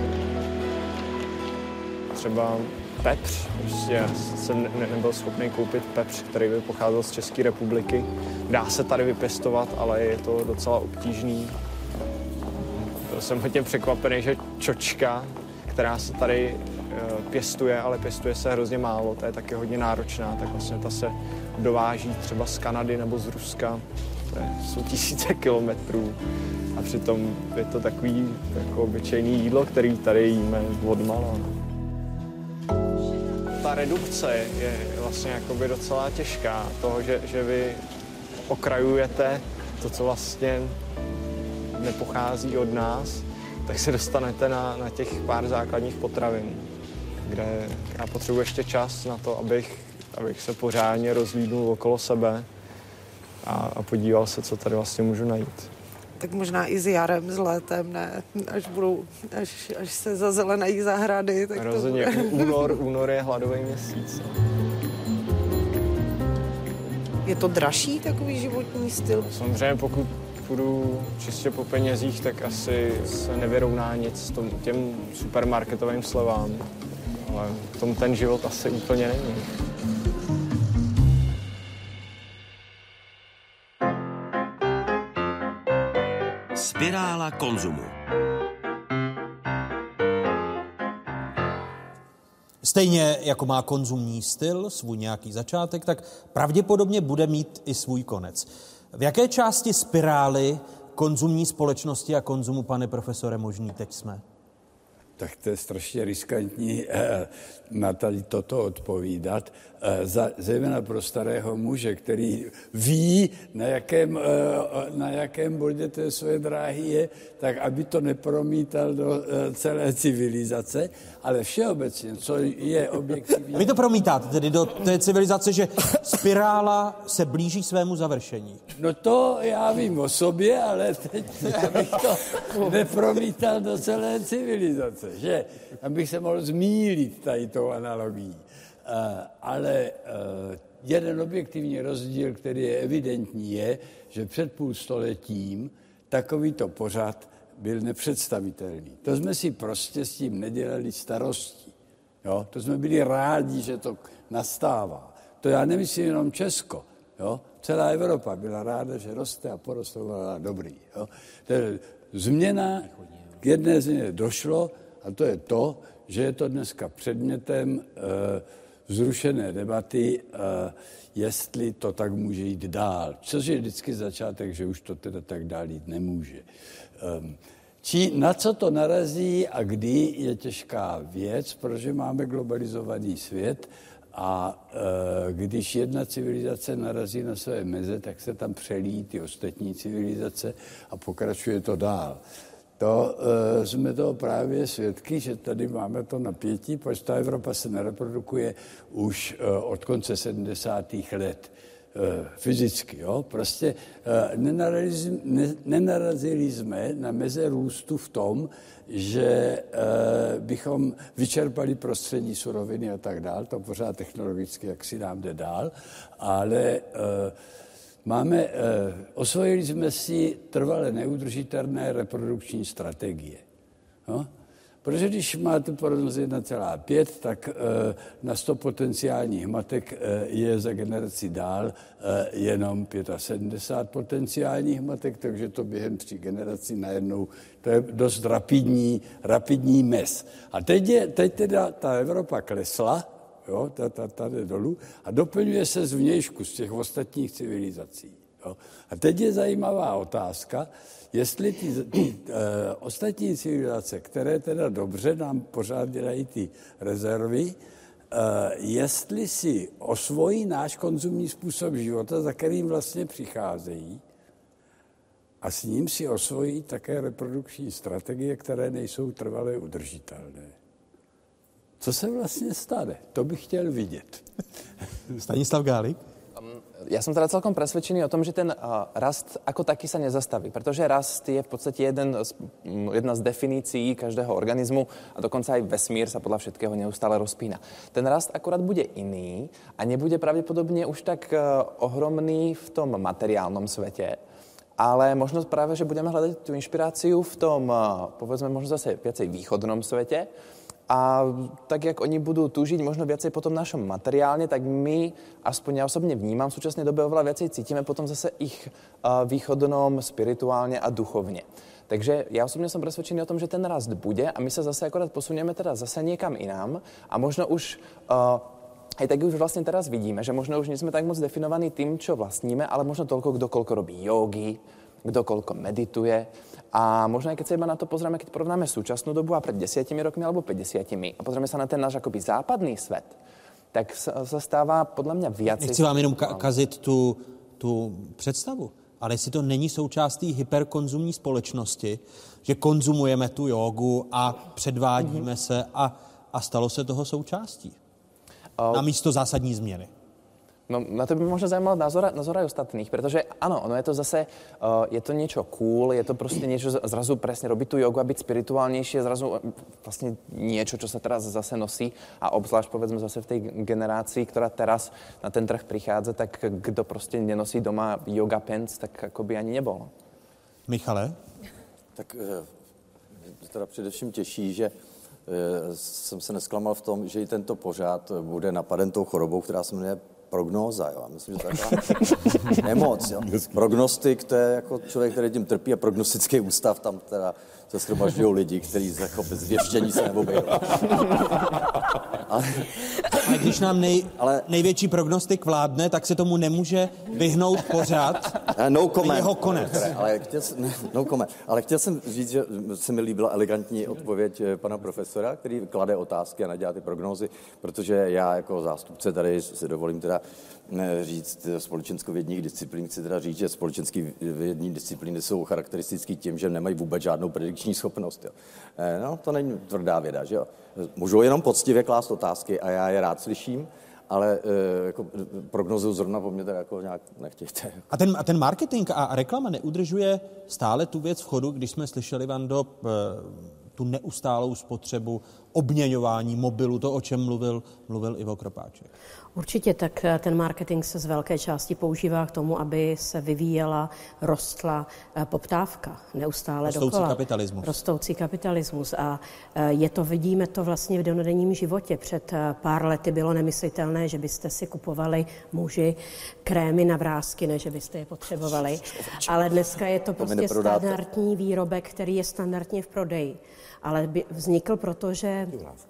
Třeba pepř, prostě jsem nebyl schopný koupit pepř, který by pocházel z České republiky. Dá se tady vypěstovat, ale je to docela obtížný. Byl jsem hodně překvapený, že čočka, která se tady pěstuje, ale pěstuje se hrozně málo, ta je taky hodně náročná, tak vlastně ta se dováží třeba z Kanady nebo z Ruska, jsou tisíce kilometrů a přitom je to takový jako obyčejný jídlo, který tady jíme odmala. Ta redukce je vlastně jakoby docela těžká, toho, že vy okrajujete to, co vlastně nepochází od nás, tak se dostanete na těch pár základních potravin, kde já potřebuji ještě čas na to, abych se pořádně rozhlídnul okolo sebe a podíval se, co tady vlastně můžu najít. Tak možná i s jarem, s létem, ne? Až se zazelenají zahrady, tak rozhodně. To bude. Únor je hladový měsíc. Je to dražší takový životní styl? Samozřejmě pokud půjdu čistě po penězích, tak asi se nevyrovná nic těm supermarketovým slevám. Ale v tom ten život asi úplně není. Spirála konzumu. Stejně jako má konzumní styl svůj nějaký začátek, tak pravděpodobně bude mít i svůj konec. V jaké části spirály konzumní společnosti a konzumu, pane profesore, možný teď jsme? Tak to je strašně riskantní na tady toto odpovídat, zejména pro starého muže, který ví, na jakém bodě té své dráhy je, tak aby to nepromítal do celé civilizace, ale všeobecně, co je objektivně... Vy to promítáte tedy do té civilizace, že spirála se blíží svému završení. No to já vím o sobě, ale teď abych to nepromítal do celé civilizace, že? Abych se mohl zmýlit tady tou analogií. Ale jeden objektivní rozdíl, který je evidentní, je, že před půl stoletím takovýto pořad byl nepředstavitelný. To jsme si prostě s tím nedělali starosti. Jo? To jsme byli rádi, že to nastává. To já nemyslím jenom Česko. Jo? Celá Evropa byla ráda, že roste a porostla dobrý. Jo? Změna, k jedné změně došlo, a to je to, že je to dneska předmětem vzrušené debaty, jestli to tak může jít dál. Což je vždycky začátek, že už to teda tak dál jít nemůže. Na co to narazí a kdy je těžká věc, protože máme globalizovaný svět a když jedna civilizace narazí na své meze, tak se tam přelíjí ty ostatní civilizace a pokračuje to dál. To jsme toho právě svědky, že tady máme to napětí, protože ta Evropa se nereprodukuje už od konce 70. let fyzicky. Jo? Prostě nenarazili jsme na meze růstu v tom, že bychom vyčerpali prostřední suroviny a tak dál, to pořád technologicky, jak si nám jde dál, ale osvojili jsme si trvale neudržitelné reprodukční strategie. No? Protože když máte porodnost 1,5, tak na 100 potenciálních matek je za generaci dál jenom 75 potenciálních matek, takže to během 3 generací najednou, to je dost rapidní mez. A teď teda ta Evropa klesla, jo, ta jde dolů a doplňuje se zvnějšku z těch ostatních civilizací. Jo. A teď je zajímavá otázka, jestli ty ostatní civilizace, které teda dobře nám pořád dělají ty rezervy, jestli si osvojí náš konzumní způsob života, za kterým vlastně přicházejí, a s ním si osvojí také reprodukční strategie, které nejsou trvale udržitelné. Co se vlastně stane? To bych chtěl vidět. Stanislav Gálik? Ja som teda celkom presvedčený o tom, že ten rast ako taký sa nezastaví, pretože rast je v podstate jedna z definícií každého organizmu a dokonca aj vesmír sa podľa všetkého neustále rozpína. Ten rast akurát bude iný a nebude pravdepodobne už tak ohromný v tom materiálnom svete, ale možno práve, že budeme hľadať tú inšpiráciu v tom, povedzme, možno zase viacej východnom svete. A tak, jak oni budú túžiť možno viacej po tom našom materiálne, tak my, aspoň ja osobne vnímam, v súčasnej dobe oveľa viacej cítime potom zase ich východnom, spirituálne a duchovne. Takže já osobně jsem přesvědčený o tom, že ten rast bude a my se zase akorát posuneme teda zase někam jinam a možno už aj tak už vlastne teraz vidíme, že možno už nie sme tak moc definovaní tým, čo vlastníme, ale možno toľko, kto koľko robí jógy, kto koľko medituje. A možno aj keď sa iba na to pozrieme, keď porovnáme súčasnú dobu a pred 10 rokmi alebo 50 a pozrieme sa na ten náš akoby západný svet, tak sa stáva podľa mňa viacej... Nechci vám jenom kazit tu představu, ale jestli to není součástí hyperkonzumní společnosti, že konzumujeme tu jógu a předvádíme se a stalo se toho součástí. Na místo zásadní změny. No, na to by možno zajímal názor aj ostatných, pretože áno, ono je to zase, je to niečo cool, je to proste niečo, zrazu presne robiť tú jogu a byť spirituálnejšie, zrazu vlastne niečo, čo sa teraz zase nosí a obzvlášť povedzme zase v tej generácii, ktorá teraz na ten trh prichádza, tak kto proste nenosí doma yoga pants, tak akoby ani nebol. Michale? Tak teda především těší, že jsem se nesklamal v tom, že i tento pořád bude napaden tou chorobou, která se jmenuje prognóza. Jo. Myslím, že to je taková nemoc. Jo. Prognostik, to je jako člověk, který tím trpí a prognostický ústav, tam teda se shromažďují lidi, kteří jako bez věštění se neobejou. Ale když nám největší prognostik vládne, tak se tomu nemůže vyhnout pořád. No comment. Jeho konec. Ale chtěl jsem říct, že se mi líbila elegantní odpověď pana profesora, který klade otázky a nedělá ty prognózy, protože já jako zástupce tady si dovolím teda říct společenskovědních disciplín, chci teda říct, že společenské vědní disciplíny jsou charakteristické tím, že nemají vůbec žádnou predikční schopnost. Jo. No, to není tvrdá věda, že jo. Můžou jenom poctivě klást otázky a já je rád slyším, ale jako prognozu zrovna po mě teda jako nějak nechtějte. A ten marketing a reklama neudržuje stále tu věc v chodu, když jsme slyšeli, Vando, tu neustálou spotřebu, obměňování mobilu, to, o čem mluvil Ivo Kropáček. Určitě, tak ten marketing se z velké části používá k tomu, aby se vyvíjela, rostla poptávka neustále dokola. Rostoucí kapitalismus. A vidíme to vlastně v dennodenním životě. Před pár lety bylo nemyslitelné, že byste si kupovali muži krémy na vrásky, ne, že byste je potřebovali. Ale dneska je to prostě standardní výrobek, který je standardně v prodeji. Ale vznikl proto, že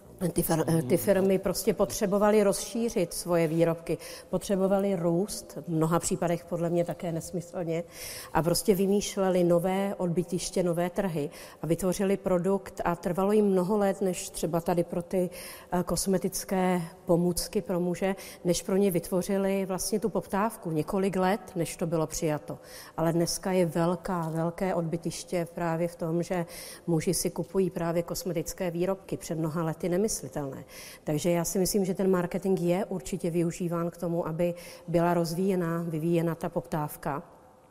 ty firmy prostě potřebovaly rozšířit svoje výrobky, potřebovaly růst, v mnoha případech podle mě také nesmyslně, a prostě vymýšleli nové odbytiště, nové trhy a vytvořili produkt a trvalo jim mnoho let, než třeba tady pro ty kosmetické pomůcky pro muže, než pro ně vytvořili vlastně tu poptávku. Několik let, než to bylo přijato. Ale dneska je velké odbytiště právě v tom, že muži si kupují právě kosmetické výrobky. Před mnoha lety nemyslitelné. Takže já si myslím, že ten marketing je určitě využíván k tomu, aby byla vyvíjena ta poptávka.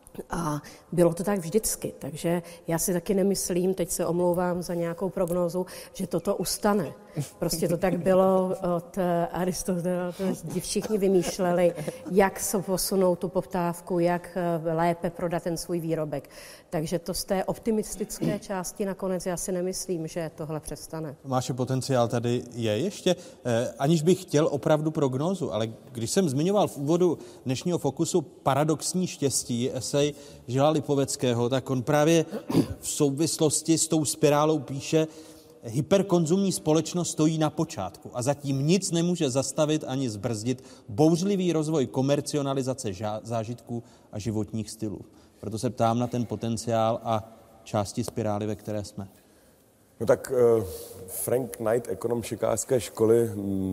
A bylo to tak vždycky, takže já si taky nemyslím, teď se omlouvám za nějakou prognózu, že toto ustane. Prostě to tak bylo od Aristotela, všichni vymýšleli, jak se posunou tu poptávku, jak lépe prodat ten svůj výrobek. Takže to z té optimistické části nakonec já si nemyslím, že tohle přestane. Máš potenciál tady je ještě, aniž bych chtěl opravdu prognózu, ale když jsem zmiňoval v úvodu dnešního Fokusu paradoxní štěstí, esej Žila Lipoveckého, tak on právě v souvislosti s tou spirálou píše: hyperkonzumní společnost stojí na počátku a zatím nic nemůže zastavit ani zbrzdit bouřlivý rozvoj komercionalizace zážitků a životních stylů. Proto se ptám na ten potenciál a části spirály, ve které jsme. No tak Frank Knight, ekonom chicagské školy,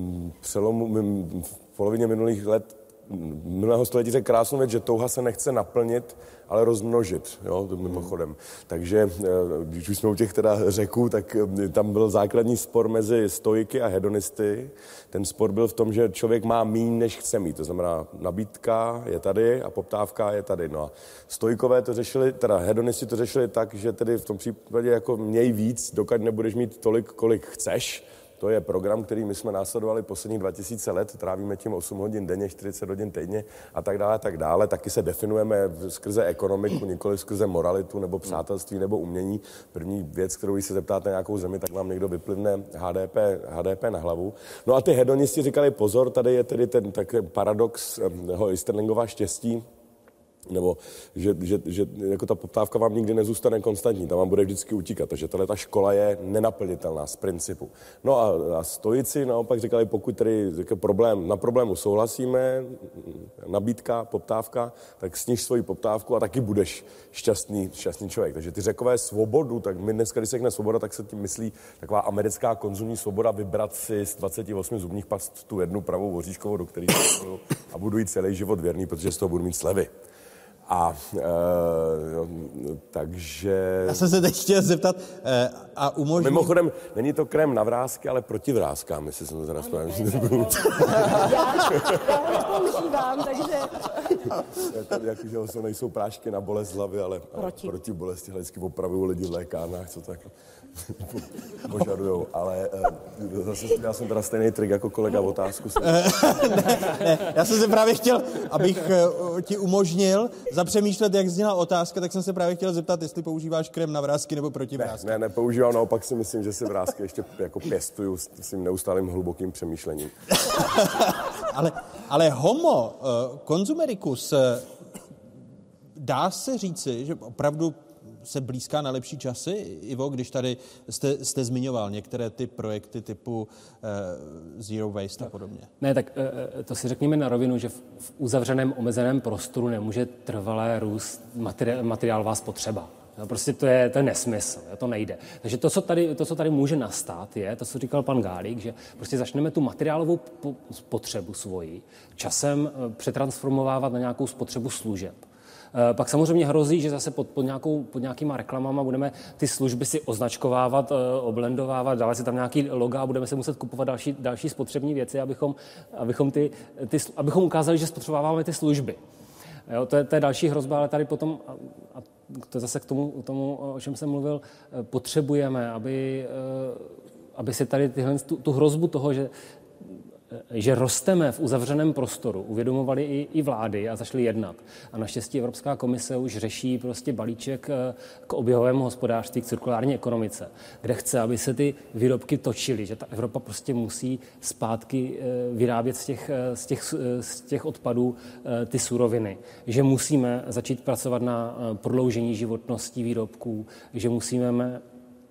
v polovině minulého století řekl krásnou věc, že touha se nechce naplnit, ale rozmnožit, jo, to mimochodem. Takže, když už jsme u těch teda řeků, tak tam byl základní spor mezi stoiky a hedonisty. Ten spor byl v tom, že člověk má míň, než chce mít. To znamená, nabídka je tady a poptávka je tady. No a stoikové to řešili, teda hedonisti to řešili tak, že tedy v tom případě jako měj víc, dokud nebudeš mít tolik, kolik chceš. To je program, který my jsme následovali posledních 2000 let, trávíme tím 8 hodin denně, 40 hodin týdně a tak dále, tak dále. Taky se definujeme skrze ekonomiku, nikoli skrze moralitu nebo přátelství nebo umění. První věc, kterou když se zeptáte nějakou zemi, tak vám někdo vyplivne HDP na hlavu. No a ty hedonisti říkali pozor, tady je tedy ten tak paradox Easterlingova štěstí, Nebo že jako ta poptávka vám nikdy nezůstane konstantní, ta vám bude vždycky utíkat. Takže ta škola je nenaplnitelná z principu. No a stoici naopak říkali, pokud tedy na problému souhlasíme, nabídka, poptávka, tak sniž svoji poptávku a taky budeš šťastný člověk. Takže ty Řekové svobodu, tak my dneska, když se řekne svoboda, tak se tím myslí taková americká konzumní svoboda, vybrat si z 28 zubních past tu jednu pravou voříškovou, do které a budu jít celý život věrný, protože z toho budu mít slevy. Takže... Já jsem se teď chtěl zeptat a umožní... Mimochodem, není to krém na vrásky, ale proti vrázkám, jestli jsem to teda správně. Já nepoužívám, takže... Jakože to nejsou prášky na bolest hlavy, ale proti bolesti vždycky opravují lidi v lékárnách, co tak požadujou. Ale zase já jsem teda stejný trik jako kolega, otázku. Ne, já jsem se právě chtěl, abych ti umožnil zapřemýšlet, jak zněla otázka, tak jsem se právě chtěl zeptat, jestli používáš krém na vrásky nebo proti vrásky. Ne, nepoužívám, naopak si myslím, že si vrásky ještě jako pěstuju s tím neustálým hlubokým přemýšlením. ale homo konzumericus, dá se říci, že opravdu se blízká na lepší časy? Ivo, když tady jste zmiňoval některé ty projekty typu Zero Waste a podobně. Ne, tak to si řekněme na rovinu, že v uzavřeném omezeném prostoru nemůže trvalé růst materiálová spotřeba. No, prostě to je nesmysl, to nejde. Takže to, co tady může nastat, je to, co říkal pan Gálík, že prostě začneme tu materiálovou spotřebu svoji časem přetransformovávat na nějakou spotřebu služeb. Pak samozřejmě hrozí, že zase pod nějakýma reklamama budeme ty služby si označkovávat, oblendovávat, dále si tam nějaký loga a budeme se muset kupovat další spotřební věci, abychom ukázali, že spotřebováváme ty služby. Jo, to je další hrozba, ale tady potom, a to je zase k tomu, o čem jsem mluvil, potřebujeme, aby si tady tu hrozbu toho, že rosteme v uzavřeném prostoru, uvědomovali i vlády a začali jednat. A naštěstí Evropská komise už řeší prostě balíček k oběhovému hospodářství, k cirkulární ekonomice, kde chce, aby se ty výrobky točily, že ta Evropa prostě musí zpátky vyrábět z těch odpadů ty suroviny, že musíme začít pracovat na prodloužení životnosti výrobků, že musíme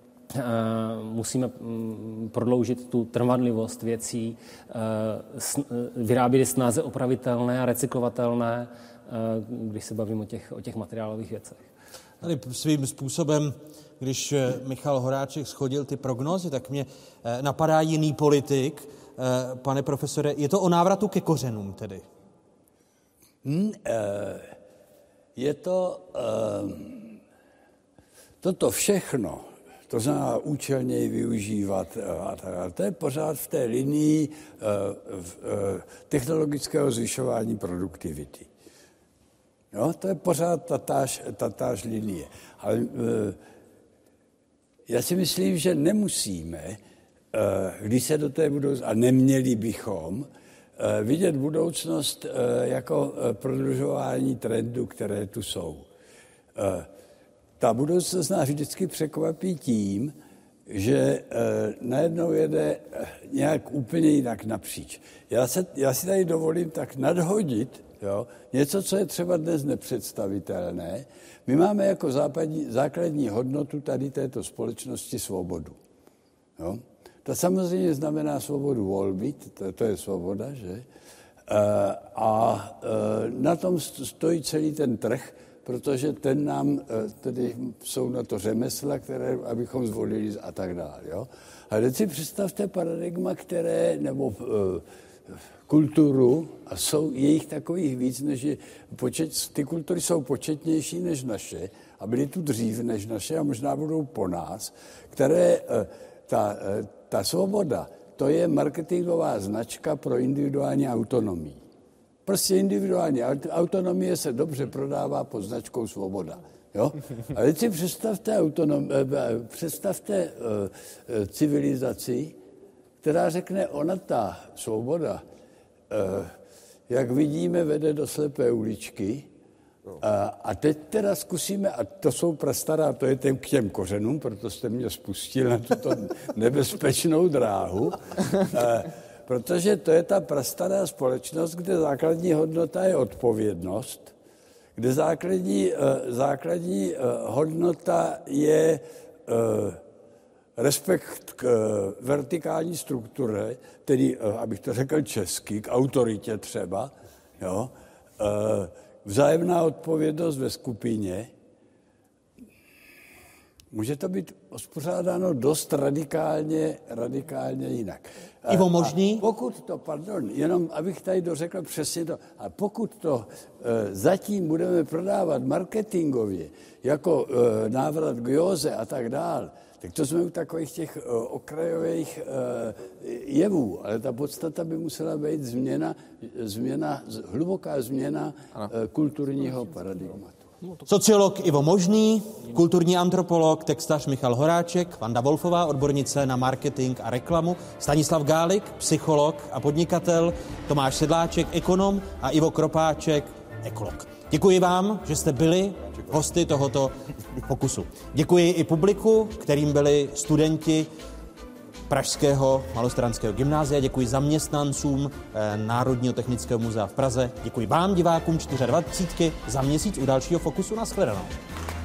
prodloužit tu trvanlivost věcí, vyrábět snáze opravitelné a recyklovatelné, když se bavím o těch materiálových věcech. Tady svým způsobem, když Michal Horáček shodil ty prognózy, tak mě napadá jiný politik. Pane profesore, je to o návratu ke kořenům tedy? Je to toto všechno, to znamená účelněji využívat a tak dále. To je pořád v té linii technologického zvyšování produktivity. Jo? To je pořád tatáž linie. Ale já si myslím, že nemusíme, když se do té budoucnosti, a neměli bychom, vidět budoucnost jako prodlužování trendů, které tu jsou. Ta budoucnost nás vždycky překvapí tím, že najednou jede nějak úplně jinak napříč. Já si tady dovolím tak nadhodit něco, co je třeba dnes nepředstavitelné. My máme jako základní hodnotu tady této společnosti svobodu. Jo? To samozřejmě znamená svobodu volby, to je svoboda, že? A na tom stojí celý ten trh, protože ten nám, tedy jsou na to řemesla, které, abychom zvolili a tak dále. Jo? A teď si představte paradigma, nebo kulturu, a je jich takových víc, než ty kultury jsou početnější než naše, a byly tu dřív než naše a možná budou po nás, které ta svoboda, to je marketingová značka pro individuální autonomii. Prostě individuální autonomie se dobře prodává pod značkou svoboda. Jo? A teď si představte civilizaci, která řekne, ta svoboda, jak vidíme, vede do slepé uličky. A teď teda zkusíme, a to jsou prastará, to je k těm kořenům, proto jste mě spustil na tuto nebezpečnou dráhu, protože to je ta prastará společnost, kde základní hodnota je odpovědnost, kde základní hodnota je respekt k vertikální struktuře, tedy, abych to řekl česky, k autoritě třeba, jo, vzájemná odpovědnost ve skupině. Může to být uspořádáno dost radikálně jinak. Ivo Možný? Pokud to, jenom abych tady dořekl přesně to, a pokud to zatím budeme prodávat marketingově, jako návrat k józe a tak dál, tak to jsme u takových těch okrajových jevů, ale ta podstata by musela být hluboká změna kulturního paradigmatu. Sociolog Ivo Možný, kulturní antropolog, textař Michal Horáček, Vanda Wolfová, odbornice na marketing a reklamu, Stanislav Gálik, psycholog a podnikatel, Tomáš Sedláček, ekonom a Ivo Kropáček, ekolog. Děkuji vám, že jste byli hosty tohoto pokusu. Děkuji i publiku, kterým byli studenti Pražského malostranského gymnázia, děkuji zaměstnancům Národního technického muzea v Praze, děkuji vám, divákům 24. za měsíc u dalšího Fokusu. Nashledanou.